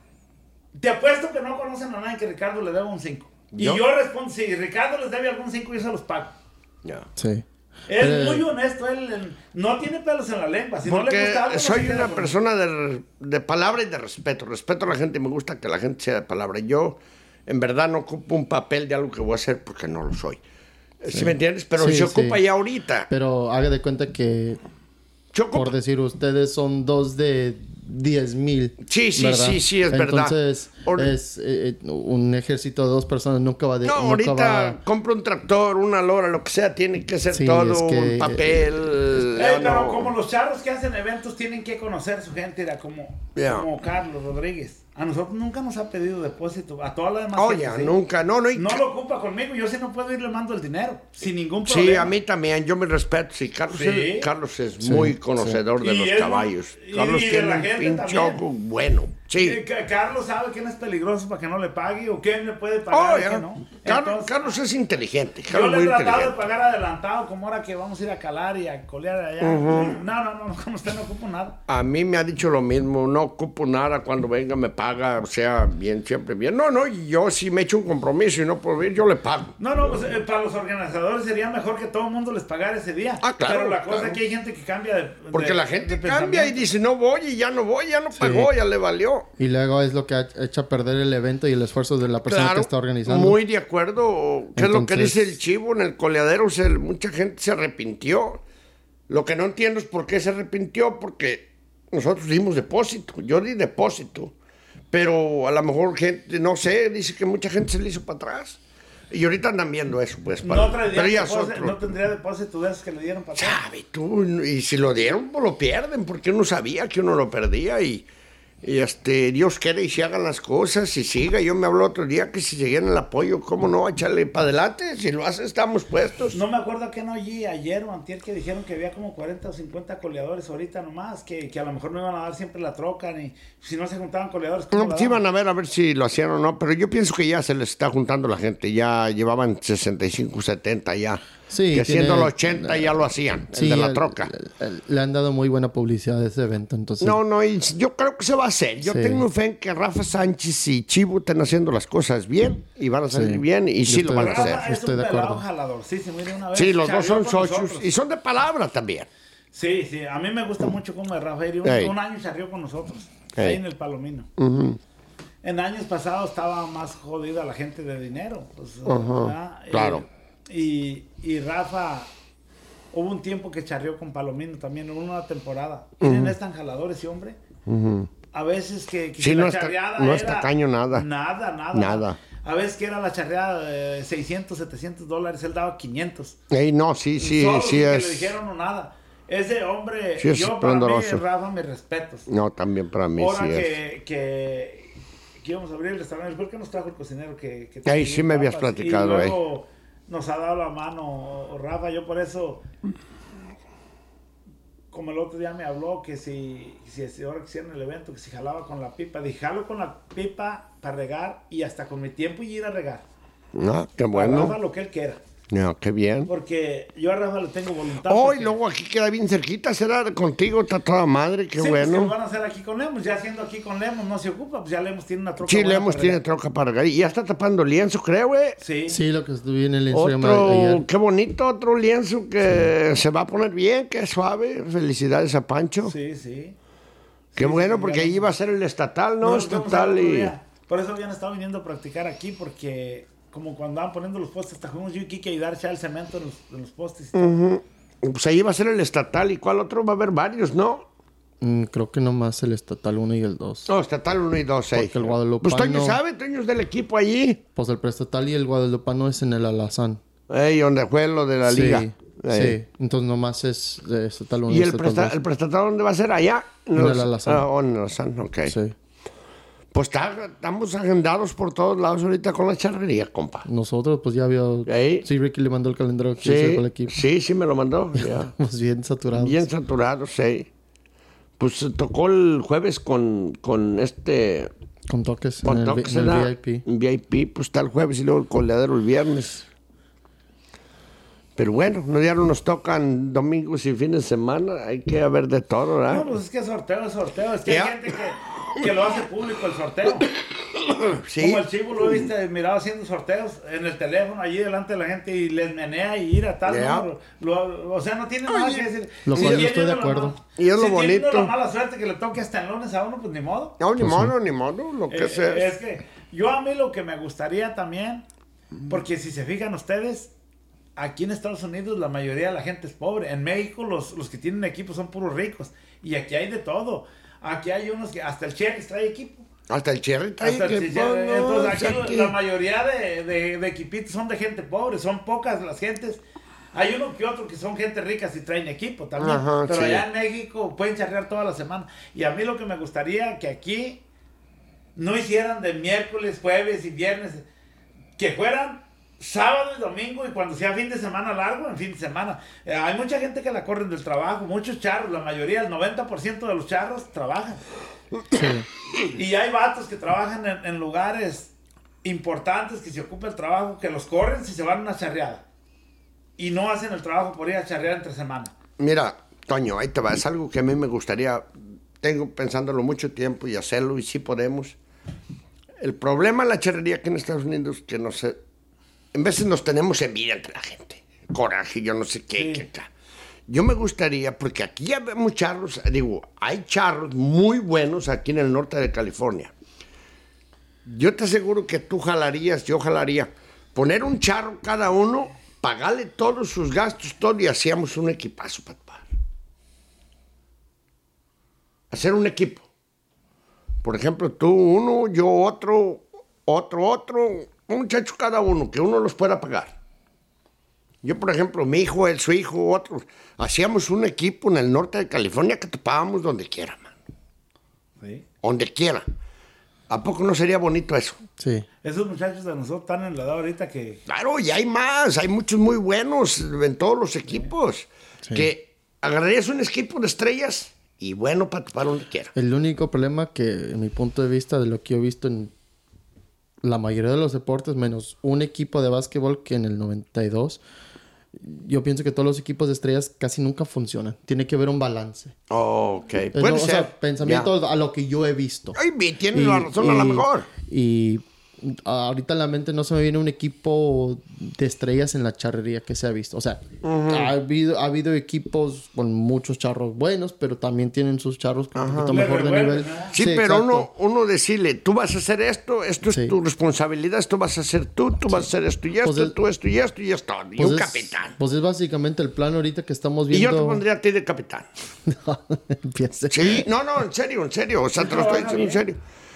te apuesto que no conocen a nadie que Ricardo le deba un 5. Y ¿Yo? yo respondo, si Ricardo les debe algún 5, yo se los pago. Ya. Sí. Es muy honesto, él no tiene pelos en la lengua. Si no le Porque gusta algo, no se soy queda una con persona de palabra y de respeto. Respeto a la gente y me gusta que la gente sea de palabra. Yo, en verdad, no ocupo un papel de algo que voy a hacer porque no lo soy. ¿Sí me entiendes? Pero Sí, se ocupa sí. ya ahorita. Pero haga de cuenta que, Se ocupa. por decir, ustedes son 2 de 10,000. Sí, sí, ¿verdad? sí, sí, es verdad. Entonces, es un ejército de 2 personas nunca va a... No, ahorita compro un tractor, una lora, lo que sea, tiene que ser Sí, todo es que- un papel. Pero no. como los charros que hacen eventos tienen que conocer su gente, era como Carlos Rodríguez. A nosotros nunca nos ha pedido depósito. A toda la demás Oye, gente, sí. nunca, no, no. No lo ocupa conmigo. Yo si no puedo ir le mando el dinero. Sin ningún Sí, problema. a mí también, yo me respeto. Sí, Carlos, Sí. Carlos es muy conocedor de Y los es caballos. muy- Carlos y de tiene la un gente pinche también. ojo bueno. Sí. Carlos sabe quién es peligroso para que no le pague o quién le puede pagar Oh, y ya. quién no. Carlos, Entonces, Carlos es inteligente. yo Carlos le muy he tratado de inteligente. pagar adelantado, como ahora que vamos a ir a calar y a colear allá. No, con usted no ocupo nada. A mí me ha dicho lo mismo, no ocupo nada, cuando venga me paga, o sea, bien, siempre bien. No, yo si me echo un compromiso y no puedo ir, yo le pago. No, pues para los organizadores sería mejor que todo el mundo les pagara ese día. Ah, claro, Pero la cosa claro. es que hay gente que cambia de Porque la gente de cambia y pensamiento. dice, no voy y ya no voy, ya no pagó, ya le valió. Y luego es lo que echa a perder el evento y el esfuerzo de la persona Claro, que está organizando. muy de acuerdo. ¿Qué es lo que Entonces- dice el chivo en el coleadero? Mucha gente se arrepintió. Lo que no entiendo es por qué se arrepintió, porque nosotros dimos depósito. Yo di depósito. Pero a lo mejor gente, no sé, dice que mucha gente se le hizo para atrás. Y ahorita andan viendo eso, pues. No traería pero ya es depósito, otro. no tendría depósito de esos que le dieron para atrás. Sabe tú, y si lo dieron, pues lo pierden, porque uno sabía que uno lo perdía y Dios quiere y se hagan las cosas y siga. Yo me habló otro día que si seguían el apoyo, ¿cómo no? Echarle para adelante, si lo hace estamos puestos. No me acuerdo a qué no oí ayer o antier que dijeron que había como 40 o 50 coleadores ahorita nomás, que a lo mejor no iban a dar siempre la troca, ni si no se juntaban coleadores. ¿cómo No, la pues iban daban? a ver si lo hacían o no, pero yo pienso que ya se les está juntando la gente, ya llevaban 65, 70 ya. Sí, que siendo tiene- los 80 ya lo hacían, Sí, el de la troca. le han dado muy buena publicidad a ese evento, entonces... No, y yo creo que se va a hacer. Yo Sí. tengo fe en que Rafa Sánchez y Chivo están haciendo las cosas bien y van a salir Sí. bien y Yo sí lo estoy van de a acuerdo. hacer. Rafa es Estoy un de pelado acuerdo. jalador, sí, mire una vez. Sí, los dos son charreó con socios nosotros. y son de palabra también. Sí, a mí me gusta mucho como es Rafa. Y Ey. un año charrió con nosotros, Ey. ahí en el Palomino. En años pasados estaba más jodida la gente de dinero. Pues, ¿verdad? claro. Y Rafa, hubo un tiempo que charrió con Palomino también, en una temporada. Miren, es tan jalador ese hombre. A veces que Sí, la no está- charreada no era- está caño nada. Nada. A veces que era la charreada de $600, $700, él daba 500. Ey, no, sí Solo sin que le es. dijeron o nada. Ese hombre, Sí es yo para mí, esplendoroso. Rafa, mis respetos. No, también para mí Ahora sí es. que íbamos a abrir el restaurante, ¿por qué nos trajo el cocinero que Ahí sí me habías papas? platicado, Y luego nos ha dado la mano Rafa, yo por eso, como el otro día me habló, que si ahora que hicieron el evento, que si jalaba con la pipa, dije, jalo con la pipa para regar y hasta con mi tiempo y ir a regar. No, qué A Rafa bueno. lo que él quiera. No, qué bien. Porque yo a Rafa le tengo voluntad. Oh, y porque- luego aquí queda bien cerquita, será contigo, está toda madre, qué Sí, pues que lo bueno. van a hacer aquí con Lemos, ya haciendo aquí con Lemos no se ocupa, pues ya Lemos tiene una troca. Sí, buena Lemos para tiene regar. troca para regar y ya está tapando lienzo, creo, güey. Sí. Sí, lo que estuve en el Instagram Otro, ayer. qué bonito, otro lienzo que se va a poner bien, que es suave. Felicidades a Pancho. Sí, sí. Qué Sí, bueno, sí, porque ya ahí no- va a ser el estatal, ¿no? Nos fuimos Estatal el otro y... día. Por eso habían estado viniendo a practicar aquí, porque como cuando andaban poniendo los postes, hasta fuimos yo y Kike a ayudar a echar el cemento en los postes. Y todo. Ujú. Pues ahí va a ser el estatal. ¿Y cuál otro? Va a haber varios, ¿no? Creo que nomás el estatal 1 y el 2. No, estatal 1 y 2, 6. Porque el guadalupano- Pues Toño sabe, Toño es del equipo allí. Pues el preestatal y el guadalupano es en el Alazán. Donde fue lo de la liga. Sí, entonces nomás es de estatal 1. ¿Y el prestatado dónde va a ser? ¿Allá? En el Alazán. En el Alazán, ok. Sí. Pues estamos agendados por todos lados ahorita con la charrería, compa. Nosotros, pues ya vio. Sí, Ricky le mandó el calendario que hizo con el equipo. Sí, me lo mandó. Ya. Estamos bien saturados. Bien saturados, sí. Pues tocó el jueves con Con toques. Con toques en el VIP. En VIP, pues está el jueves y luego el coleadero el viernes. Pero bueno, nos tocan domingos y fines de semana. Hay que haber de todo, ¿verdad? No, pues es que sorteo. Es que hay gente que lo hace público el sorteo. Sí. Como el Chivo lo he visto, mirado haciendo sorteos en el teléfono allí delante de la gente y les menea y ir a tal número. O sea, no tiene nada que decir. Lo cual yo estoy de acuerdo. Y es lo bonito. Si tiene la mala suerte que le toque hasta el lunes a uno, pues ni modo. No, ni modo, lo que sea. Es que yo a mí lo que me gustaría también, porque si se fijan ustedes, aquí en Estados Unidos la mayoría de la gente es pobre. En México los que tienen equipo son puros ricos. Y aquí hay de todo. Aquí hay unos que hasta el Cherry trae equipo. Hasta el Cherry trae equipo. Entonces aquí la mayoría de equipitos son de gente pobre. Son pocas las gentes. Hay uno que otro que son gente rica si traen equipo también. Ajá, pero allá en México pueden charrear toda la semana. Y a mí lo que me gustaría que aquí no hicieran de miércoles, jueves y viernes. Que fueran sábado y domingo, y cuando sea fin de semana largo, en fin de semana. Hay mucha gente que la corren del trabajo, muchos charros, la mayoría, el 90% de los charros trabajan. Sí. Y hay vatos que trabajan en lugares importantes, que se ocupa el trabajo, que los corren si se van a una charreada. Y no hacen el trabajo por ir a charrear entre semana. Mira, Toño, ahí te va. Es algo que a mí me gustaría, tengo pensándolo mucho tiempo y hacerlo, y sí podemos. El problema de la charrería aquí en Estados Unidos, que no sé, en veces nos tenemos envidia entre la gente, coraje, yo no sé qué, sí. Yo me gustaría, porque aquí ya vemos charros, hay charros muy buenos aquí en el norte de California. Yo te aseguro que yo jalaría, poner un charro cada uno, pagarle todos sus gastos, todo, y hacíamos un equipazo, papá. Hacer un equipo. Por ejemplo, tú uno, yo otro, un muchacho cada uno, que uno los pueda pagar. Yo, por ejemplo, mi hijo, su hijo, otros, hacíamos un equipo en el norte de California que topábamos donde quiera, man. Sí. Donde quiera. ¿A poco no sería bonito eso? Sí. Esos muchachos de nosotros están en la edad ahorita que... Claro, y hay más, hay muchos muy buenos en todos los equipos. Sí. Que agarrarías un equipo de estrellas y bueno, para topar donde quiera. El único problema que, en mi punto de vista, de lo que yo he visto en la mayoría de los deportes, menos un equipo de básquetbol que en el 92, yo pienso que todos los equipos de estrellas casi nunca funcionan. Tiene que haber un balance. Oh, ok. Puede ser. O sea, pensamiento a lo que yo he visto. Ay, tienes la razón a lo mejor. Y ahorita en la mente no se me viene un equipo de estrellas en la charrería que se ha visto. O sea, ha habido equipos con muchos charros buenos, pero también tienen sus charros un poquito mejor de nivel. Sí, pero uno decirle, tú vas a hacer esto es tu responsabilidad, esto vas a hacer tú vas a hacer esto y esto, pues tú esto y esto y esto. Y un capitán. Pues es básicamente el plan ahorita que estamos viendo. Y yo te pondría a ti de capitán. No, empiece. Sí, no, en serio. O sea, te lo estoy diciendo en serio.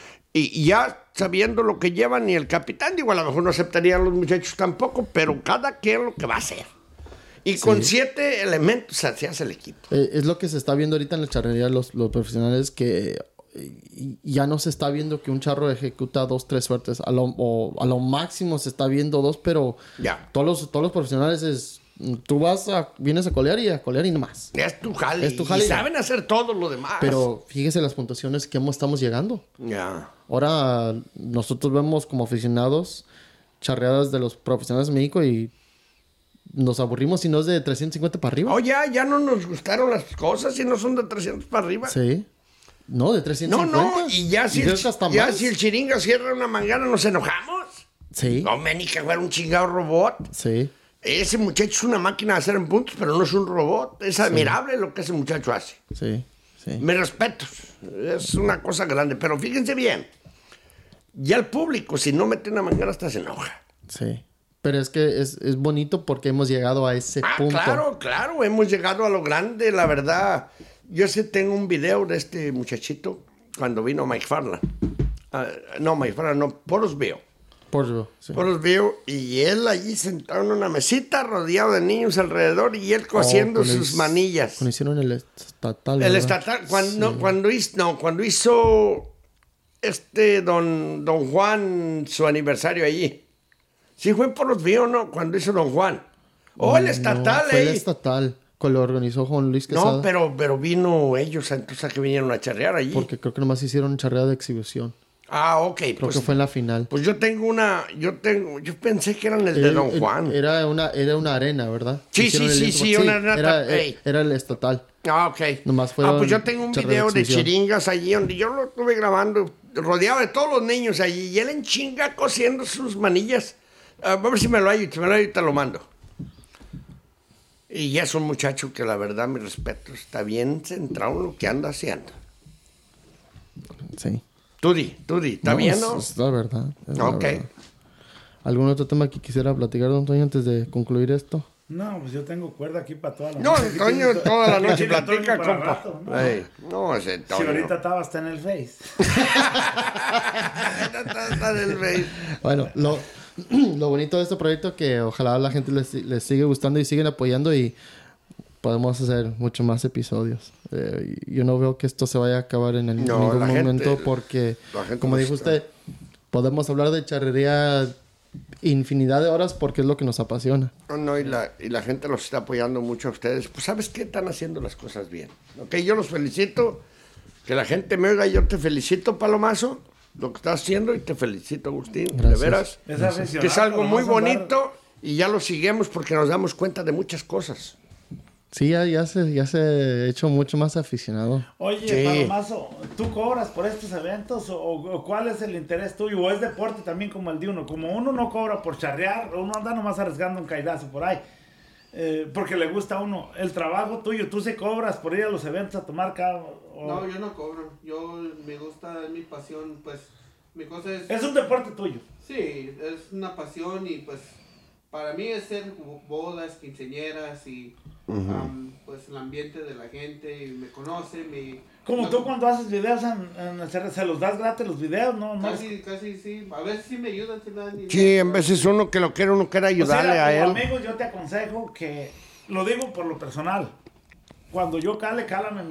Y ya sabiendo lo que llevan, y el capitán, a lo mejor no aceptarían los muchachos tampoco, pero cada quien lo que va a hacer. Y con 7 elementos se hace el equipo. Es lo que se está viendo ahorita en la charrería, los profesionales, que ya no se está viendo que un charro ejecuta 2, 3 suertes. A lo máximo se está viendo 2, pero todos los profesionales es... Tú vienes a colear y nomás. Es tu jale. Y saben hacer todo lo demás. Pero fíjese las puntuaciones que estamos llegando. Ya. Ahora nosotros vemos como aficionados charreadas de los profesionales de México y nos aburrimos si no es de 350 para arriba. Oh, ya no nos gustaron las cosas si no son de 300 para arriba. Sí. No, de 350. No, y ya si el chiringa cierra una mangana nos enojamos. Sí. No, ni que fuera un chingado robot. Sí. Ese muchacho es una máquina de hacer en puntos, pero no es un robot. Es admirable lo que ese muchacho hace. Sí. Me respeto. Es una cosa grande. Pero fíjense bien. Ya el público, si no mete una mangana, hasta se enoja. Sí. Pero es que es bonito porque hemos llegado a ese punto. Claro. Hemos llegado a lo grande, la verdad. Yo tengo un video de este muchachito cuando vino Mike Farland. No, Mike Farland, no, Boros Bio. Porterville, sí. Porterville, y él allí sentado en una mesita rodeado de niños alrededor y él cosiendo sus manillas. Cuando hicieron el estatal. El ¿verdad? estatal, Sí. cuando hizo don Juan su aniversario allí. Sí fue en Porterville, ¿no? Cuando hizo don Juan. El estatal, No, fue el estatal, que lo organizó Juan Luis Quesada. No, pero vino ellos, entonces a que vinieron a charrear allí. Porque creo que nomás hicieron charreada de exhibición. Ah, ok. Creo que fue en la final. Pues yo pensé que eran el de don Juan. Era una arena, ¿verdad? Sí, Hicieron el sí, lienzo- una arena. Era el estatal. Ah, ok. Nomás fueron Pues yo tengo un charreada video de exhibición. chiringas allí donde yo lo estuve grabando, rodeado de todos los niños allí, y él en chinga cosiendo sus manillas. A ver si me lo hay, te lo mando. Y ya es un muchacho que la verdad, mi respeto, está bien centrado en lo que anda haciendo. Sí. Tudi, ¿está bien, no? Es la verdad. es la Ok. verdad. ¿Algún otro tema que quisiera platicar, don Toño, antes de concluir esto? No, pues yo tengo cuerda aquí para toda la No, noche. Aquí Toño tiene toda la noche tiene Toño platica, para compa. rato, ¿no? Ey, no, ese Si Toño. ahorita estaba hasta en el Face. Está del rey. Bueno, lo bonito de este proyecto que ojalá a la gente les sigue gustando y siguen apoyando y podemos hacer mucho más episodios. Yo no veo que esto se vaya a acabar en No, ningún la gente- momento porque, la gente como nos dijo está- usted, podemos hablar de charrería infinidad de horas porque es lo que nos apasiona. No, y la gente los está apoyando mucho a ustedes. Pues, ¿sabes qué? Están haciendo las cosas bien. Ok, yo los felicito. Que la gente me oiga. Yo te felicito, Palomazo, lo que estás haciendo. Y te felicito, Agustín. Gracias. De veras. Es aficionado, Que es algo pero muy vamos a andar- bonito. Y ya lo seguimos porque nos damos cuenta de muchas cosas. Sí, ya se ha hecho mucho más aficionado. Oye, Sí. Palomazo, ¿tú cobras por estos eventos o cuál es el interés tuyo? ¿O es deporte también como el de uno? Como uno no cobra por charrear, uno anda nomás arriesgando un caidazo por ahí. Porque le gusta a uno. El trabajo tuyo, ¿tú se cobras por ir a los eventos a tomar No, yo no cobro. Me gusta, es mi pasión, pues mi cosa es... Es un deporte tuyo. Sí, es una pasión y pues para mí es ser bodas, quinceañeras y pues el ambiente de la gente y me conoce, Como no, tú cuando haces videos en el CR, ¿se los das gratis los videos? No, no. Casi sí, a veces sí me ayudan. Sí, me dan dinero. Sí, en veces uno quiere ayudarle Pues mira, a él. como amigo, yo te aconsejo que, lo digo por lo personal, cuando yo cale,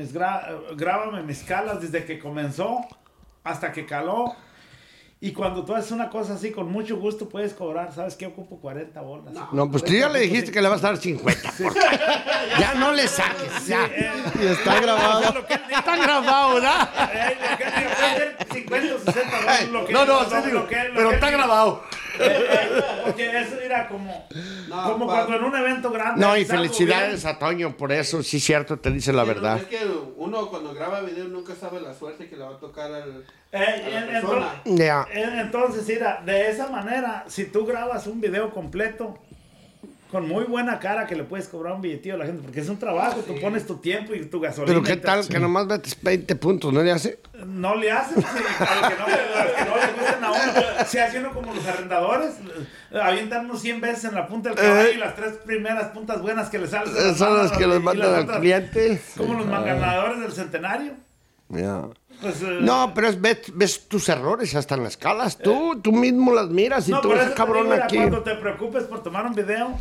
grábame mis calas desde que comenzó hasta que caló. Y cuando tú haces una cosa así, con mucho gusto puedes cobrar. ¿Sabes qué? Ocupo 40 bolas. No, pues tú ya le dijiste que le vas a dar 50. Ya no le saques, ya. Y está grabado. Lo que él diga. Está grabado, ¿verdad? Lo que él diga, puede ser 50 o 60 dólares. Lo que No, lo- sí digo, lo que- lo pero que está él diga. grabado. Porque eso era como No, cuando en un evento grande. No, y haces algo felicidades a Toño por eso, sí, cierto, te dice la Sí, no, verdad. es que uno cuando graba video nunca sabe la suerte que le va a tocar a la bien. persona. Ya. Entonces, mira, de esa manera, si tú grabas un video completo con muy buena cara que le puedes cobrar un billetillo a la gente, porque es un trabajo, tú pones tu tiempo y tu gasolina. Pero qué y te- tal que nomás metes 20 puntos, ¿no le hace? No le hacen, sí, a los que no le gusten a uno. Se hace uno como los arrendadores, avientan unos 100 veces en la punta del caballo y las 3 primeras puntas buenas que le salen. se Son las que y los las mandan al otras, cliente. Como los ganadores del centenario. Ya. Pues, No, pero ves tus errores hasta en las escalas. Tú mismo las miras y no, tú por ves eso te cabrón digo, mira, aquí. cuando te preocupes por tomar un video,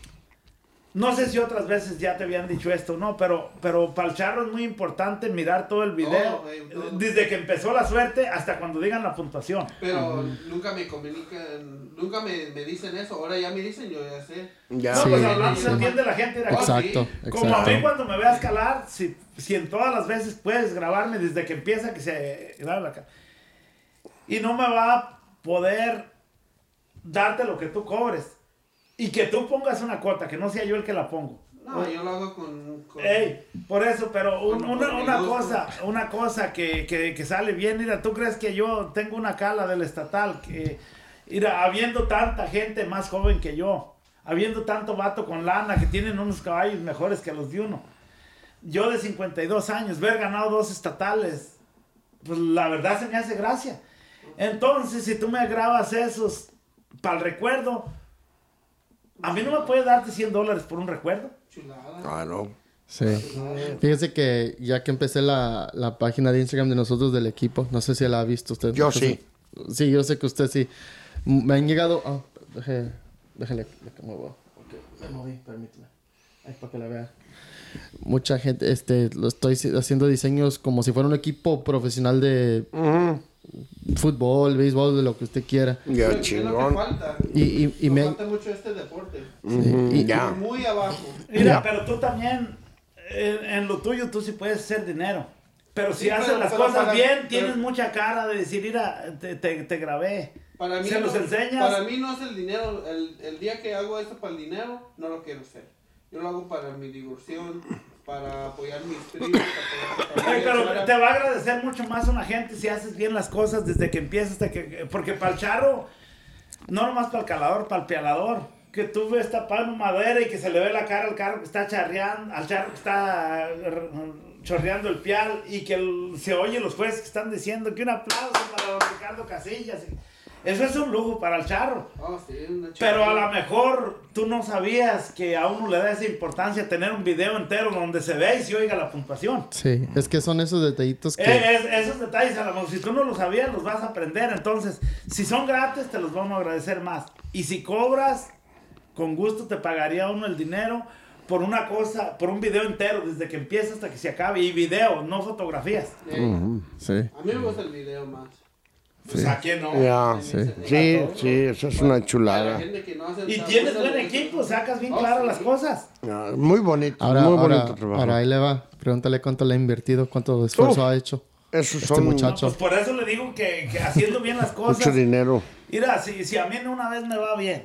no sé si otras veces ya te habían dicho esto, no, pero para el charro es muy importante mirar todo el video, Todo. desde que empezó la suerte hasta cuando digan la puntuación. Pero nunca me comunican, nunca me dicen eso. Ahora ya me dicen, yo ya sé. Ya. No, Sí, pues hablando se sí. entiende la gente. Mira, Exacto, como a mí exacto. cuando me veas calar, si en todas las veces puedes grabarme desde que empieza que se grabe la cara. Y no me va a poder darte lo que tú cobres. Y que tú pongas una cuota, que no sea yo el que la pongo. No, yo lo hago con Ey, por eso, pero Con mi gusto. una cosa que sale bien, mira, ¿tú crees que yo tengo una cala del estatal? Que, mira, habiendo tanta gente más joven que yo, habiendo tanto vato con lana que tienen unos caballos mejores que los de uno, yo de 52 años, ver ganado 2 estatales, pues la verdad se me hace gracia. Entonces, si tú me grabas esos para el recuerdo, a mí no me puede darte $100 por un recuerdo. chulada. Claro. Sí. Fíjese que ya que empecé la página de Instagram de nosotros del equipo, no sé si la ha visto usted. Yo sí. Sí, yo sé que usted sí. Me han llegado... déjale que muevo. Okay, me moví, permíteme. Ahí para que la vea. Mucha gente, lo estoy haciendo diseños como si fuera un equipo profesional de fútbol, béisbol, de lo que usted quiera. Ya, Es lo chingón. que falta. Y Nos me... falta mucho este deporte. y- Ya. Muy abajo. Mira, Ya. pero tú también, en lo tuyo, tú sí puedes hacer dinero. Pero si Sí, haces pero- las pero cosas para- bien, pero- tienes mucha cara de decir, mira, te grabé. Para mí Se no, los enseñas. Para mí no es el dinero. El día que hago esto para el dinero, no lo quiero hacer. Yo lo hago para mi diversión, para apoyar mis primos, para apoyar Ay, mi familia. pero te va a agradecer mucho más una gente si haces bien las cosas desde que empiezas hasta que... Porque para el charro, no nomás para el calador, para el pialador, que tú ves tapando madera y que se le ve la cara al carro que está charreando, al charro que está chorreando el pial y que se oye los jueces que están diciendo que un aplauso para don Ricardo Casillas. Eso es un lujo para el charro. Oh, sí, una Pero a chingada. lo mejor tú no sabías que a uno le da esa importancia tener un video entero donde se ve y se oiga la puntuación. Sí, es que son esos detallitos que... Esos detalles, a lo mejor, si tú no los sabías, los vas a aprender. Entonces, si son gratis, te los vamos a agradecer más. Y si cobras, con gusto te pagaría uno el dinero por una cosa, por un video entero, desde que empieza hasta que se acabe. Y video, no fotografías. Sí. A mí me gusta el video más. Pues a quién no. Ya. Sí. Sí, eso es una Para la chulada. gente que no hace Y tan tienes buena buen lo que- equipo, sacas bien Oh, claras sí. las cosas. Ah, muy bonito, Ahora, muy ahora, bonito trabajo. ahora ahí le va. Pregúntale cuánto le ha invertido, cuánto esfuerzo ha hecho. Esos este son muchacho. Pues por eso le digo que haciendo bien las cosas. mucho dinero. Mira, si a mí una vez me va bien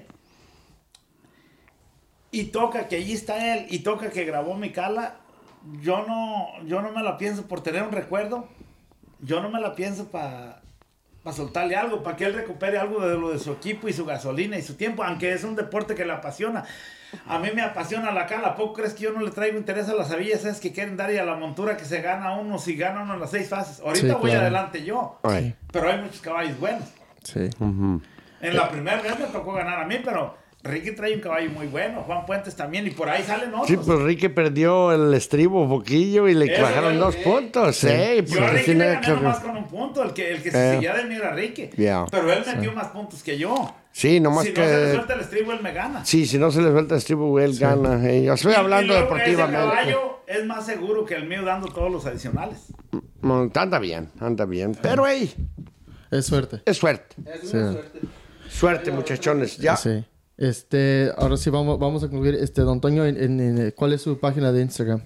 y toca que allí está él y toca que grabó mi cala, yo no me la pienso por tener un recuerdo, yo no me la pienso para soltarle algo, para que él recupere algo de lo de su equipo y su gasolina y su tiempo, aunque es un deporte que le apasiona. A mí me apasiona la cala. ¿A poco crees que yo no le traigo interés a las avillas esas que quieren dar y a la montura que se gana uno si gana uno en las 6 fases? Ahorita Sí, voy claro. adelante yo, Ay. pero hay muchos caballos buenos. Sí. En la primera vez me tocó ganar a mí, pero Ricky trae un caballo muy bueno, Juan Puentes también, y por ahí salen otros. Sí, pues Ricky perdió el estribo poquillo y le Eso, bajaron 2 puntos. Sí, pues Yo a Ricky tiene le gané que- nomás con un punto, el que se seguía de mí era Ricky. Ya. Pero él metió más puntos que yo. Sí, nomás Si que... no se le suelta el estribo, él me gana. Sí, si no se le suelta el estribo, él gana. Yo estoy hablando Y luego deportivamente. Ese caballo es más seguro que el mío dando todos los adicionales. Anda bien, anda bien. Pero, hey, Es suerte. es suerte. Es Sí. una suerte. Suerte, muchachones. Ya. Sí. Ahora sí vamos a concluir. Don Toño, ¿cuál es su página de Instagram?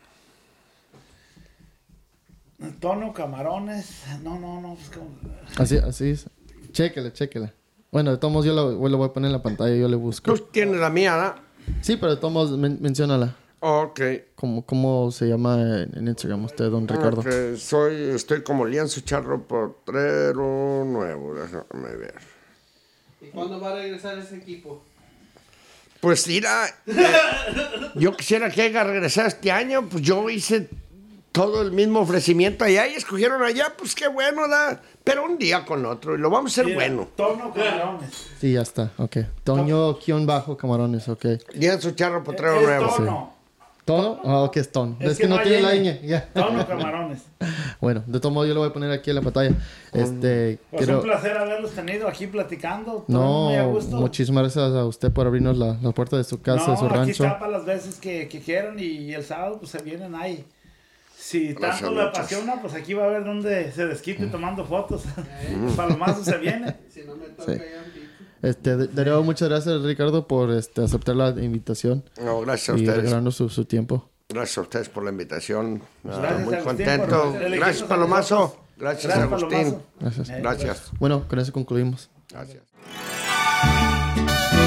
Tono, camarones. No. Pues como... Así es. Chéquela. Bueno, de todos modos yo lo voy a poner en la pantalla, yo le busco. Tú tienes la mía, ¿no? Sí, pero de todos modos menciónala. Ok. ¿Cómo se llama en Instagram usted, don Ricardo? Ok, estoy como Lienzo Charro Potrero Nuevo. Déjame ver. ¿Y cuándo va a regresar ese equipo? Pues mira, yo quisiera que haya regresado este año, pues yo hice todo el mismo ofrecimiento allá y escogieron allá, pues qué bueno, da. Pero un día con otro, y lo vamos a hacer Mira, bueno. Tono, camarones. Sí, ya está. Ok. Toño-camarones, ok. Lienzo Charro Potrero Es Nuevo. tono. ¿Tono? Ah, ok, es tono. Es que no hay tiene la ñ. ñ. Ya. Tono, camarones. Bueno, de todos modos yo lo voy a poner aquí en la pantalla. Pues Quiero... un placer haberlos tenido aquí platicando. todo muy a No, gusto. muchísimas gracias a usted por abrirnos la puerta de su casa, de su aquí rancho. está para las veces que quieran y el sábado pues se vienen ahí. Si Gracias, tanto le muchas. apasiona, pues aquí va a haber donde se desquite tomando fotos. Palomazo se viene. Si no me toca Sí. ya, pico. De nuevo, muchas gracias, Ricardo, por aceptar la invitación No, gracias a y ustedes. regalarnos su tiempo. Gracias a ustedes por la invitación. Gracias, Muy Agustín, contento. por elegirnos Gracias, a Palomazo. nosotros. Gracias, Agustín. Palomazo. Gracias. Gracias. Bueno, con eso concluimos. Gracias.